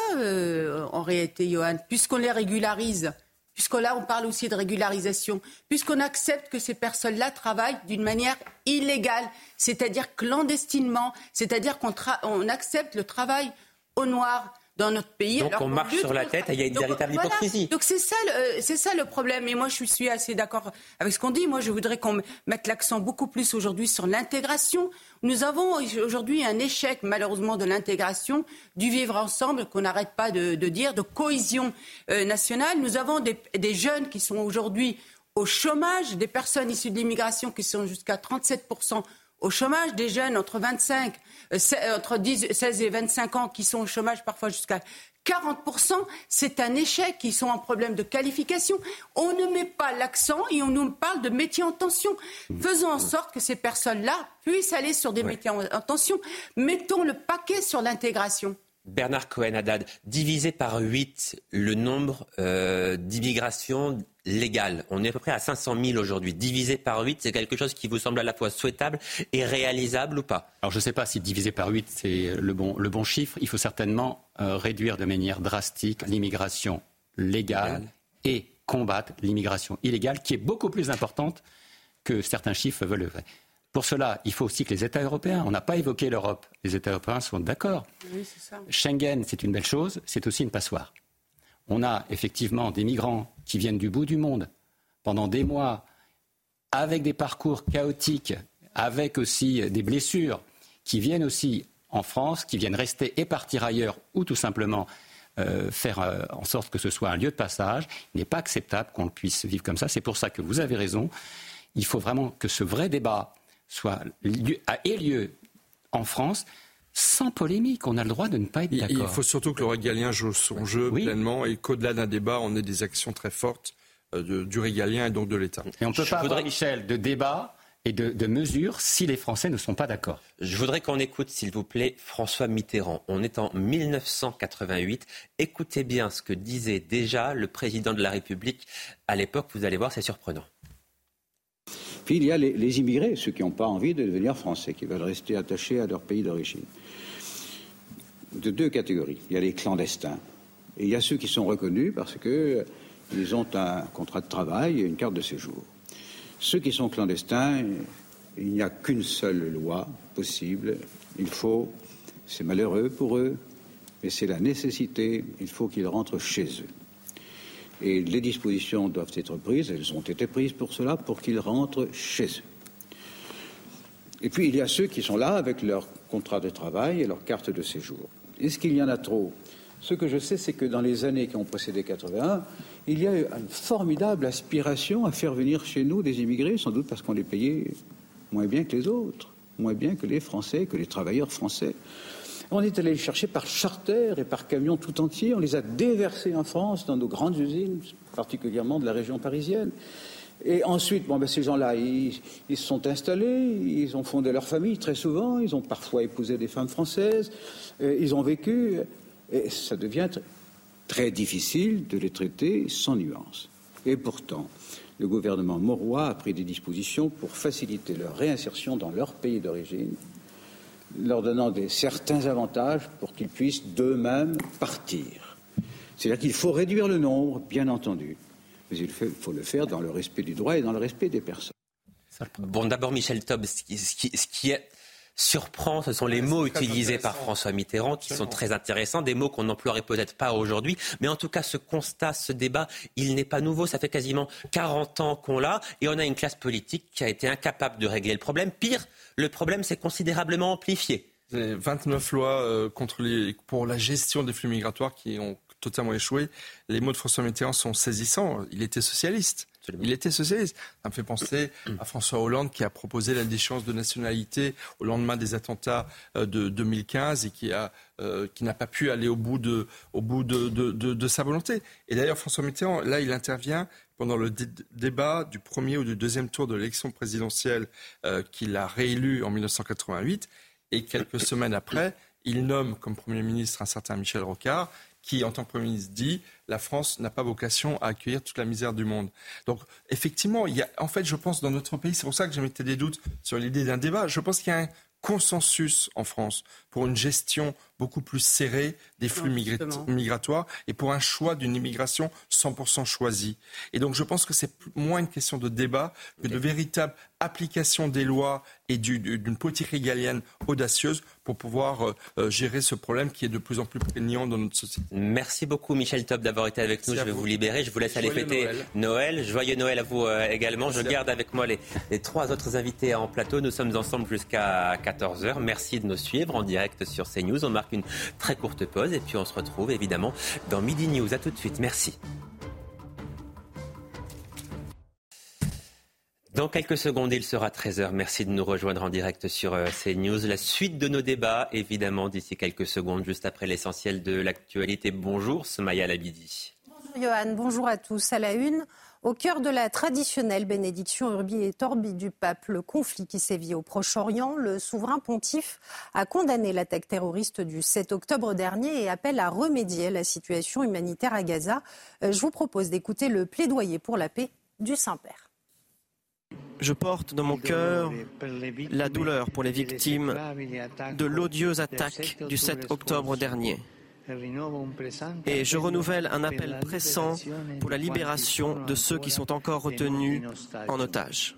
en réalité, Johan, puisqu'on les régularise. Puisque là, on parle aussi de régularisation, puisqu'on accepte que ces personnes-là travaillent d'une manière illégale, c'est-à-dire clandestinement, c'est-à-dire qu'on accepte le travail au noir dans notre pays. Donc on marche sur la tête et il y a une véritable hypocrisie. Donc c'est ça le problème. Et moi, je suis assez d'accord avec ce qu'on dit. Moi, je voudrais qu'on mette l'accent beaucoup plus aujourd'hui sur l'intégration. Nous avons aujourd'hui un échec, malheureusement, de l'intégration, du vivre ensemble, qu'on n'arrête pas de dire, de cohésion nationale. Nous avons des jeunes qui sont aujourd'hui au chômage, des personnes issues de l'immigration qui sont jusqu'à 37% au chômage, des jeunes entre 16 et 25 ans qui sont au chômage parfois jusqu'à 40%. C'est un échec, ils sont en problème de qualification. On ne met pas l'accent et on nous parle de métiers en tension. Faisons en sorte que ces personnes-là puissent aller sur des métiers en tension. Mettons le paquet sur l'intégration. Bernard Cohen-Haddad, divisé par 8 le nombre d'immigrations légales. On est à peu près à 500 000 aujourd'hui. Divisé par 8, c'est quelque chose qui vous semble à la fois souhaitable et réalisable ou pas ? Alors je ne sais pas si divisé par 8, c'est le bon chiffre. Il faut certainement réduire de manière drastique l'immigration légale et combattre l'immigration illégale, qui est beaucoup plus importante que certains chiffres veulent le faire. Pour cela, il faut aussi que les États européens, on n'a pas évoqué l'Europe, les États européens sont d'accord. Oui, c'est ça. Schengen, c'est une belle chose, c'est aussi une passoire. On a effectivement des migrants qui viennent du bout du monde pendant des mois, avec des parcours chaotiques, avec aussi des blessures, qui viennent aussi en France, qui viennent rester et partir ailleurs, ou tout simplement faire en sorte que ce soit un lieu de passage. Il n'est pas acceptable qu'on puisse vivre comme ça. C'est pour ça que vous avez raison. Il faut vraiment que ce vrai débat ait lieu en France sans polémique. On a le droit de ne pas être d'accord. Il faut surtout que le régalien joue son jeu pleinement et qu'au-delà d'un débat, on ait des actions très fortes du régalien et donc de l'État. Et on ne peut pas avoir, Michel, de débat et de mesures si les Français ne sont pas d'accord. Je voudrais qu'on écoute, s'il vous plaît, François Mitterrand. On est en 1988. Écoutez bien ce que disait déjà le président de la République à l'époque. Vous allez voir, c'est surprenant. Puis il y a les immigrés, ceux qui n'ont pas envie de devenir français, qui veulent rester attachés à leur pays d'origine. De 2 catégories. Il y a les clandestins. Et il y a ceux qui sont reconnus parce qu'ils ont un contrat de travail et une carte de séjour. Ceux qui sont clandestins, il n'y a qu'une seule loi possible. C'est malheureux pour eux, mais c'est la nécessité. Il faut qu'ils rentrent chez eux. Et les dispositions doivent être prises, elles ont été prises pour cela, pour qu'ils rentrent chez eux. Et puis il y a ceux qui sont là avec leur contrat de travail et leur carte de séjour. Est-ce qu'il y en a trop ? Ce que je sais, c'est que dans les années qui ont précédé 81, il y a eu une formidable aspiration à faire venir chez nous des immigrés, sans doute parce qu'on les payait moins bien que les autres, moins bien que les Français, que les travailleurs français. On est allé les chercher par charter et par camion tout entier. On les a déversés en France, dans nos grandes usines, particulièrement de la région parisienne. Et ensuite, ces gens-là, ils se sont installés, ils ont fondé leur famille très souvent, ils ont parfois épousé des femmes françaises, ils ont vécu, et ça devient très difficile de les traiter sans nuance. Et pourtant, le gouvernement Mauroy a pris des dispositions pour faciliter leur réinsertion dans leur pays d'origine, leur donnant certains avantages pour qu'ils puissent d'eux-mêmes partir. C'est-à-dire qu'il faut réduire le nombre, bien entendu, mais il faut le faire dans le respect du droit et dans le respect des personnes. Bon, d'abord, Michel Taube, ce qui est surprend, ce sont les mots utilisés par François Mitterrand qui sont très intéressants, des mots qu'on n'emploierait peut-être pas aujourd'hui, mais en tout cas ce constat, ce débat, il n'est pas nouveau, ça fait quasiment 40 ans qu'on l'a et on a une classe politique qui a été incapable de régler le problème. Pire, le problème s'est considérablement amplifié. 29 lois pour la gestion des flux migratoires qui ont totalement échoué. Les mots de François Mitterrand sont saisissants. Il était socialiste. Il était socialiste. Ça me fait penser à François Hollande qui a proposé la déchéance de nationalité au lendemain des attentats de 2015 et qui n'a pas pu aller au bout de sa volonté. Et d'ailleurs, François Mitterrand, là, il intervient pendant le débat du premier ou du deuxième tour de l'élection présidentielle qu'il a réélu en 1988. Et quelques semaines après, il nomme comme Premier ministre un certain Michel Rocard, qui, en tant que Premier ministre, dit « La France n'a pas vocation à accueillir toute la misère du monde ». Donc, effectivement, je pense, dans notre pays, c'est pour ça que j'émettais des doutes sur l'idée d'un débat, je pense qu'il y a un consensus en France pour une gestion beaucoup plus serrée des flux migratoires et pour un choix d'une immigration 100% choisie. Et donc, je pense que c'est moins une question de débat que de véritable application des lois et d'une politique régalienne audacieuse pour pouvoir gérer ce problème qui est de plus en plus prégnant dans notre société. Merci beaucoup Michel Taube d'avoir été avec nous. Je vais vous libérer. Je vous laisse aller fêter Noël. Joyeux Noël à vous également. Je garde avec moi les trois autres invités en plateau. Nous sommes ensemble jusqu'à 14h. Merci de nous suivre en direct sur CNews. On marque une très courte pause et puis on se retrouve évidemment dans Midi News. À tout de suite. Merci. Dans quelques secondes, il sera 13h. Merci de nous rejoindre en direct sur CNews. La suite de nos débats, évidemment, d'ici quelques secondes, juste après l'essentiel de l'actualité. Bonjour, Somaya Labidi. Bonjour Johan, bonjour à tous. À la une, au cœur de la traditionnelle bénédiction Urbi et Orbi du pape, le conflit qui sévit au Proche-Orient, le souverain pontife a condamné l'attaque terroriste du 7 octobre dernier et appelle à remédier à la situation humanitaire à Gaza. Je vous propose d'écouter le plaidoyer pour la paix du Saint-Père. Je porte dans mon cœur la douleur pour les victimes de l'odieuse attaque du 7 octobre dernier. Et je renouvelle un appel pressant pour la libération de ceux qui sont encore retenus en otage.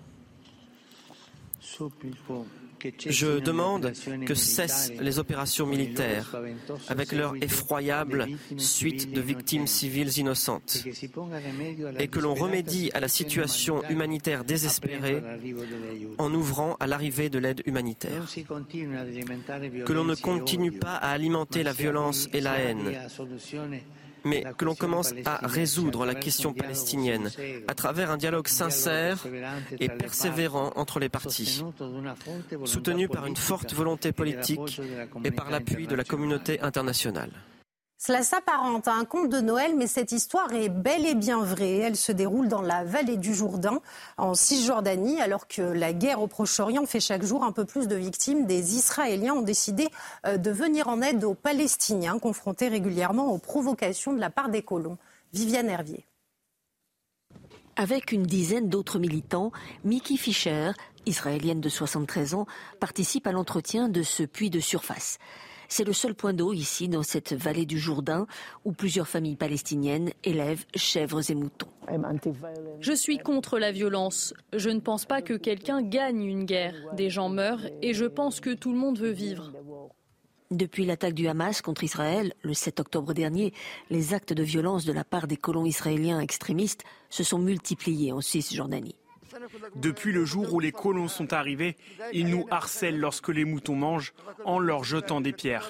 Je demande que cessent les opérations militaires avec leur effroyable suite de victimes civiles innocentes et que l'on remédie à la situation humanitaire désespérée en ouvrant à l'arrivée de l'aide humanitaire. Que l'on ne continue pas à alimenter la violence et la haine, mais que l'on commence à résoudre la question palestinienne à travers un dialogue sincère et persévérant entre les parties, soutenu par une forte volonté politique et par l'appui de la communauté internationale. Cela s'apparente à un conte de Noël, mais cette histoire est bel et bien vraie. Elle se déroule dans la vallée du Jourdain, en Cisjordanie, alors que la guerre au Proche-Orient fait chaque jour un peu plus de victimes. Des Israéliens ont décidé de venir en aide aux Palestiniens, confrontés régulièrement aux provocations de la part des colons. Viviane Hervier. Avec une dizaine d'autres militants, Miki Fischer, israélienne de 73 ans, participe à l'entretien de ce puits de surface. C'est le seul point d'eau ici, dans cette vallée du Jourdain, où plusieurs familles palestiniennes élèvent chèvres et moutons. Je suis contre la violence. Je ne pense pas que quelqu'un gagne une guerre. Des gens meurent et je pense que tout le monde veut vivre. Depuis l'attaque du Hamas contre Israël, le 7 octobre dernier, les actes de violence de la part des colons israéliens extrémistes se sont multipliés en Cisjordanie. Depuis le jour où les colons sont arrivés, ils nous harcèlent lorsque les moutons mangent en leur jetant des pierres.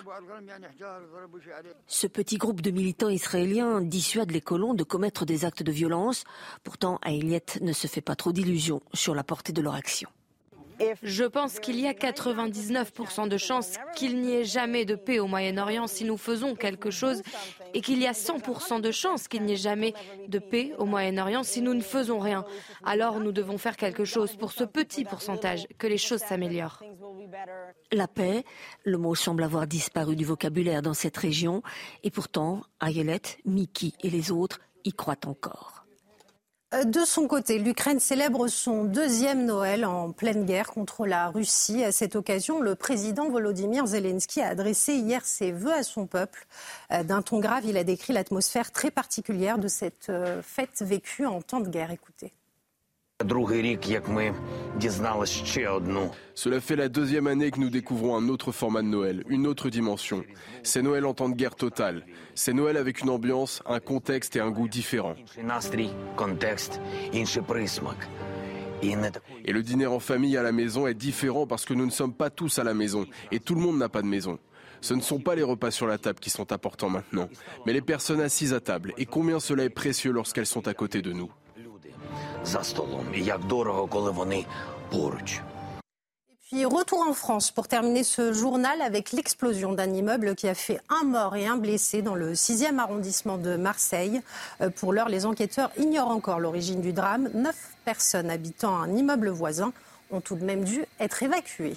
Ce petit groupe de militants israéliens dissuade les colons de commettre des actes de violence. Pourtant, Ailiet ne se fait pas trop d'illusions sur la portée de leur action. Je pense qu'il y a 99% de chances qu'il n'y ait jamais de paix au Moyen-Orient si nous faisons quelque chose et qu'il y a 100% de chances qu'il n'y ait jamais de paix au Moyen-Orient si nous ne faisons rien. Alors nous devons faire quelque chose pour ce petit pourcentage, que les choses s'améliorent. La paix, le mot semble avoir disparu du vocabulaire dans cette région et pourtant, Ayelet, Miki et les autres y croient encore. De son côté, l'Ukraine célèbre son deuxième Noël en pleine guerre contre la Russie. À cette occasion, le président Volodymyr Zelensky a adressé hier ses vœux à son peuple. D'un ton grave, il a décrit l'atmosphère très particulière de cette fête vécue en temps de guerre. Écoutez. Cela fait la deuxième année que nous découvrons un autre format de Noël, une autre dimension. C'est Noël en temps de guerre totale. C'est Noël avec une ambiance, un contexte et un goût différents. Et le dîner en famille à la maison est différent parce que nous ne sommes pas tous à la maison et tout le monde n'a pas de maison. Ce ne sont pas les repas sur la table qui sont importants maintenant, mais les personnes assises à table et combien cela est précieux lorsqu'elles sont à côté de nous. Puis retour en France pour terminer ce journal avec l'explosion d'un immeuble qui a fait un mort et un blessé dans le 6e arrondissement de Marseille. Pour l'heure, les enquêteurs ignorent encore l'origine du drame. 9 personnes habitant un immeuble voisin ont tout de même dû être évacuées.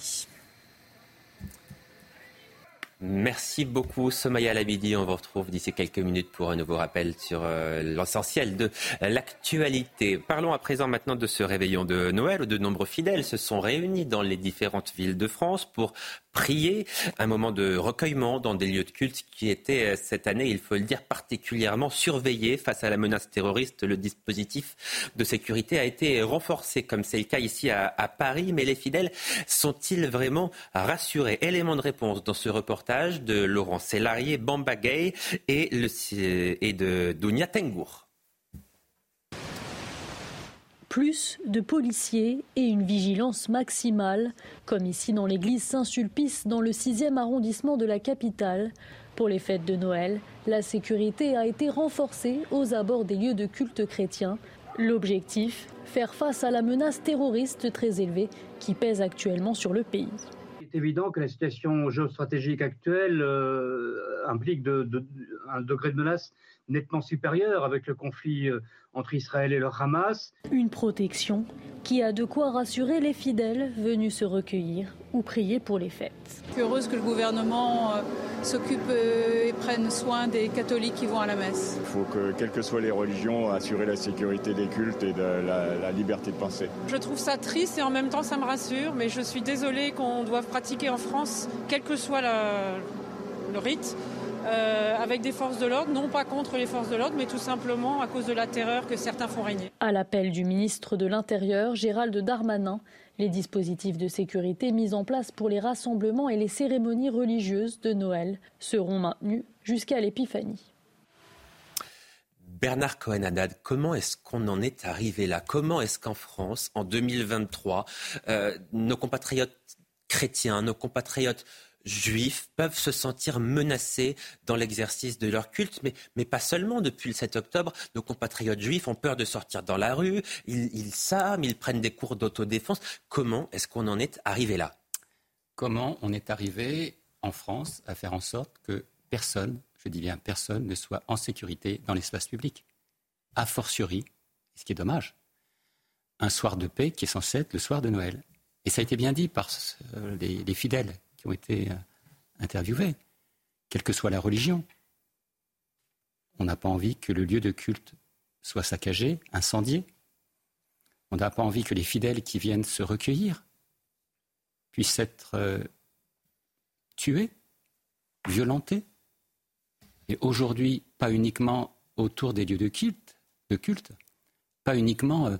Merci beaucoup Somaya Labidi. On vous retrouve d'ici quelques minutes pour un nouveau rappel sur l'essentiel de l'actualité. Parlons à présent maintenant de ce réveillon de Noël où de nombreux fidèles se sont réunis dans les différentes villes de France pour prier. Un moment de recueillement dans des lieux de culte qui étaient cette année, il faut le dire, particulièrement surveillés face à la menace terroriste. Le dispositif de sécurité a été renforcé comme c'est le cas ici à Paris. Mais les fidèles sont-ils vraiment rassurés? Élément de réponse dans ce reportage de Laurent Sélarié, Bamba Gay et de Dounia Tengour. Plus de policiers et une vigilance maximale, comme ici dans l'église Saint-Sulpice dans le 6e arrondissement de la capitale. Pour les fêtes de Noël, la sécurité a été renforcée aux abords des lieux de culte chrétiens. L'objectif, faire face à la menace terroriste très élevée qui pèse actuellement sur le pays. Il est évident que la situation géostratégique actuelle implique un degré de menace nettement supérieur avec le conflit entre Israël et le Hamas. Une protection qui a de quoi rassurer les fidèles venus se recueillir ou prier pour les fêtes. Je suis heureuse que le gouvernement s'occupe et prenne soin des catholiques qui vont à la messe. Il faut que, quelles que soient les religions, assurer la sécurité des cultes et de la liberté de penser. Je trouve ça triste et en même temps ça me rassure, mais je suis désolée qu'on doive pratiquer en France, quel que soit le rite, avec des forces de l'ordre, non pas contre les forces de l'ordre, mais tout simplement à cause de la terreur que certains font régner. À l'appel du ministre de l'Intérieur, Gérald Darmanin, les dispositifs de sécurité mis en place pour les rassemblements et les cérémonies religieuses de Noël seront maintenus jusqu'à l'Épiphanie. Bernard Cohen-Haddad, comment est-ce qu'on en est arrivé là? Comment est-ce qu'en France, en 2023, nos compatriotes chrétiens, nos compatriotes juifs peuvent se sentir menacés dans l'exercice de leur culte, mais pas seulement. Depuis le 7 octobre, nos compatriotes juifs ont peur de sortir dans la rue, ils s'arment, ils prennent des cours d'autodéfense. Comment est-ce qu'on en est arrivé là? Comment on est arrivé en France à faire en sorte que personne, je dis bien personne, ne soit en sécurité dans l'espace public? A fortiori, ce qui est dommage, un soir de paix qui est censé être le soir de Noël. Et ça a été bien dit par les fidèles qui ont été interviewés, quelle que soit la religion. On n'a pas envie que le lieu de culte soit saccagé, incendié. On n'a pas envie que les fidèles qui viennent se recueillir puissent être tués, violentés. Et aujourd'hui, pas uniquement autour des lieux de culte, pas uniquement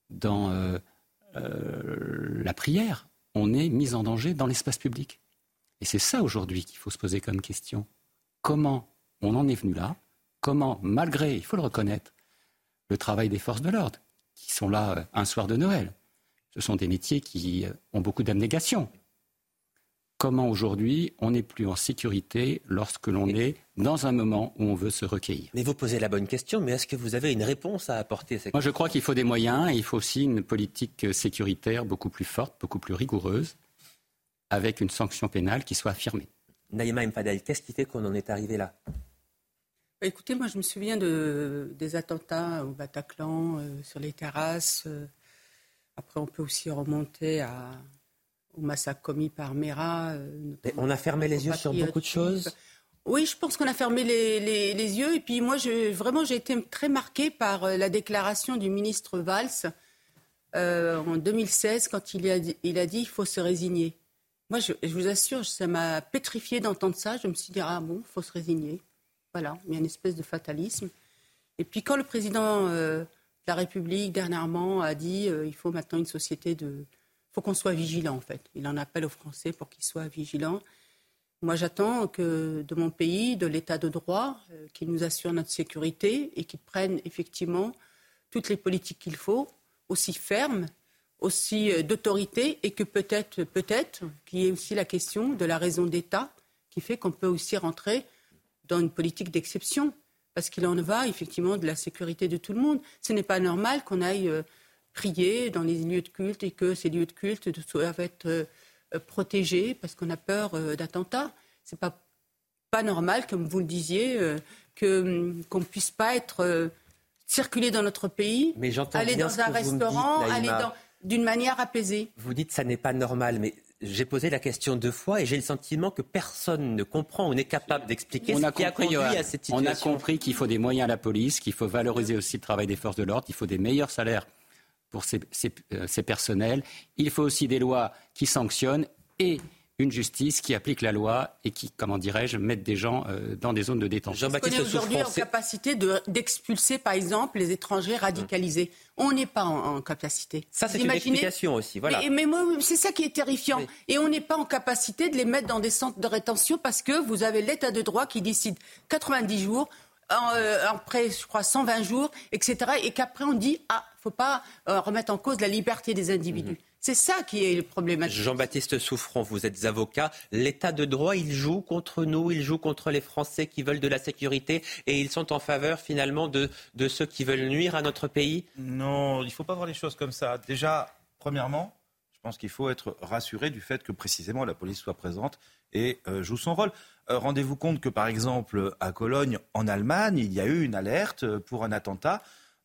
dans la prière. On est mis en danger dans l'espace public. Et c'est ça aujourd'hui qu'il faut se poser comme question. Comment on en est venu là ? Comment, malgré, il faut le reconnaître, le travail des forces de l'ordre, qui sont là un soir de Noël, ce sont des métiers qui ont beaucoup d'abnégation. Comment aujourd'hui on n'est plus en sécurité lorsque l'on est dans un moment où on veut se recueillir. Mais vous posez la bonne question, mais est-ce que vous avez une réponse à apporter à cette question ? Moi je crois qu'il faut des moyens et il faut aussi une politique sécuritaire beaucoup plus forte, beaucoup plus rigoureuse, avec une sanction pénale qui soit affirmée. Naïma M. Fadel, qu'est-ce qui fait qu'on en est arrivé là ? Écoutez, moi je me souviens des attentats au Bataclan, sur les terrasses. Après on peut aussi remonter au massacre commis par Mera. On a fermé les yeux sur beaucoup de choses. Oui, je pense qu'on a fermé les yeux. Et puis moi, j'ai été très marquée par la déclaration du ministre Valls en 2016, quand il a dit il faut se résigner. Moi, je vous assure, ça m'a pétrifiée d'entendre ça. Je me suis dit, il faut se résigner. Voilà, il y a une espèce de fatalisme. Et puis quand le président de la République, dernièrement, a dit il faut maintenant une société faut qu'on soit vigilant, en fait. Il en appelle aux Français pour qu'ils soient vigilants. Moi, j'attends que de mon pays, de l'État de droit, qu'ils nous assurent notre sécurité et qu'ils prennent effectivement toutes les politiques qu'il faut, aussi fermes, aussi d'autorité, et que peut-être qu'il y ait aussi la question de la raison d'État qui fait qu'on peut aussi rentrer dans une politique d'exception. Parce qu'il en va effectivement de la sécurité de tout le monde. Ce n'est pas normal qu'on aille prier dans les lieux de culte et que ces lieux de culte doivent être protégés parce qu'on a peur d'attentats. C'est pas normal, comme vous le disiez, qu'on ne puisse pas être circuler dans notre pays, aller dans un restaurant, aller d'une manière apaisée. Vous dites que ça n'est pas normal, mais j'ai posé la question 2 fois et j'ai le sentiment que personne ne comprend ou n'est capable d'expliquer ce qui a conduit à cette situation. On a compris qu'il faut des moyens à la police, qu'il faut valoriser aussi le travail des forces de l'ordre, qu'il faut des meilleurs salaires pour ces personnels. Il faut aussi des lois qui sanctionnent et une justice qui applique la loi et qui, comment dirais-je, mette des gens dans des zones de détention. Est-ce qu'on est aujourd'hui en capacité d'expulser, par exemple, les étrangers radicalisés ? On n'est pas en capacité. Ça, c'est une explication aussi. Voilà. Mais moi, c'est ça qui est terrifiant. Oui. Et on n'est pas en capacité de les mettre dans des centres de rétention parce que vous avez l'État de droit qui décide 90 jours, après, je crois, 120 jours, etc. Et qu'après, on dit, il ne faut pas remettre en cause la liberté des individus. C'est ça qui est le problématique. Jean-Baptiste Souffron, vous êtes avocat. L'État de droit, il joue contre nous, il joue contre les Français qui veulent de la sécurité et ils sont en faveur finalement de ceux qui veulent nuire à notre pays ? Non, il ne faut pas voir les choses comme ça. Déjà, premièrement, je pense qu'il faut être rassuré du fait que précisément la police soit présente et joue son rôle. Rendez-vous compte que par exemple à Cologne, en Allemagne, il y a eu une alerte pour un attentat.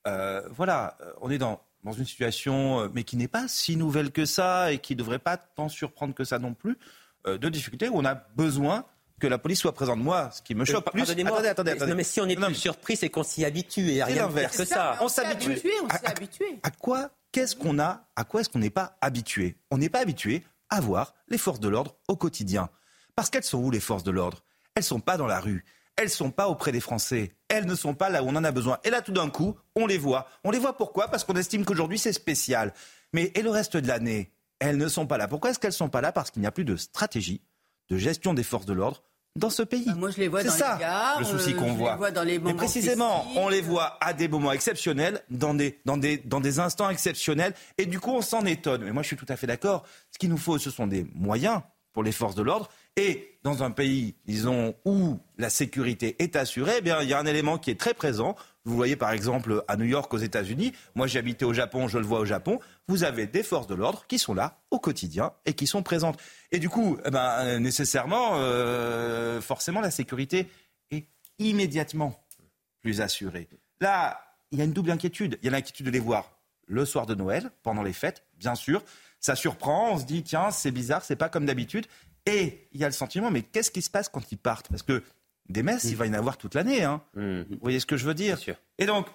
On est dans une situation, mais qui n'est pas si nouvelle que ça et qui ne devrait pas tant surprendre que ça non plus, de difficultés où on a besoin que la police soit présente. Moi, ce qui me choque plus... Attendez. Non, mais si on est plus surpris, c'est qu'on s'y habitue. Il n'y a rien de pire que ça. On s'est habitué. À quoi est-ce qu'on n'est pas habitué ? On n'est pas habitué à voir les forces de l'ordre au quotidien. Parce qu'elles sont où, les forces de l'ordre ? Elles ne sont pas dans la rue. Elles ne sont pas auprès des Français. Elles ne sont pas là où on en a besoin. Et là, tout d'un coup, on les voit. On les voit pourquoi ? Parce qu'on estime qu'aujourd'hui, c'est spécial. Mais et le reste de l'année ? Elles ne sont pas là. Pourquoi est-ce qu'elles ne sont pas là ? Parce qu'il n'y a plus de stratégie de gestion des forces de l'ordre dans ce pays. Moi, je les vois dans les gares. C'est ça, le souci qu'on voit. Mais précisément, on les voit à des moments exceptionnels, dans des instants exceptionnels. Et du coup, on s'en étonne. Mais moi, je suis tout à fait d'accord. Ce qu'il nous faut, ce sont des moyens pour les forces de l'ordre. Et dans un pays, disons, où la sécurité est assurée, il y a un élément qui est très présent. Vous voyez par exemple à New York, aux États-Unis, moi j'ai habité au Japon, je le vois au Japon, vous avez des forces de l'ordre qui sont là au quotidien et qui sont présentes. Et du coup, nécessairement, forcément, la sécurité est immédiatement plus assurée. Là, il y a une double inquiétude. Il y a l'inquiétude de les voir le soir de Noël, pendant les fêtes, bien sûr. Ça surprend, on se dit, tiens, c'est bizarre, c'est pas comme d'habitude. Et il y a le sentiment, mais qu'est-ce qui se passe quand ils partent ? Parce que des messes, il va y en avoir toute l'année. Vous voyez ce que je veux dire ? Et donc,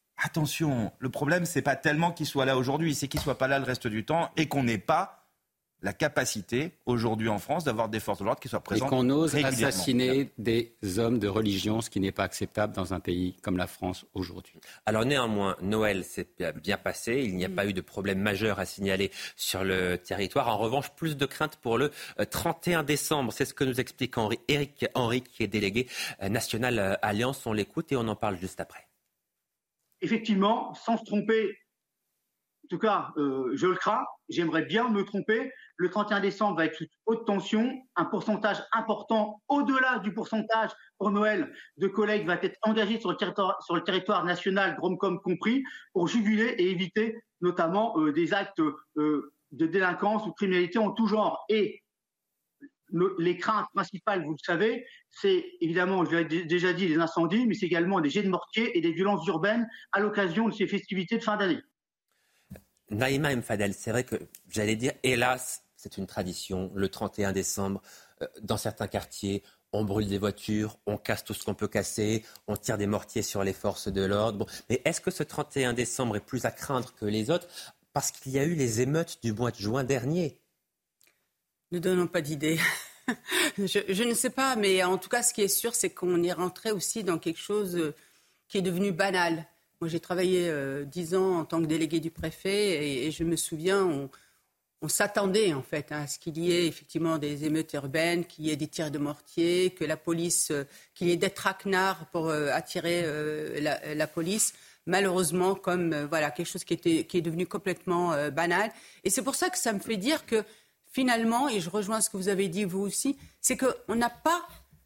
attention, le problème, c'est pas tellement qu'ils soient là aujourd'hui, c'est qu'ils soient pas là le reste du temps et qu'on n'ait pas la capacité aujourd'hui en France d'avoir des forces de l'ordre qui soient présentes et qu'on ose régulièrement. assassiner des hommes de religion, ce qui n'est pas acceptable dans un pays comme la France aujourd'hui. Alors néanmoins, Noël s'est bien passé, il n'y a pas eu de problème majeur à signaler sur le territoire. En revanche, plus de crainte pour le 31 décembre, c'est ce que nous explique Éric Henry, qui est délégué national Alliance. On l'écoute et on en parle juste après. Effectivement, sans se tromper, en tout cas, je le crains, j'aimerais bien me tromper. Le 31 décembre va être sous haute tension. Un pourcentage important, au-delà du pourcentage pour Noël, de collègues va être engagé sur le territoire national, Drôme-Com compris, pour juguler et éviter notamment des actes de délinquance ou de criminalité en tout genre. Et les craintes principales, vous le savez, c'est évidemment, je l'ai déjà dit, les incendies, mais c'est également des jets de mortier et des violences urbaines à l'occasion de ces festivités de fin d'année. Naïma Mfadel, c'est vrai que, j'allais dire, hélas, c'est une tradition. Le 31 décembre, dans certains quartiers, on brûle des voitures, on casse tout ce qu'on peut casser, on tire des mortiers sur les forces de l'ordre. Bon. Mais est-ce que ce 31 décembre est plus à craindre que les autres parce qu'il y a eu les émeutes du mois de juin dernier? Ne donnons pas d'idée. Je ne sais pas, mais en tout cas, ce qui est sûr, c'est qu'on est rentré aussi dans quelque chose qui est devenu banal. Moi, j'ai travaillé 10 ans en tant que délégué du préfet et je me souviens, on s'attendait en fait à ce qu'il y ait effectivement des émeutes urbaines, qu'il y ait des tirs de mortier, que la police, qu'il y ait des traquenards pour attirer la police. Malheureusement, comme quelque chose qui est devenu complètement banal. Et c'est pour ça que ça me fait dire que finalement, et je rejoins ce que vous avez dit vous aussi, c'est qu'on n'a pas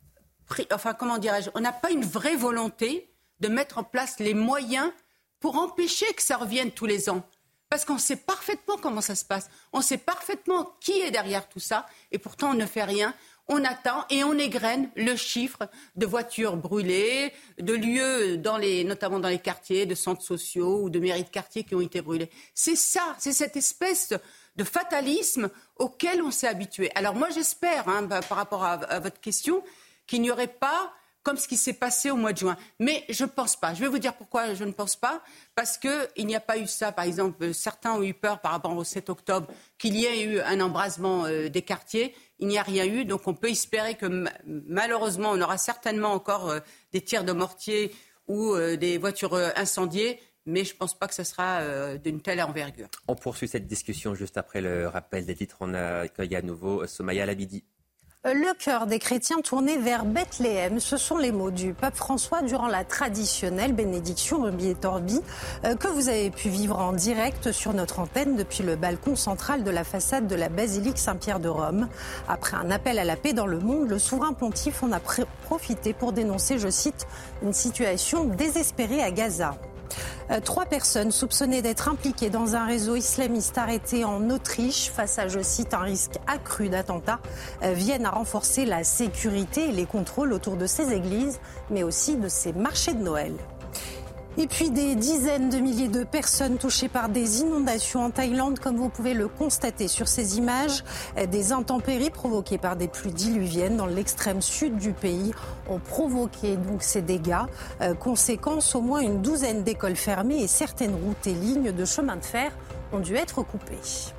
on n'a pas une vraie volonté de mettre en place les moyens pour empêcher que ça revienne tous les ans. Parce qu'on sait parfaitement comment ça se passe. On sait parfaitement qui est derrière tout ça. Et pourtant, on ne fait rien. On attend et on égrène le chiffre de voitures brûlées, de lieux, notamment dans les quartiers, de centres sociaux ou de mairies de quartier qui ont été brûlés. C'est ça, c'est cette espèce de fatalisme auquel on s'est habitué. Alors moi, j'espère, par rapport à votre question, qu'il n'y aurait pas comme ce qui s'est passé au mois de juin. Mais je ne pense pas. Je vais vous dire pourquoi je ne pense pas. Parce qu'il n'y a pas eu ça. Par exemple, certains ont eu peur par rapport au 7 octobre qu'il y ait eu un embrasement des quartiers. Il n'y a rien eu. Donc on peut espérer que malheureusement, on aura certainement encore des tirs de mortier ou des voitures incendiées. Mais je ne pense pas que ce sera d'une telle envergure. On poursuit cette discussion juste après le rappel des titres. On accueille à nouveau Somaya Labidi. Le cœur des chrétiens tourné vers Bethléem, ce sont les mots du pape François durant la traditionnelle bénédiction Urbi et Orbi que vous avez pu vivre en direct sur notre antenne depuis le balcon central de la façade de la basilique Saint-Pierre de Rome. Après un appel à la paix dans le monde, le souverain pontife en a profité pour dénoncer, je cite, une situation désespérée à Gaza. 3 personnes soupçonnées d'être impliquées dans un réseau islamiste arrêté en Autriche face à, je cite, un risque accru d'attentat, viennent à renforcer la sécurité et les contrôles autour de ces églises, mais aussi de ces marchés de Noël. Et puis des dizaines de milliers de personnes touchées par des inondations en Thaïlande, comme vous pouvez le constater sur ces images. Des intempéries provoquées par des pluies diluviennes dans l'extrême sud du pays ont provoqué donc ces dégâts. Conséquence, au moins une douzaine d'écoles fermées et certaines routes et lignes de chemin de fer ont dû être coupées.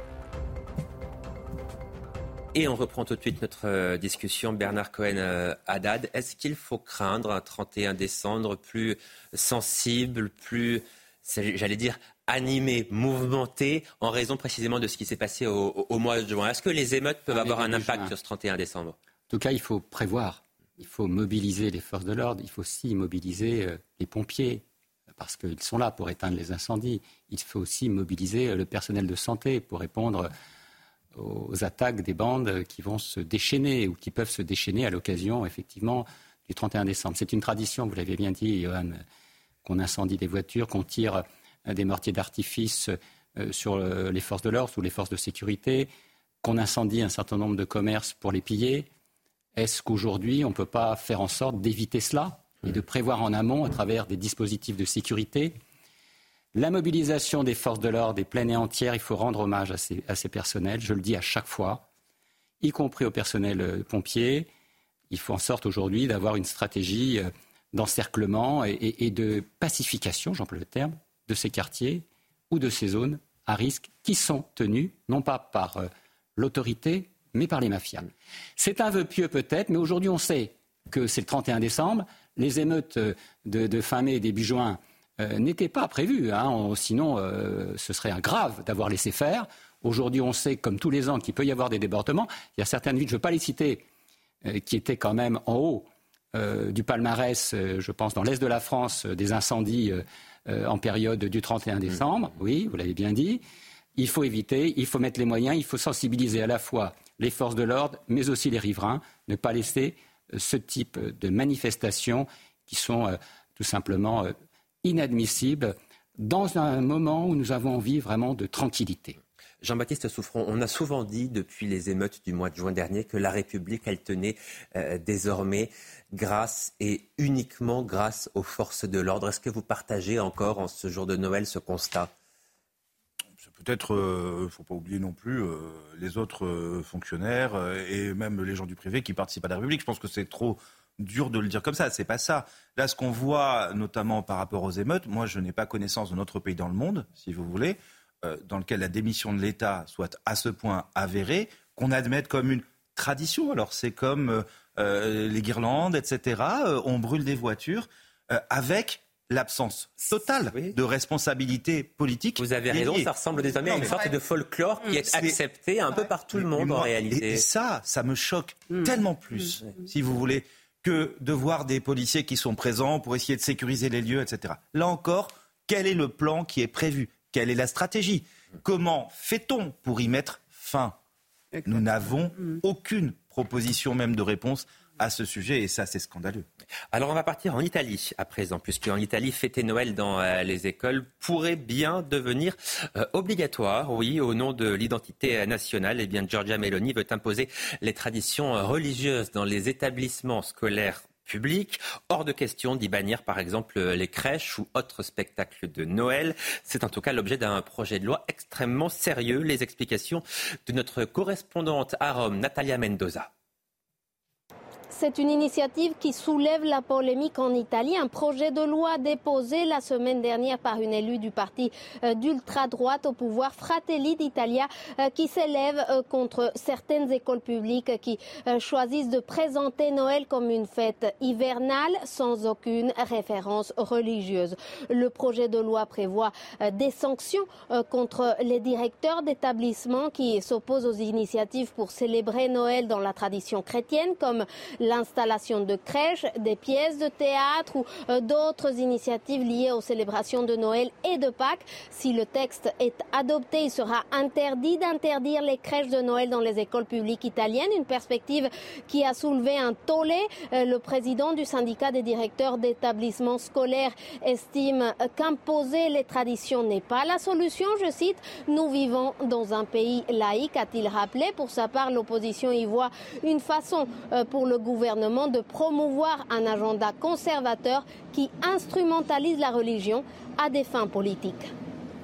Et on reprend tout de suite notre discussion. Bernard Cohen-Haddad, est-ce qu'il faut craindre un 31 décembre plus sensible, plus, j'allais dire, animé, mouvementé, en raison précisément de ce qui s'est passé au mois de juin? Est-ce que les émeutes peuvent avoir un impact sur ce 31 décembre? En tout cas, il faut prévoir. Il faut mobiliser les forces de l'ordre. Il faut aussi mobiliser les pompiers, parce qu'ils sont là pour éteindre les incendies. Il faut aussi mobiliser le personnel de santé pour répondre aux attaques des bandes qui vont se déchaîner ou qui peuvent se déchaîner à l'occasion, effectivement, du 31 décembre. C'est une tradition, vous l'avez bien dit, Johan, qu'on incendie des voitures, qu'on tire des mortiers d'artifice sur les forces de l'ordre ou les forces de sécurité, qu'on incendie un certain nombre de commerces pour les piller. Est-ce qu'aujourd'hui, on ne peut pas faire en sorte d'éviter cela et de prévoir en amont, à travers des dispositifs de sécurité, la mobilisation des forces de l'ordre est pleine et entière. Il faut rendre hommage à ces personnels. Je le dis à chaque fois, y compris au personnel pompier. Il faut en sorte aujourd'hui d'avoir une stratégie d'encerclement et de pacification, j'emploie le terme, de ces quartiers ou de ces zones à risque qui sont tenus, non pas par l'autorité, mais par les mafias. C'est un vœu pieux peut-être, mais aujourd'hui on sait que c'est le 31 décembre. Les émeutes de fin mai et début juin n'étaient pas prévues. Sinon, ce serait grave d'avoir laissé faire. Aujourd'hui, on sait, comme tous les ans, qu'il peut y avoir des débordements. Il y a certaines villes, je ne veux pas les citer, qui étaient quand même en haut du palmarès, je pense, dans l'est de la France, des incendies en période du 31 décembre. Oui, vous l'avez bien dit. Il faut éviter, il faut mettre les moyens, il faut sensibiliser à la fois les forces de l'ordre, mais aussi les riverains, ne pas laisser ce type de manifestations qui sont tout simplement inadmissibles dans un moment où nous avons envie vraiment de tranquillité. Jean-Baptiste Souffron, on a souvent dit depuis les émeutes du mois de juin dernier que la République, elle tenait désormais grâce et uniquement grâce aux forces de l'ordre. Est-ce que vous partagez encore en ce jour de Noël ce constat ? Peut-être, il ne faut pas oublier non plus les autres fonctionnaires et même les gens du privé qui participent à la République. Je pense que c'est trop dur de le dire comme ça, c'est pas ça. Là, ce qu'on voit, notamment par rapport aux émeutes, moi je n'ai pas connaissance d'un autre pays dans le monde, si vous voulez, dans lequel la démission de l'État soit à ce point avérée, qu'on admette comme une tradition. Alors c'est comme les guirlandes, etc. On brûle des voitures avec l'absence totale de responsabilité politique. Vous avez raison, ça ressemble désormais à une sorte de folklore qui est accepté un peu par tout le monde en réalité. Et ça me choque tellement plus, si vous voulez, que de voir des policiers qui sont présents pour essayer de sécuriser les lieux, etc. Là encore, quel est le plan qui est prévu ? Quelle est la stratégie ? Comment fait-on pour y mettre fin ? Nous n'avons aucune proposition même de réponse à ce sujet, et ça, c'est scandaleux. Alors, on va partir en Italie à présent, puisque en Italie, fêter Noël dans les écoles pourrait bien devenir obligatoire. Oui, au nom de l'identité nationale, eh bien, Giorgia Meloni veut imposer les traditions religieuses dans les établissements scolaires publics. Hors de question d'y bannir, par exemple, les crèches ou autres spectacles de Noël. C'est en tout cas l'objet d'un projet de loi extrêmement sérieux. Les explications de notre correspondante à Rome, Natalia Mendoza. C'est une initiative qui soulève la polémique en Italie. Un projet de loi déposé la semaine dernière par une élue du parti d'ultra-droite au pouvoir, Fratelli d'Italia, qui s'élève contre certaines écoles publiques qui choisissent de présenter Noël comme une fête hivernale sans aucune référence religieuse. Le projet de loi prévoit des sanctions contre les directeurs d'établissements qui s'opposent aux initiatives pour célébrer Noël dans la tradition chrétienne, comme l'installation de crèches, des pièces de théâtre ou d'autres initiatives liées aux célébrations de Noël et de Pâques. Si le texte est adopté, il sera interdit d'interdire les crèches de Noël dans les écoles publiques italiennes, une perspective qui a soulevé un tollé. Le président du syndicat des directeurs d'établissements scolaires estime qu'imposer les traditions n'est pas la solution. Je cite, « Nous vivons dans un pays laïque », a-t-il rappelé. Pour sa part, l'opposition y voit une façon pour le gouvernement de promouvoir un agenda conservateur qui instrumentalise la religion à des fins politiques.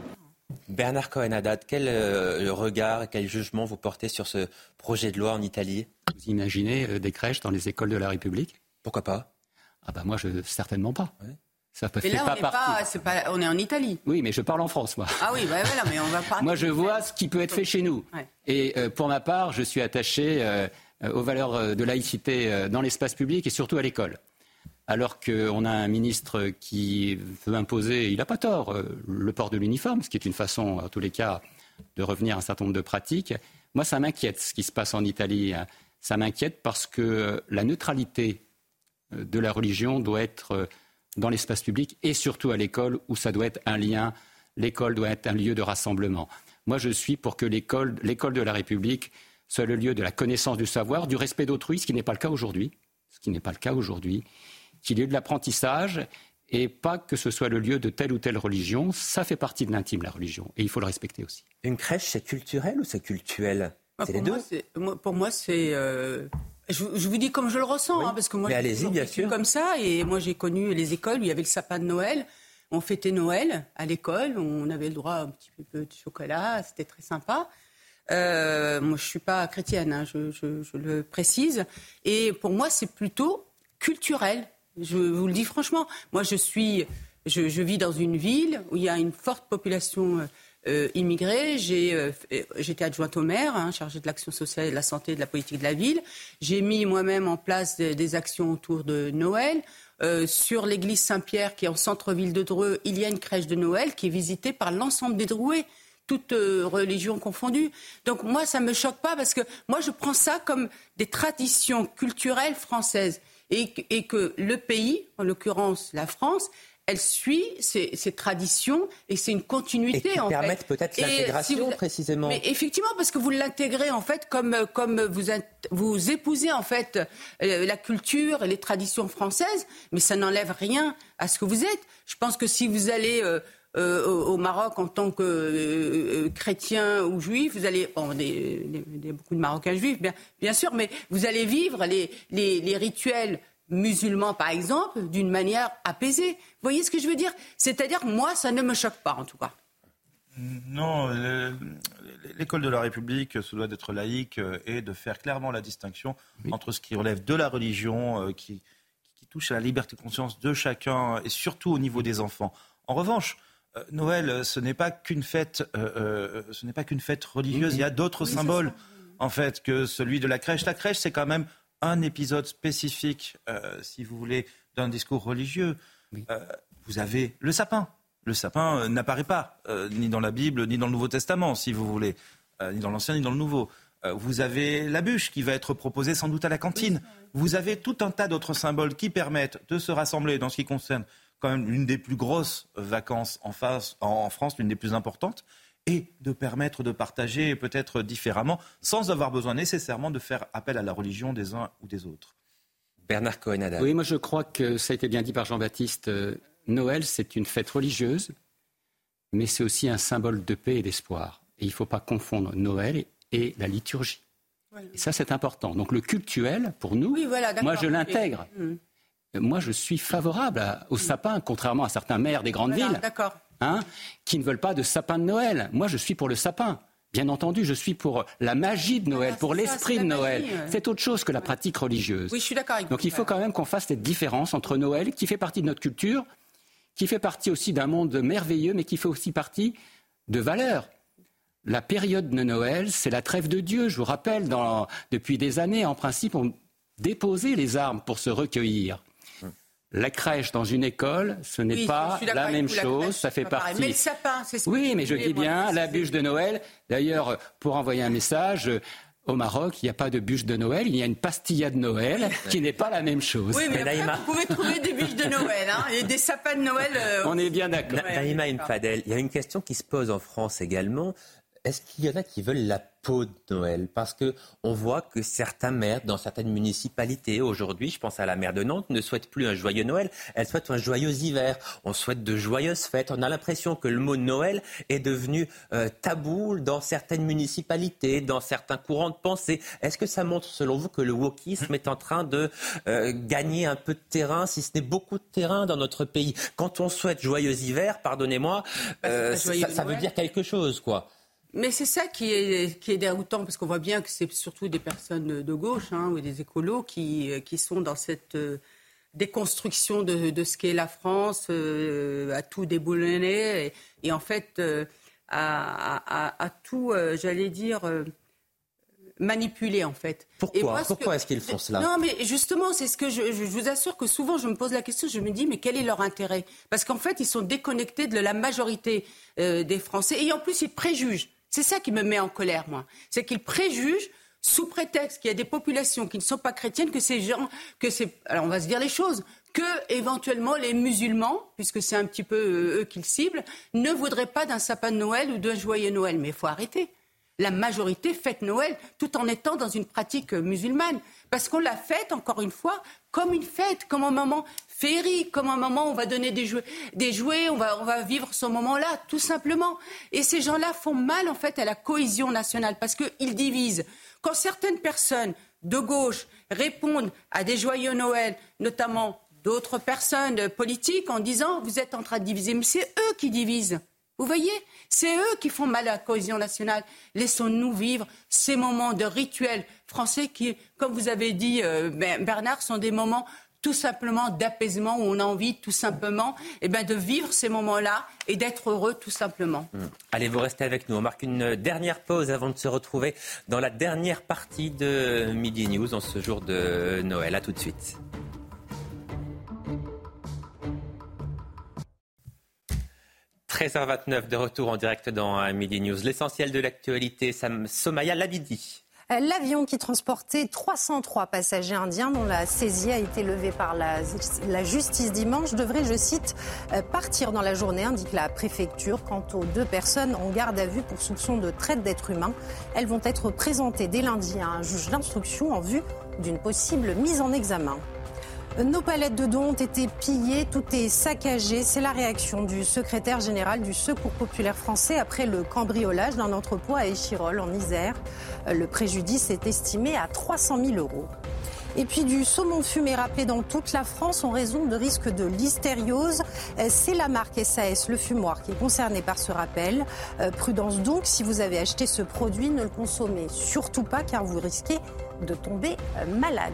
Bernard Cohen-Haddad, quel regard, quel jugement vous portez sur ce projet de loi en Italie ? Vous imaginez des crèches dans les écoles de la République ? Pourquoi pas ? Moi, certainement pas. Ouais. Ça peut faire on est en Italie. Oui, mais je parle en France, moi. Ah oui, voilà, mais on va pas. Moi, je vois ce qui peut être fait chez nous. Ouais. Et pour ma part, je suis attaché aux valeurs de laïcité dans l'espace public et surtout à l'école. Alors qu'on a un ministre qui veut imposer, il n'a pas tort, le port de l'uniforme, ce qui est une façon, en tous les cas, de revenir à un certain nombre de pratiques. Moi, ça m'inquiète ce qui se passe en Italie. Ça m'inquiète parce que la neutralité de la religion doit être dans l'espace public et surtout à l'école où ça doit être un lien. L'école doit être un lieu de rassemblement. Moi, je suis pour que l'école de la République soit le lieu de la connaissance du savoir, du respect d'autrui, ce qui n'est pas le cas aujourd'hui, qu'il y ait de l'apprentissage et pas que ce soit le lieu de telle ou telle religion. Ça fait partie de l'intime, la religion, et il faut le respecter aussi. Une crèche, c'est culturel ou c'est cultuel ? C'est les deux. Pour moi, c'est... Je vous dis comme je le ressens, oui. Parce que moi, j'ai vécu comme ça, et moi j'ai connu les écoles où il y avait le sapin de Noël. On fêtait Noël à l'école, on avait le droit à un petit peu de chocolat, c'était très sympa. Moi, je suis pas chrétienne, je le précise. Et pour moi, c'est plutôt culturel. Je vous le dis franchement. Moi, je vis dans une ville où il y a une forte population immigrée. J'étais adjointe au maire, chargée de l'action sociale et de la santé et de la politique de la ville. J'ai mis moi-même en place des actions autour de Noël. Sur l'église Saint-Pierre, qui est en centre-ville de Dreux, il y a une crèche de Noël qui est visitée par l'ensemble des Drouais, toutes religions confondues. Donc moi, ça ne me choque pas parce que moi, je prends ça comme des traditions culturelles françaises et que le pays, en l'occurrence la France, elle suit ces traditions et c'est une continuité. Et qui permettent peut-être l'intégration, précisément. Mais effectivement, parce que vous l'intégrez en fait comme vous épousez en fait la culture et les traditions françaises, mais ça n'enlève rien à ce que vous êtes. Je pense que si vous allez au Maroc en tant que chrétien ou juif, vous allez... Bon, il y a beaucoup de Marocains juifs, bien sûr, mais vous allez vivre les rituels musulmans, par exemple, d'une manière apaisée. Vous voyez ce que je veux dire ? C'est-à-dire, moi, ça ne me choque pas, en tout cas. Non, l'école de la République se doit d'être laïque et de faire clairement la distinction entre ce qui relève de la religion, qui touche à la liberté de conscience de chacun, et surtout au niveau des enfants. En revanche, Noël, ce n'est pas qu'une fête, religieuse. Il y a d'autres symboles, en fait, que celui de la crèche. La crèche, c'est quand même un épisode spécifique, si vous voulez, d'un discours religieux. Vous avez le sapin. Le sapin n'apparaît pas, ni dans la Bible, ni dans le Nouveau Testament, si vous voulez, ni dans l'Ancien, ni dans le Nouveau. Vous avez la bûche qui va être proposée sans doute à la cantine. Vous avez tout un tas d'autres symboles qui permettent de se rassembler dans ce qui concerne quand même l'une des plus grosses vacances en France, l'une des plus importantes, et de permettre de partager peut-être différemment, sans avoir besoin nécessairement de faire appel à la religion des uns ou des autres. Bernard Cohen-Adam. Oui, moi je crois que ça a été bien dit par Jean-Baptiste. Noël, c'est une fête religieuse, mais c'est aussi un symbole de paix et d'espoir. Et il ne faut pas confondre Noël et la liturgie. Et ça, c'est important. Donc le cultuel, pour nous, moi je l'intègre. Moi, je suis favorable au sapin, contrairement à certains maires des grandes villes qui ne veulent pas de sapin de Noël. Moi, je suis pour le sapin. Bien entendu, je suis pour la magie de Noël, pour l'esprit de Noël. C'est autre chose que la pratique religieuse. Oui, je suis d'accord avec vous. Donc il faut quand même qu'on fasse cette différence entre Noël, qui fait partie de notre culture, qui fait partie aussi d'un monde merveilleux, mais qui fait aussi partie de valeurs. La période de Noël, c'est la trêve de Dieu. Je vous rappelle, depuis des années, en principe, on déposait les armes pour se recueillir. La crèche dans une école, ce n'est pas la même chose, ça fait partie. Mais le sapin, c'est ce que mais je dis bien, la bûche de Noël. D'ailleurs, pour envoyer un message, au Maroc, il n'y a pas de bûche de Noël, il y a une pastilla de Noël qui n'est pas la même chose. Oui, mais après, vous pouvez trouver des bûches de Noël et des sapins de Noël. On est bien d'accord. Naïma M. Fadel, il y a une question qui se pose en France également. Est-ce qu'il y en a qui veulent la peau de Noël ? Parce qu'on voit que certains maires, dans certaines municipalités, aujourd'hui, je pense à la maire de Nantes, ne souhaitent plus un joyeux Noël, elle souhaite un joyeux hiver. On souhaite de joyeuses fêtes. On a l'impression que le mot Noël est devenu tabou dans certaines municipalités, dans certains courants de pensée. Est-ce que ça montre, selon vous, que le wokisme est en train de gagner un peu de terrain, si ce n'est beaucoup de terrain dans notre pays ? Quand on souhaite joyeux hiver, pardonnez-moi, ça veut dire quelque chose, quoi. Mais c'est ça qui est déroutant, parce qu'on voit bien que c'est surtout des personnes de gauche ou des écolos qui sont dans cette déconstruction de ce qu'est la France, à tout déboulonner et en fait à tout, j'allais dire, manipuler en fait. Pourquoi est-ce qu'ils font cela ? Non, mais justement, c'est ce que je vous assure que souvent je me pose la question, je me dis mais quel est leur intérêt ? Parce qu'en fait, ils sont déconnectés de la majorité des Français et en plus ils préjugent. C'est ça qui me met en colère, moi. C'est qu'ils préjugent, sous prétexte qu'il y a des populations qui ne sont pas chrétiennes, alors on va se dire les choses, que éventuellement les musulmans, puisque c'est un petit peu eux qu'ils ciblent, ne voudraient pas d'un sapin de Noël ou d'un joyeux Noël. Mais il faut arrêter. La majorité fête Noël tout en étant dans une pratique musulmane. Parce qu'on la fête, encore une fois, comme une fête, comme un moment féerique, comme un moment où on va donner des jouets, on va vivre ce moment-là, tout simplement. Et ces gens-là font mal, en fait, à la cohésion nationale, parce qu'ils divisent. Quand certaines personnes de gauche répondent à des joyeux Noël, notamment d'autres personnes politiques, en disant « vous êtes en train de diviser », mais c'est eux qui divisent. Vous voyez, c'est eux qui font mal à la cohésion nationale. Laissons-nous vivre ces moments de rituels français qui, comme vous avez dit, Bernard, sont des moments tout simplement d'apaisement, où on a envie tout simplement de vivre ces moments-là et d'être heureux tout simplement. Allez, vous restez avec nous. On marque une dernière pause avant de se retrouver dans la dernière partie de Midi News en ce jour de Noël. À tout de suite. « 13h29 de retour en direct dans Midi News. L'essentiel de l'actualité, Somaya Labidi. L'avion qui transportait 303 passagers indiens dont la saisie a été levée par la justice dimanche devrait, je cite, partir dans la journée, indique la préfecture. Quant aux 2 personnes en garde à vue pour soupçon de traite d'êtres humains, elles vont être présentées dès lundi à un juge d'instruction en vue d'une possible mise en examen. Nos palettes de dons ont été pillées, tout est saccagé. C'est la réaction du secrétaire général du Secours populaire français après le cambriolage d'un entrepôt à Échirolles, en Isère. Le préjudice est estimé à 300 000 €. Et puis du saumon fumé rappelé dans toute la France en raison de risques de listériose. C'est la marque SAS, le fumoir, qui est concernée par ce rappel. Prudence donc, si vous avez acheté ce produit, ne le consommez surtout pas car vous risquez de tomber malade.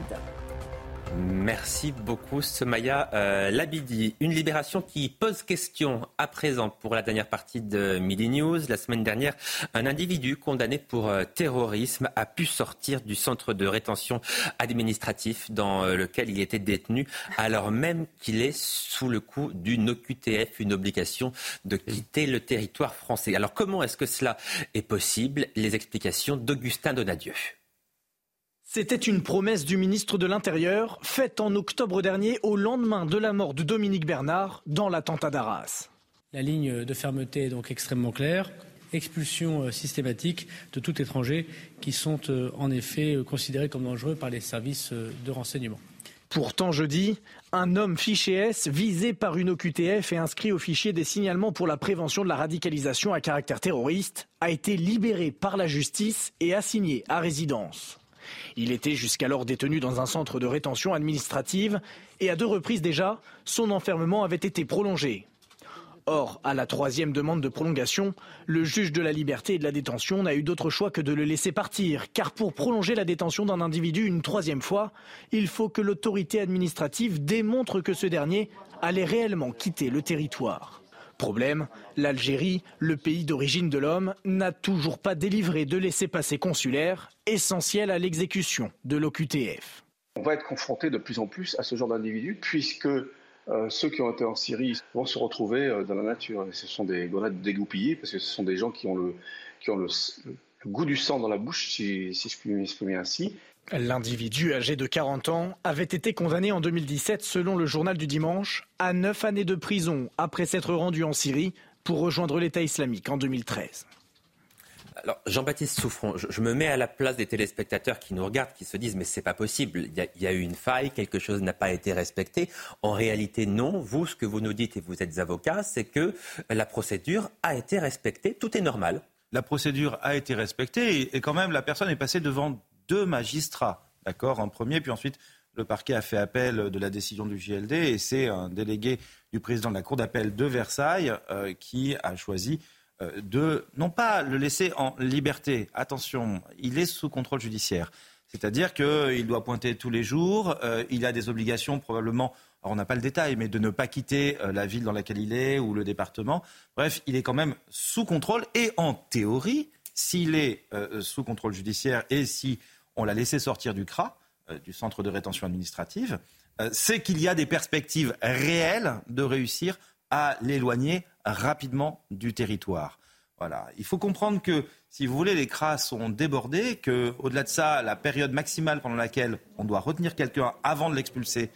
Merci beaucoup, Somaya Labidi. Une libération qui pose question à présent pour la dernière partie de Midi News. La semaine dernière, un individu condamné pour terrorisme a pu sortir du centre de rétention administratif dans lequel il était détenu, alors même qu'il est sous le coup d'une OQTF, une obligation de quitter le territoire français. Alors comment est-ce que cela est possible ? Les explications d'Augustin Donadieu. C'était une promesse du ministre de l'Intérieur, faite en octobre dernier au lendemain de la mort de Dominique Bernard dans l'attentat d'Arras. La ligne de fermeté est donc extrêmement claire. Expulsion systématique de tout étranger qui sont en effet considérés comme dangereux par les services de renseignement. Pourtant, jeudi, un homme fiché S, visé par une OQTF et inscrit au fichier des signalements pour la prévention de la radicalisation à caractère terroriste, a été libéré par la justice et assigné à résidence. Il était jusqu'alors détenu dans un centre de rétention administrative et à 2 reprises déjà, son enfermement avait été prolongé. Or, à la 3e demande de prolongation, le juge de la liberté et de la détention n'a eu d'autre choix que de le laisser partir, car pour prolonger la détention d'un individu une 3e fois, il faut que l'autorité administrative démontre que ce dernier allait réellement quitter le territoire. Problème, l'Algérie, le pays d'origine de l'homme, n'a toujours pas délivré de laissez-passer consulaire, essentiel à l'exécution de l'OQTF. On va être confronté de plus en plus à ce genre d'individus, puisque ceux qui ont été en Syrie vont se retrouver dans la nature. Et ce sont des grenades dégoupillées, parce que ce sont des gens qui ont le goût du sang dans la bouche, si je puis m'exprimer ainsi. L'individu âgé de 40 ans avait été condamné en 2017, selon le journal du dimanche, à 9 années de prison après s'être rendu en Syrie pour rejoindre l'État islamique en 2013. Alors, Jean-Baptiste Souffron, je me mets à la place des téléspectateurs qui nous regardent, qui se disent mais c'est pas possible, il y a eu une faille, quelque chose n'a pas été respecté. En réalité, non. Vous, ce que vous nous dites, et vous êtes avocat, c'est que la procédure a été respectée, tout est normal. La procédure a été respectée et quand même la personne est passée devant 2 magistrats, d'accord, un premier, puis ensuite le parquet a fait appel de la décision du JLD et c'est un délégué du président de la Cour d'appel de Versailles qui a choisi de, non pas le laisser en liberté, attention, il est sous contrôle judiciaire, c'est-à-dire qu'il doit pointer tous les jours, il a des obligations probablement, alors on n'a pas le détail, mais de ne pas quitter la ville dans laquelle il est ou le département, bref, il est quand même sous contrôle et en théorie, s'il est sous contrôle judiciaire et si on l'a laissé sortir du CRA, du centre de rétention administrative, c'est qu'il y a des perspectives réelles de réussir à l'éloigner rapidement du territoire. Voilà. Il faut comprendre que, si vous voulez, les CRA sont débordés, qu'au-delà de ça, la période maximale pendant laquelle on doit retenir quelqu'un avant de l'expulser,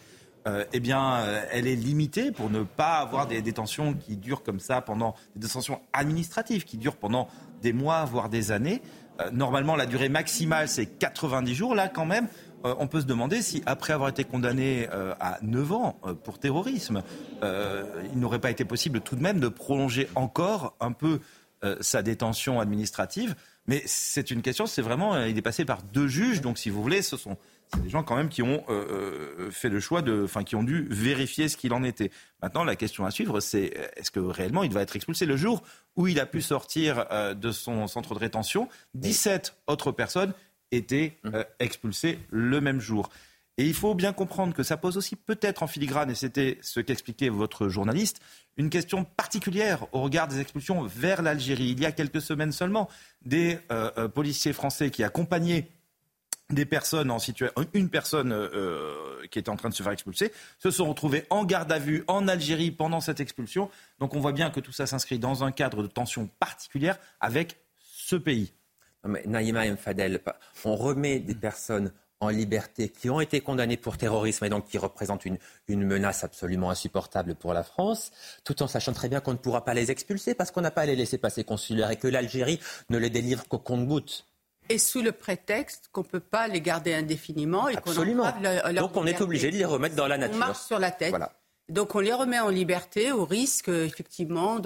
elle est limitée pour ne pas avoir des détentions qui durent comme ça des détentions administratives qui durent pendant des mois, voire des années. Normalement, la durée maximale, c'est 90 jours. Là, quand même, on peut se demander si, après avoir été condamné à 9 ans pour terrorisme, il n'aurait pas été possible tout de même de prolonger encore un peu sa détention administrative. Mais c'est une question, il est passé par 2 juges. Donc, si vous voulez, c'est des gens quand même qui ont fait le choix qui ont dû vérifier ce qu'il en était. Maintenant, la question à suivre, c'est est-ce que réellement il va être expulsé le jour où il a pu sortir de son centre de rétention. 17 autres personnes étaient expulsées le même jour. Et il faut bien comprendre que ça pose aussi peut-être en filigrane, et c'était ce qu'expliquait votre journaliste, une question particulière au regard des expulsions vers l'Algérie. Il y a quelques semaines seulement, des policiers français qui accompagnaient des personnes une personne qui était en train de se faire expulser, se sont retrouvés en garde à vue en Algérie pendant cette expulsion. Donc on voit bien que tout ça s'inscrit dans un cadre de tension particulière avec ce pays. Non mais Naïma M. Fadel, on remet des personnes en liberté qui ont été condamnées pour terrorisme et donc qui représentent une menace absolument insupportable pour la France, tout en sachant très bien qu'on ne pourra pas les expulser parce qu'on n'a pas les laissez-passer consulaires et que l'Algérie ne les délivre qu'au compte-gouttes. Et sous le prétexte qu'on ne peut pas les garder indéfiniment et Absolument. qu'on entrave leur donc on est obligé de les remettre dans la nature. On marche sur la tête. Voilà. Donc on les remet en liberté au risque effectivement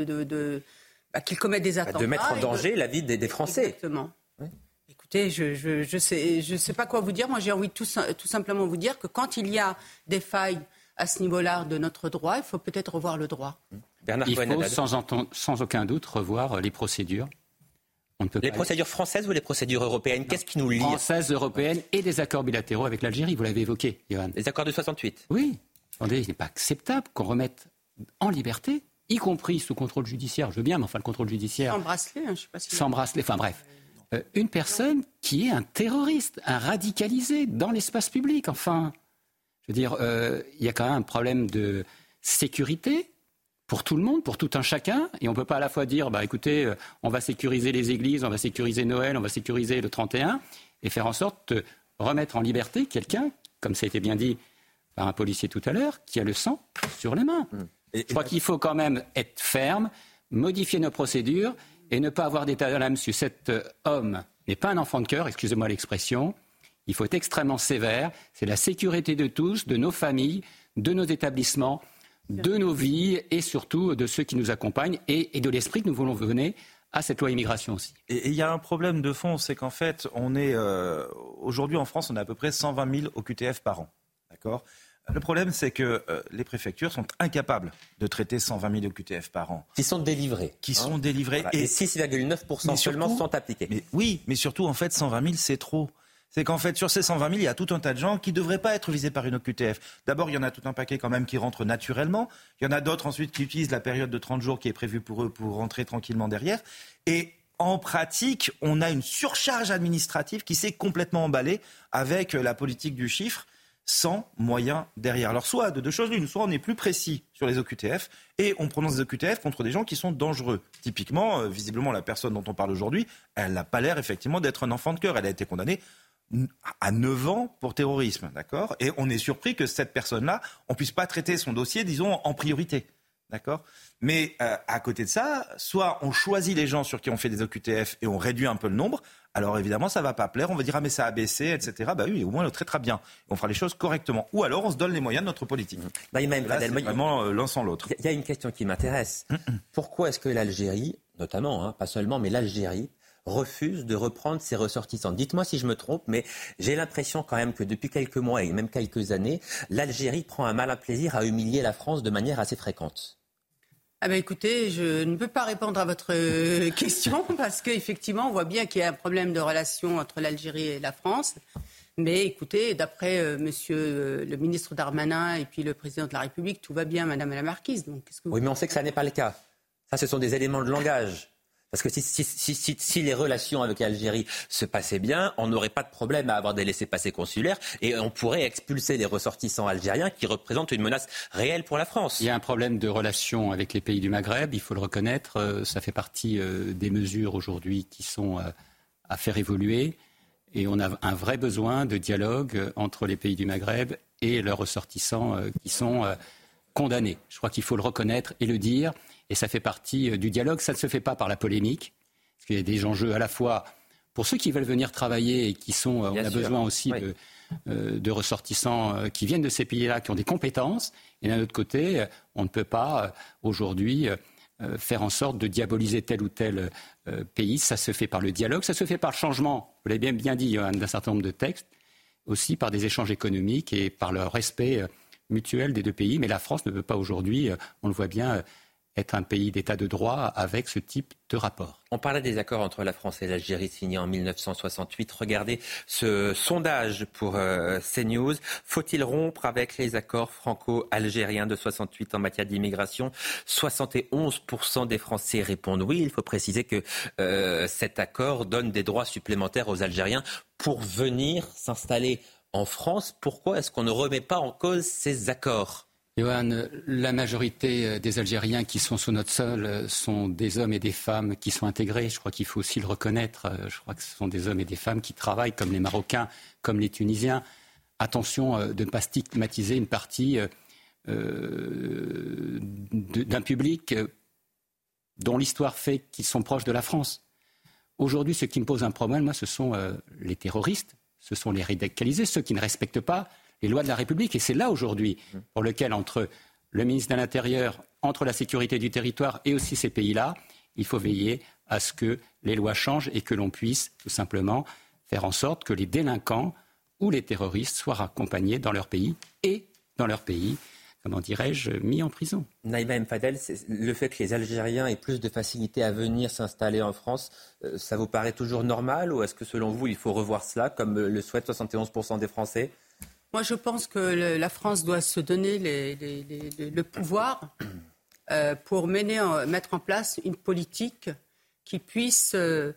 qu'ils commettent des attentats. De mettre en danger la vie des Français. Exactement. Oui. Écoutez, je sais pas quoi vous dire. Moi j'ai envie de tout simplement vous dire que quand il y a des failles à ce niveau-là de notre droit, il faut peut-être revoir le droit. Il faut sans aucun doute revoir les procédures. Les procédures françaises ou les procédures européennes ? Qu'est-ce qui nous lie ? Françaises, européennes et des accords bilatéraux avec l'Algérie, vous l'avez évoqué, Johan. Les accords de 68 ? Oui. Attendez, il n'est pas acceptable qu'on remette en liberté, y compris sous contrôle judiciaire, je veux bien, mais enfin le contrôle judiciaire... Sans bracelet, je ne sais pas si... Sans bracelet, enfin bref. Une personne qui est un terroriste, un radicalisé dans l'espace public, enfin... Je veux dire, il y a quand même un problème de sécurité pour tout le monde, pour tout un chacun, et on ne peut pas à la fois dire, écoutez, on va sécuriser les églises, on va sécuriser Noël, on va sécuriser le 31, et faire en sorte de remettre en liberté quelqu'un, comme ça a été bien dit par un policier tout à l'heure, qui a le sang sur les mains. Je crois qu'il faut quand même être ferme, modifier nos procédures, et ne pas avoir d'état d'âme sur cet homme n'est pas un enfant de cœur, excusez-moi l'expression. Il faut être extrêmement sévère. C'est la sécurité de tous, de nos familles, de nos établissements, de nos vies et surtout de ceux qui nous accompagnent et de l'esprit que nous voulons mener à cette loi immigration aussi. Et il y a un problème de fond, c'est qu'en fait, on est aujourd'hui en France, on a à peu près 120 000 OQTF par an. D'accord ? Le problème, c'est que les préfectures sont incapables de traiter 120 000 OQTF par an. Qui sont délivrés. Voilà. Et 6,9% seulement sont appliqués. Mais surtout, en fait, 120 000, c'est trop. C'est qu'en fait, sur ces 120 000, il y a tout un tas de gens qui ne devraient pas être visés par une OQTF. D'abord, il y en a tout un paquet quand même qui rentrent naturellement. Il y en a d'autres ensuite qui utilisent la période de 30 jours qui est prévue pour eux pour rentrer tranquillement derrière. Et en pratique, on a une surcharge administrative qui s'est complètement emballée avec la politique du chiffre sans moyens derrière. Alors soit de deux choses l'une, soit on est plus précis sur les OQTF et on prononce des OQTF contre des gens qui sont dangereux. Typiquement, visiblement, la personne dont on parle aujourd'hui, elle n'a pas l'air effectivement d'être un enfant de cœur. Elle a été condamnée à 9 ans pour terrorisme, d'accord ? Et on est surpris que cette personne-là, on ne puisse pas traiter son dossier, disons, en priorité, d'accord ? Mais à côté de ça, soit on choisit les gens sur qui on fait des OQTF et on réduit un peu le nombre, alors évidemment ça ne va pas plaire, on va dire « ah mais ça a baissé », etc. Bah oui, au moins on le traitera bien, on fera les choses correctement. Ou alors on se donne les moyens de notre politique. Là, c'est vraiment l'un sans l'autre. Il y a une question qui m'intéresse. Pourquoi est-ce que l'Algérie, notamment, pas seulement, mais l'Algérie, refuse de reprendre ses ressortissants. Dites-moi si je me trompe, mais j'ai l'impression quand même que depuis quelques mois et même quelques années, l'Algérie prend un malin plaisir à humilier la France de manière assez fréquente. Écoutez, je ne peux pas répondre à votre question parce qu'effectivement, on voit bien qu'il y a un problème de relation entre l'Algérie et la France. Mais écoutez, d'après monsieur le ministre Darmanin et puis le président de la République, tout va bien, madame la marquise. Donc, oui, mais on sait que ça n'est pas le cas. Ça, ce sont des éléments de langage. Parce que si les relations avec l'Algérie se passaient bien, on n'aurait pas de problème à avoir des laissez-passer consulaires et on pourrait expulser les ressortissants algériens qui représentent une menace réelle pour la France. Il y a un problème de relations avec les pays du Maghreb, il faut le reconnaître. Ça fait partie des mesures aujourd'hui qui sont à faire évoluer. Et on a un vrai besoin de dialogue entre les pays du Maghreb et leurs ressortissants qui sont condamnés. Je crois qu'il faut le reconnaître et le dire. Et ça fait partie du dialogue. Ça ne se fait pas par la polémique. Parce qu'il y a des enjeux à la fois pour ceux qui veulent venir travailler et qui sont... on a besoin aussi de ressortissants qui viennent de ces pays-là, qui ont des compétences. Et d'un autre côté, on ne peut pas aujourd'hui faire en sorte de diaboliser tel ou tel pays. Ça se fait par le dialogue. Ça se fait par le changement, vous l'avez bien dit, Johan, d'un certain nombre de textes. Aussi par des échanges économiques et par le respect mutuel des deux pays. Mais la France ne peut pas aujourd'hui, on le voit bien... être un pays d'état de droit avec ce type de rapport. On parlait des accords entre la France et l'Algérie signés en 1968. Regardez ce sondage pour CNews. Faut-il rompre avec les accords franco-algériens de 68 en matière d'immigration ? 71% des Français répondent oui. Il faut préciser que cet accord donne des droits supplémentaires aux Algériens pour venir s'installer en France. Pourquoi est-ce qu'on ne remet pas en cause ces accords ? Johan, la majorité des Algériens qui sont sur notre sol sont des hommes et des femmes qui sont intégrés. Je crois qu'il faut aussi le reconnaître. Je crois que ce sont des hommes et des femmes qui travaillent comme les Marocains, comme les Tunisiens. Attention de ne pas stigmatiser une partie d'un public dont l'histoire fait qu'ils sont proches de la France. Aujourd'hui, ce qui me pose un problème, moi, ce sont les terroristes, ce sont les radicalisés, ceux qui ne respectent pas les lois de la République. Et c'est là aujourd'hui pour lequel, entre le ministre de l'Intérieur, entre la sécurité du territoire et aussi ces pays-là, il faut veiller à ce que les lois changent et que l'on puisse tout simplement faire en sorte que les délinquants ou les terroristes soient accompagnés dans leur pays et dans leur pays, comment dirais-je, mis en prison. Naïma M. Fadel, le fait que les Algériens aient plus de facilité à venir s'installer en France, ça vous paraît toujours normal ou est-ce que selon vous il faut revoir cela comme le souhaitent 71% des Français ? Moi, je pense que la France doit se donner le pouvoir pour mettre en place une politique qui puisse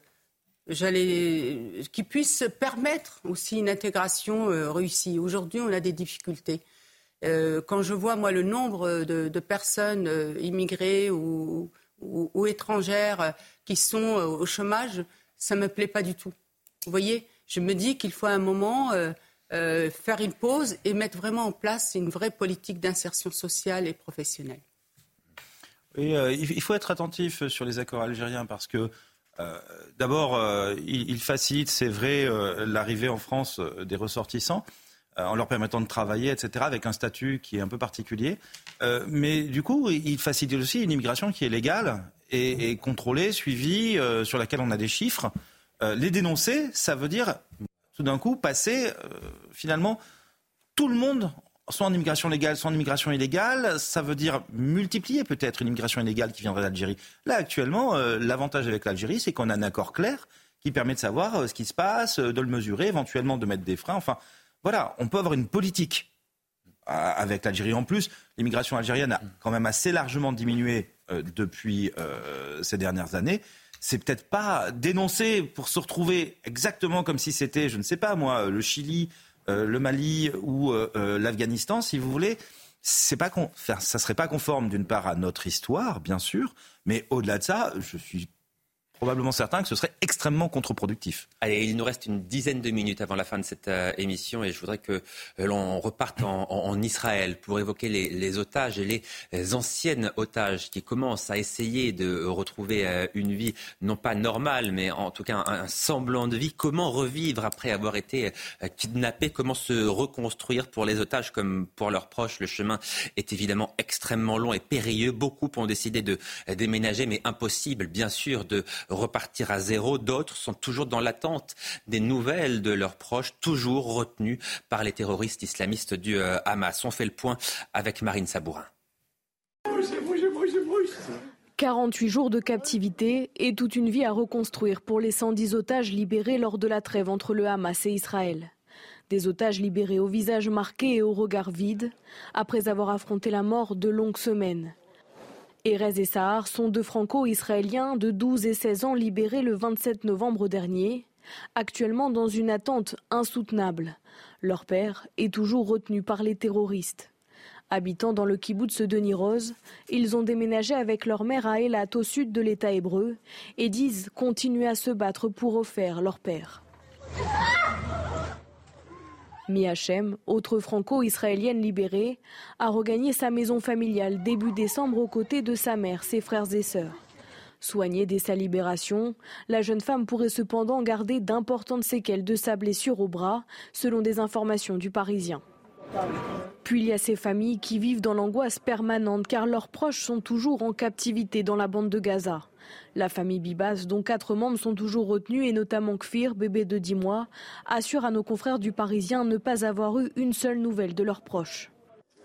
permettre aussi une intégration réussie. Aujourd'hui, on a des difficultés. Quand je vois, moi, le nombre de personnes immigrées ou étrangères qui sont au chômage, ça ne me plaît pas du tout. Vous voyez, je me dis qu'il faut à un moment... faire une pause et mettre vraiment en place une vraie politique d'insertion sociale et professionnelle. Et, il faut être attentif sur les accords algériens parce que d'abord, ils facilitent, c'est vrai, l'arrivée en France des ressortissants en leur permettant de travailler, etc., avec un statut qui est un peu particulier. Mais du coup, ils facilitent aussi une immigration qui est légale et contrôlée, suivie, sur laquelle on a des chiffres. Les dénoncer, ça veut dire... tout d'un coup, passer, finalement, tout le monde, soit en immigration légale, soit en immigration illégale, ça veut dire multiplier peut-être une immigration illégale qui viendrait d'Algérie. Là, actuellement, l'avantage avec l'Algérie, c'est qu'on a un accord clair qui permet de savoir ce qui se passe, de le mesurer, éventuellement de mettre des freins. Enfin, voilà, on peut avoir une politique avec l'Algérie. En plus, l'immigration algérienne a quand même assez largement diminué depuis ces dernières années. C'est peut-être pas dénoncer pour se retrouver exactement comme si c'était, je ne sais pas moi, le Chili, le Mali ou l'Afghanistan, si vous voulez. Ça serait pas conforme d'une part à notre histoire, bien sûr, mais au-delà de ça, je suis probablement certain que ce serait extrêmement contre-productif. Allez, il nous reste une dizaine de minutes avant la fin de cette émission et je voudrais que l'on reparte en Israël pour évoquer les otages et les anciennes otages qui commencent à essayer de retrouver une vie non pas normale mais en tout cas un semblant de vie. Comment revivre après avoir été kidnappés ? Comment se reconstruire pour les otages comme pour leurs proches ? Le chemin est évidemment extrêmement long et périlleux. Beaucoup ont décidé de déménager mais impossible bien sûr de repartir à zéro. D'autres sont toujours dans l'attente des nouvelles de leurs proches, toujours retenus par les terroristes islamistes du Hamas. On fait le point avec Marine Sabourin. 48 jours de captivité et toute une vie à reconstruire pour les 110 otages libérés lors de la trêve entre le Hamas et Israël. Des otages libérés au visage marqué et au regard vide, après avoir affronté la mort de longues semaines. Erez et Sahar sont deux franco-israéliens de 12 et 16 ans libérés le 27 novembre dernier, actuellement dans une attente insoutenable. Leur père est toujours retenu par les terroristes. Habitant dans le kibboutz de Nir-Oz, ils ont déménagé avec leur mère à Eilat au sud de l'État hébreu et disent continuer à se battre pour refaire leur père. Mi-Hachem, autre franco-israélienne libérée, a regagné sa maison familiale début décembre aux côtés de sa mère, ses frères et sœurs. Soignée dès sa libération, la jeune femme pourrait cependant garder d'importantes séquelles de sa blessure au bras, selon des informations du Parisien. Puis il y a ces familles qui vivent dans l'angoisse permanente car leurs proches sont toujours en captivité dans la bande de Gaza. La famille Bibas, dont 4 membres sont toujours retenus, et notamment Kfir, bébé de 10 mois, assure à nos confrères du Parisien ne pas avoir eu une seule nouvelle de leurs proches.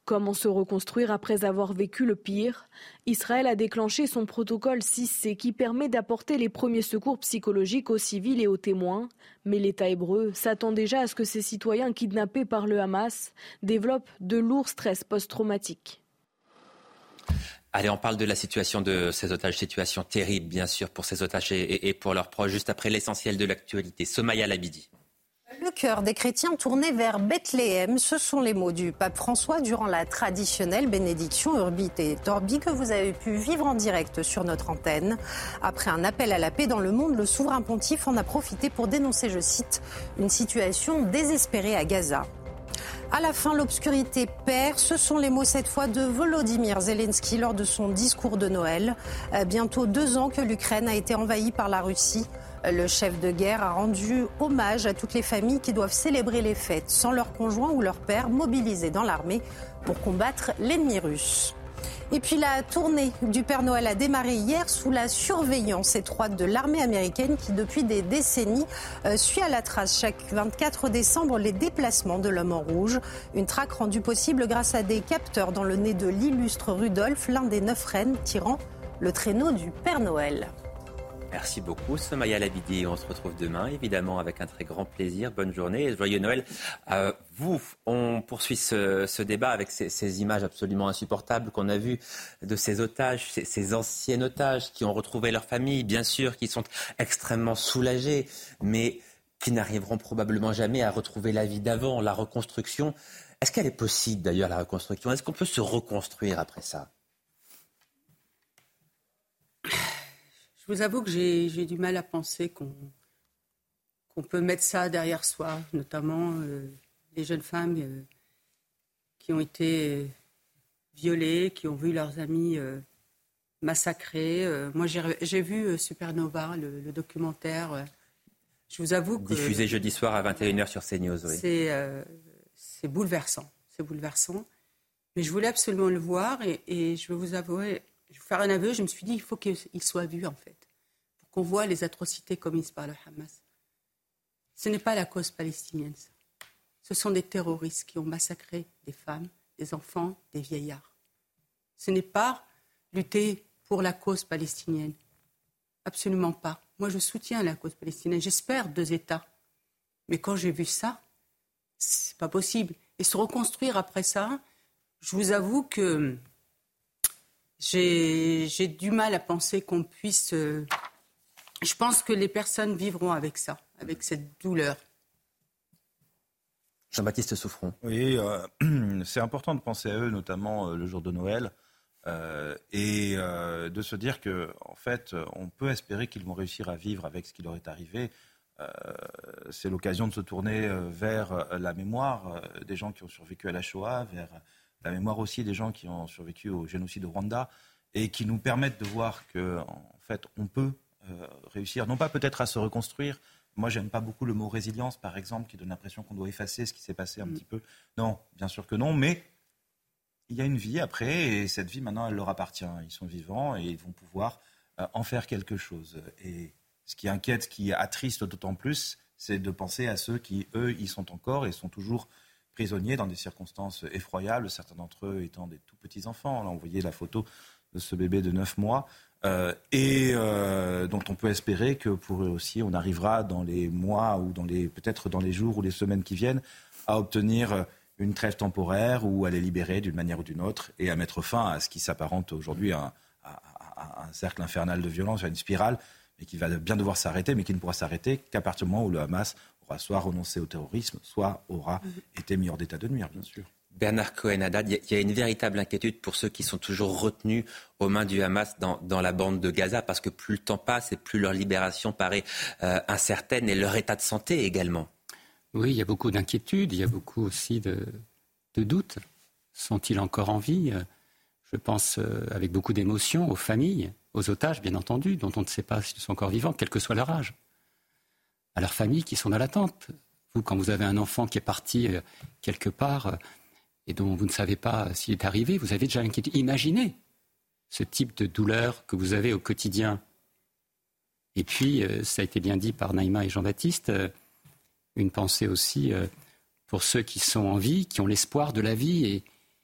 Comment se reconstruire après avoir vécu le pire ? Israël a déclenché son protocole 6C qui permet d'apporter les premiers secours psychologiques aux civils et aux témoins. Mais l'État hébreu s'attend déjà à ce que ses citoyens kidnappés par le Hamas développent de lourds stress post-traumatiques. Allez, on parle de la situation de ces otages, situation terrible bien sûr pour ces otages et pour leurs proches, juste après l'essentiel de l'actualité. Somaya Labidi. Le cœur des chrétiens tourné vers Bethléem, ce sont les mots du pape François durant la traditionnelle bénédiction Urbi et Orbi que vous avez pu vivre en direct sur notre antenne. Après un appel à la paix dans le monde, le souverain pontife en a profité pour dénoncer, je cite, une situation désespérée à Gaza. À la fin, l'obscurité perd. Ce sont les mots cette fois de Volodymyr Zelensky lors de son discours de Noël. Bientôt 2 ans que l'Ukraine a été envahie par la Russie. Le chef de guerre a rendu hommage à toutes les familles qui doivent célébrer les fêtes sans leur conjoint ou leur père mobilisés dans l'armée pour combattre l'ennemi russe. Et puis la tournée du Père Noël a démarré hier sous la surveillance étroite de l'armée américaine qui depuis des décennies suit à la trace chaque 24 décembre les déplacements de l'homme en rouge. Une traque rendue possible grâce à des capteurs dans le nez de l'illustre Rudolph, l'un des 9 reines tirant le traîneau du Père Noël. Merci beaucoup, Somaya Labidi. On se retrouve demain, évidemment, avec un très grand plaisir. Bonne journée et joyeux Noël. On poursuit ce débat avec ces images absolument insupportables qu'on a vues de ces otages, ces anciens otages qui ont retrouvé leur famille, bien sûr, qui sont extrêmement soulagés, mais qui n'arriveront probablement jamais à retrouver la vie d'avant, la reconstruction. Est-ce qu'elle est possible, d'ailleurs, la reconstruction ? Est-ce qu'on peut se reconstruire après ça ? Je vous avoue que j'ai du mal à penser qu'on peut mettre ça derrière soi, notamment les jeunes femmes qui ont été violées, qui ont vu leurs amis massacrés. Moi, j'ai vu Supernova, le documentaire. Je vous avoue que... Diffusé jeudi soir à 21h sur CNews, oui. C'est bouleversant, c'est bouleversant. Mais je voulais absolument le voir et je vais vous avouer... Je vais vous faire un aveu, je me suis dit, il faut qu'il soit vu, en fait, pour qu'on voit les atrocités commises par le Hamas. Ce n'est pas la cause palestinienne, ça. Ce sont des terroristes qui ont massacré des femmes, des enfants, des vieillards. Ce n'est pas lutter pour la cause palestinienne. Absolument pas. Moi, je soutiens la cause palestinienne. J'espère 2 États. Mais quand j'ai vu ça, c'est pas possible. Et se reconstruire après ça, je vous avoue que... J'ai du mal à penser qu'on puisse... Je pense que les personnes vivront avec ça, avec cette douleur. Jean-Baptiste Souffron. Oui, c'est important de penser à eux, notamment le jour de Noël, et de se dire qu'en fait, on peut espérer qu'ils vont réussir à vivre avec ce qui leur est arrivé. C'est l'occasion de se tourner vers la mémoire des gens qui ont survécu à la Shoah, vers... la mémoire aussi des gens qui ont survécu au génocide au Rwanda et qui nous permettent de voir qu'en fait, on peut réussir, non pas peut-être à se reconstruire. Moi, j'aime pas beaucoup le mot résilience, par exemple, qui donne l'impression qu'on doit effacer ce qui s'est passé un petit peu. Non, bien sûr que non, mais il y a une vie après et cette vie, maintenant, elle leur appartient. Ils sont vivants et ils vont pouvoir en faire quelque chose. Et ce qui inquiète, ce qui attriste d'autant plus, c'est de penser à ceux qui, eux, y sont encore et sont toujours prisonniers dans des circonstances effroyables, certains d'entre eux étant des tout petits enfants. Là, on voyait la photo de ce bébé de 9 mois, dont on peut espérer que pour eux aussi, on arrivera dans les mois ou peut-être dans les jours ou les semaines qui viennent à obtenir une trêve temporaire ou à les libérer d'une manière ou d'une autre et à mettre fin à ce qui s'apparente aujourd'hui à un cercle infernal de violence, à une spirale, mais qui va bien devoir s'arrêter, mais qui ne pourra s'arrêter qu'à partir du moment où le Hamas aura soit renoncé au terrorisme, soit aura été mis hors d'état de nuire, bien sûr. Bernard Cohen-Haddad, il y a une véritable inquiétude pour ceux qui sont toujours retenus aux mains du Hamas dans la bande de Gaza, parce que plus le temps passe et plus leur libération paraît incertaine et leur état de santé également. Oui, il y a beaucoup d'inquiétudes, il y a beaucoup aussi de doutes. Sont-ils encore en vie ? Je pense avec beaucoup d'émotion aux familles, aux otages, bien entendu, dont on ne sait pas s'ils sont encore vivants, quel que soit leur âge. À leurs familles qui sont dans l'attente. Vous, quand vous avez un enfant qui est parti quelque part et dont vous ne savez pas s'il est arrivé, vous avez déjà l'inquiétude. Imaginez ce type de douleur que vous avez au quotidien. Et puis, ça a été bien dit par Naïma et Jean-Baptiste, une pensée aussi pour ceux qui sont en vie, qui ont l'espoir de la vie et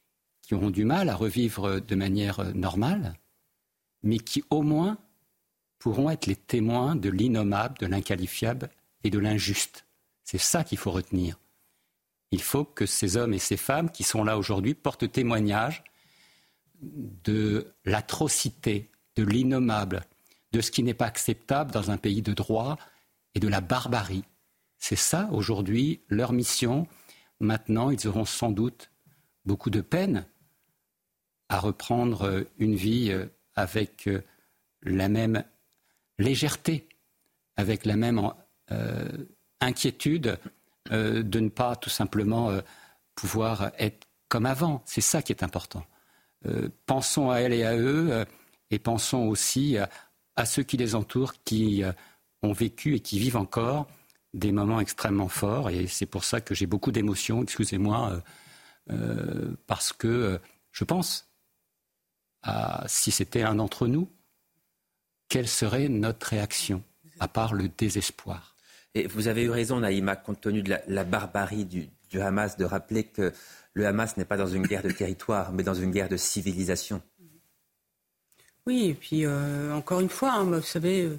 qui auront du mal à revivre de manière normale, mais qui au moins pourront être les témoins de l'innommable, de l'inqualifiable et de l'injuste. C'est ça qu'il faut retenir. Il faut que ces hommes et ces femmes qui sont là aujourd'hui portent témoignage de l'atrocité, de l'innommable, de ce qui n'est pas acceptable dans un pays de droit et de la barbarie. C'est ça aujourd'hui leur mission. Maintenant, ils auront sans doute beaucoup de peine à reprendre une vie avec la même légèreté, avec la même inquiétude de ne pas tout simplement pouvoir être comme avant. C'est ça qui est important. Pensons à elles et à eux et pensons aussi à ceux qui les entourent, qui ont vécu et qui vivent encore des moments extrêmement forts. Et c'est pour ça que j'ai beaucoup d'émotions, excusez-moi, parce que je pense si c'était un d'entre nous, quelle serait notre réaction, à part le désespoir? Et vous avez eu raison, Naïma, compte tenu de la barbarie du Hamas, de rappeler que le Hamas n'est pas dans une guerre de territoire, mais dans une guerre de civilisation. Oui, et puis encore une fois, vous savez,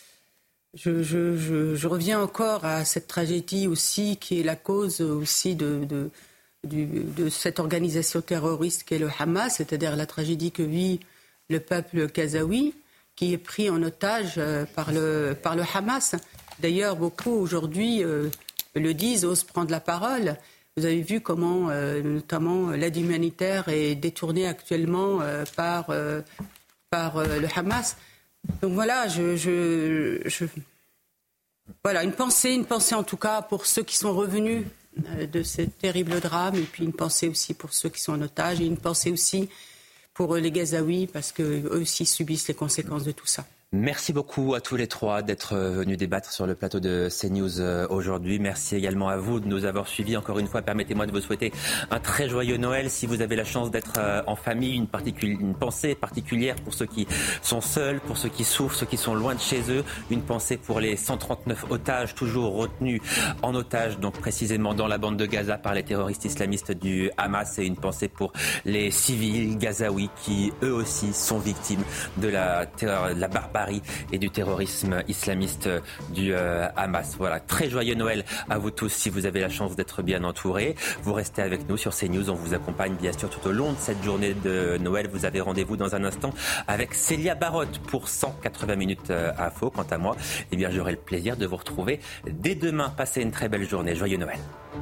je reviens encore à cette tragédie aussi qui est la cause aussi de cette organisation terroriste qu'est le Hamas, c'est-à-dire la tragédie que vit le peuple gazaoui, qui est pris en otage par le Hamas. D'ailleurs, beaucoup aujourd'hui le disent, osent prendre la parole. Vous avez vu comment, notamment, l'aide humanitaire est détournée actuellement par le Hamas. Donc voilà, voilà, une pensée en tout cas pour ceux qui sont revenus de ce terrible drame, et puis une pensée aussi pour ceux qui sont en otage, et une pensée aussi pour les Gazaouis, parce qu'eux aussi subissent les conséquences de tout ça. Merci beaucoup à tous les trois d'être venus débattre sur le plateau de CNews aujourd'hui. Merci également à vous de nous avoir suivis. Encore une fois, permettez-moi de vous souhaiter un très joyeux Noël. Si vous avez la chance d'être en famille, une pensée particulière pour ceux qui sont seuls, pour ceux qui souffrent, ceux qui sont loin de chez eux. Une pensée pour les 139 otages toujours retenus en otage, donc précisément dans la bande de Gaza par les terroristes islamistes du Hamas. Et une pensée pour les civils gazaouis qui, eux aussi, sont victimes de la barbarie et du terrorisme islamiste du Hamas. Voilà, très joyeux Noël à vous tous si vous avez la chance d'être bien entourés. Vous restez avec nous sur CNews, on vous accompagne bien sûr tout au long de cette journée de Noël. Vous avez rendez-vous dans un instant avec Célia Barotte pour 180 minutes info. Quant à moi, eh bien j'aurai le plaisir de vous retrouver dès demain. Passez une très belle journée. Joyeux Noël.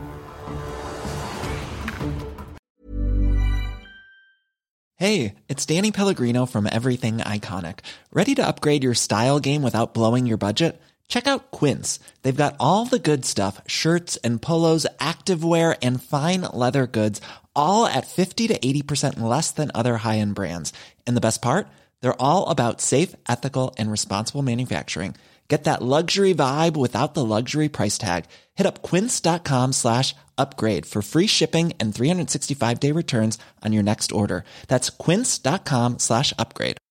Hey, it's Danny Pellegrino from Everything Iconic. Ready to upgrade your style game without blowing your budget? Check out Quince. They've got all the good stuff, shirts and polos, activewear, and fine leather goods, all at 50 to 80% less than other high-end brands. And the best part? They're all about safe, ethical, and responsible manufacturing. Get that luxury vibe without the luxury price tag. Hit up quince.com/upgrade for free shipping and 365-day returns on your next order. That's quince.com/upgrade.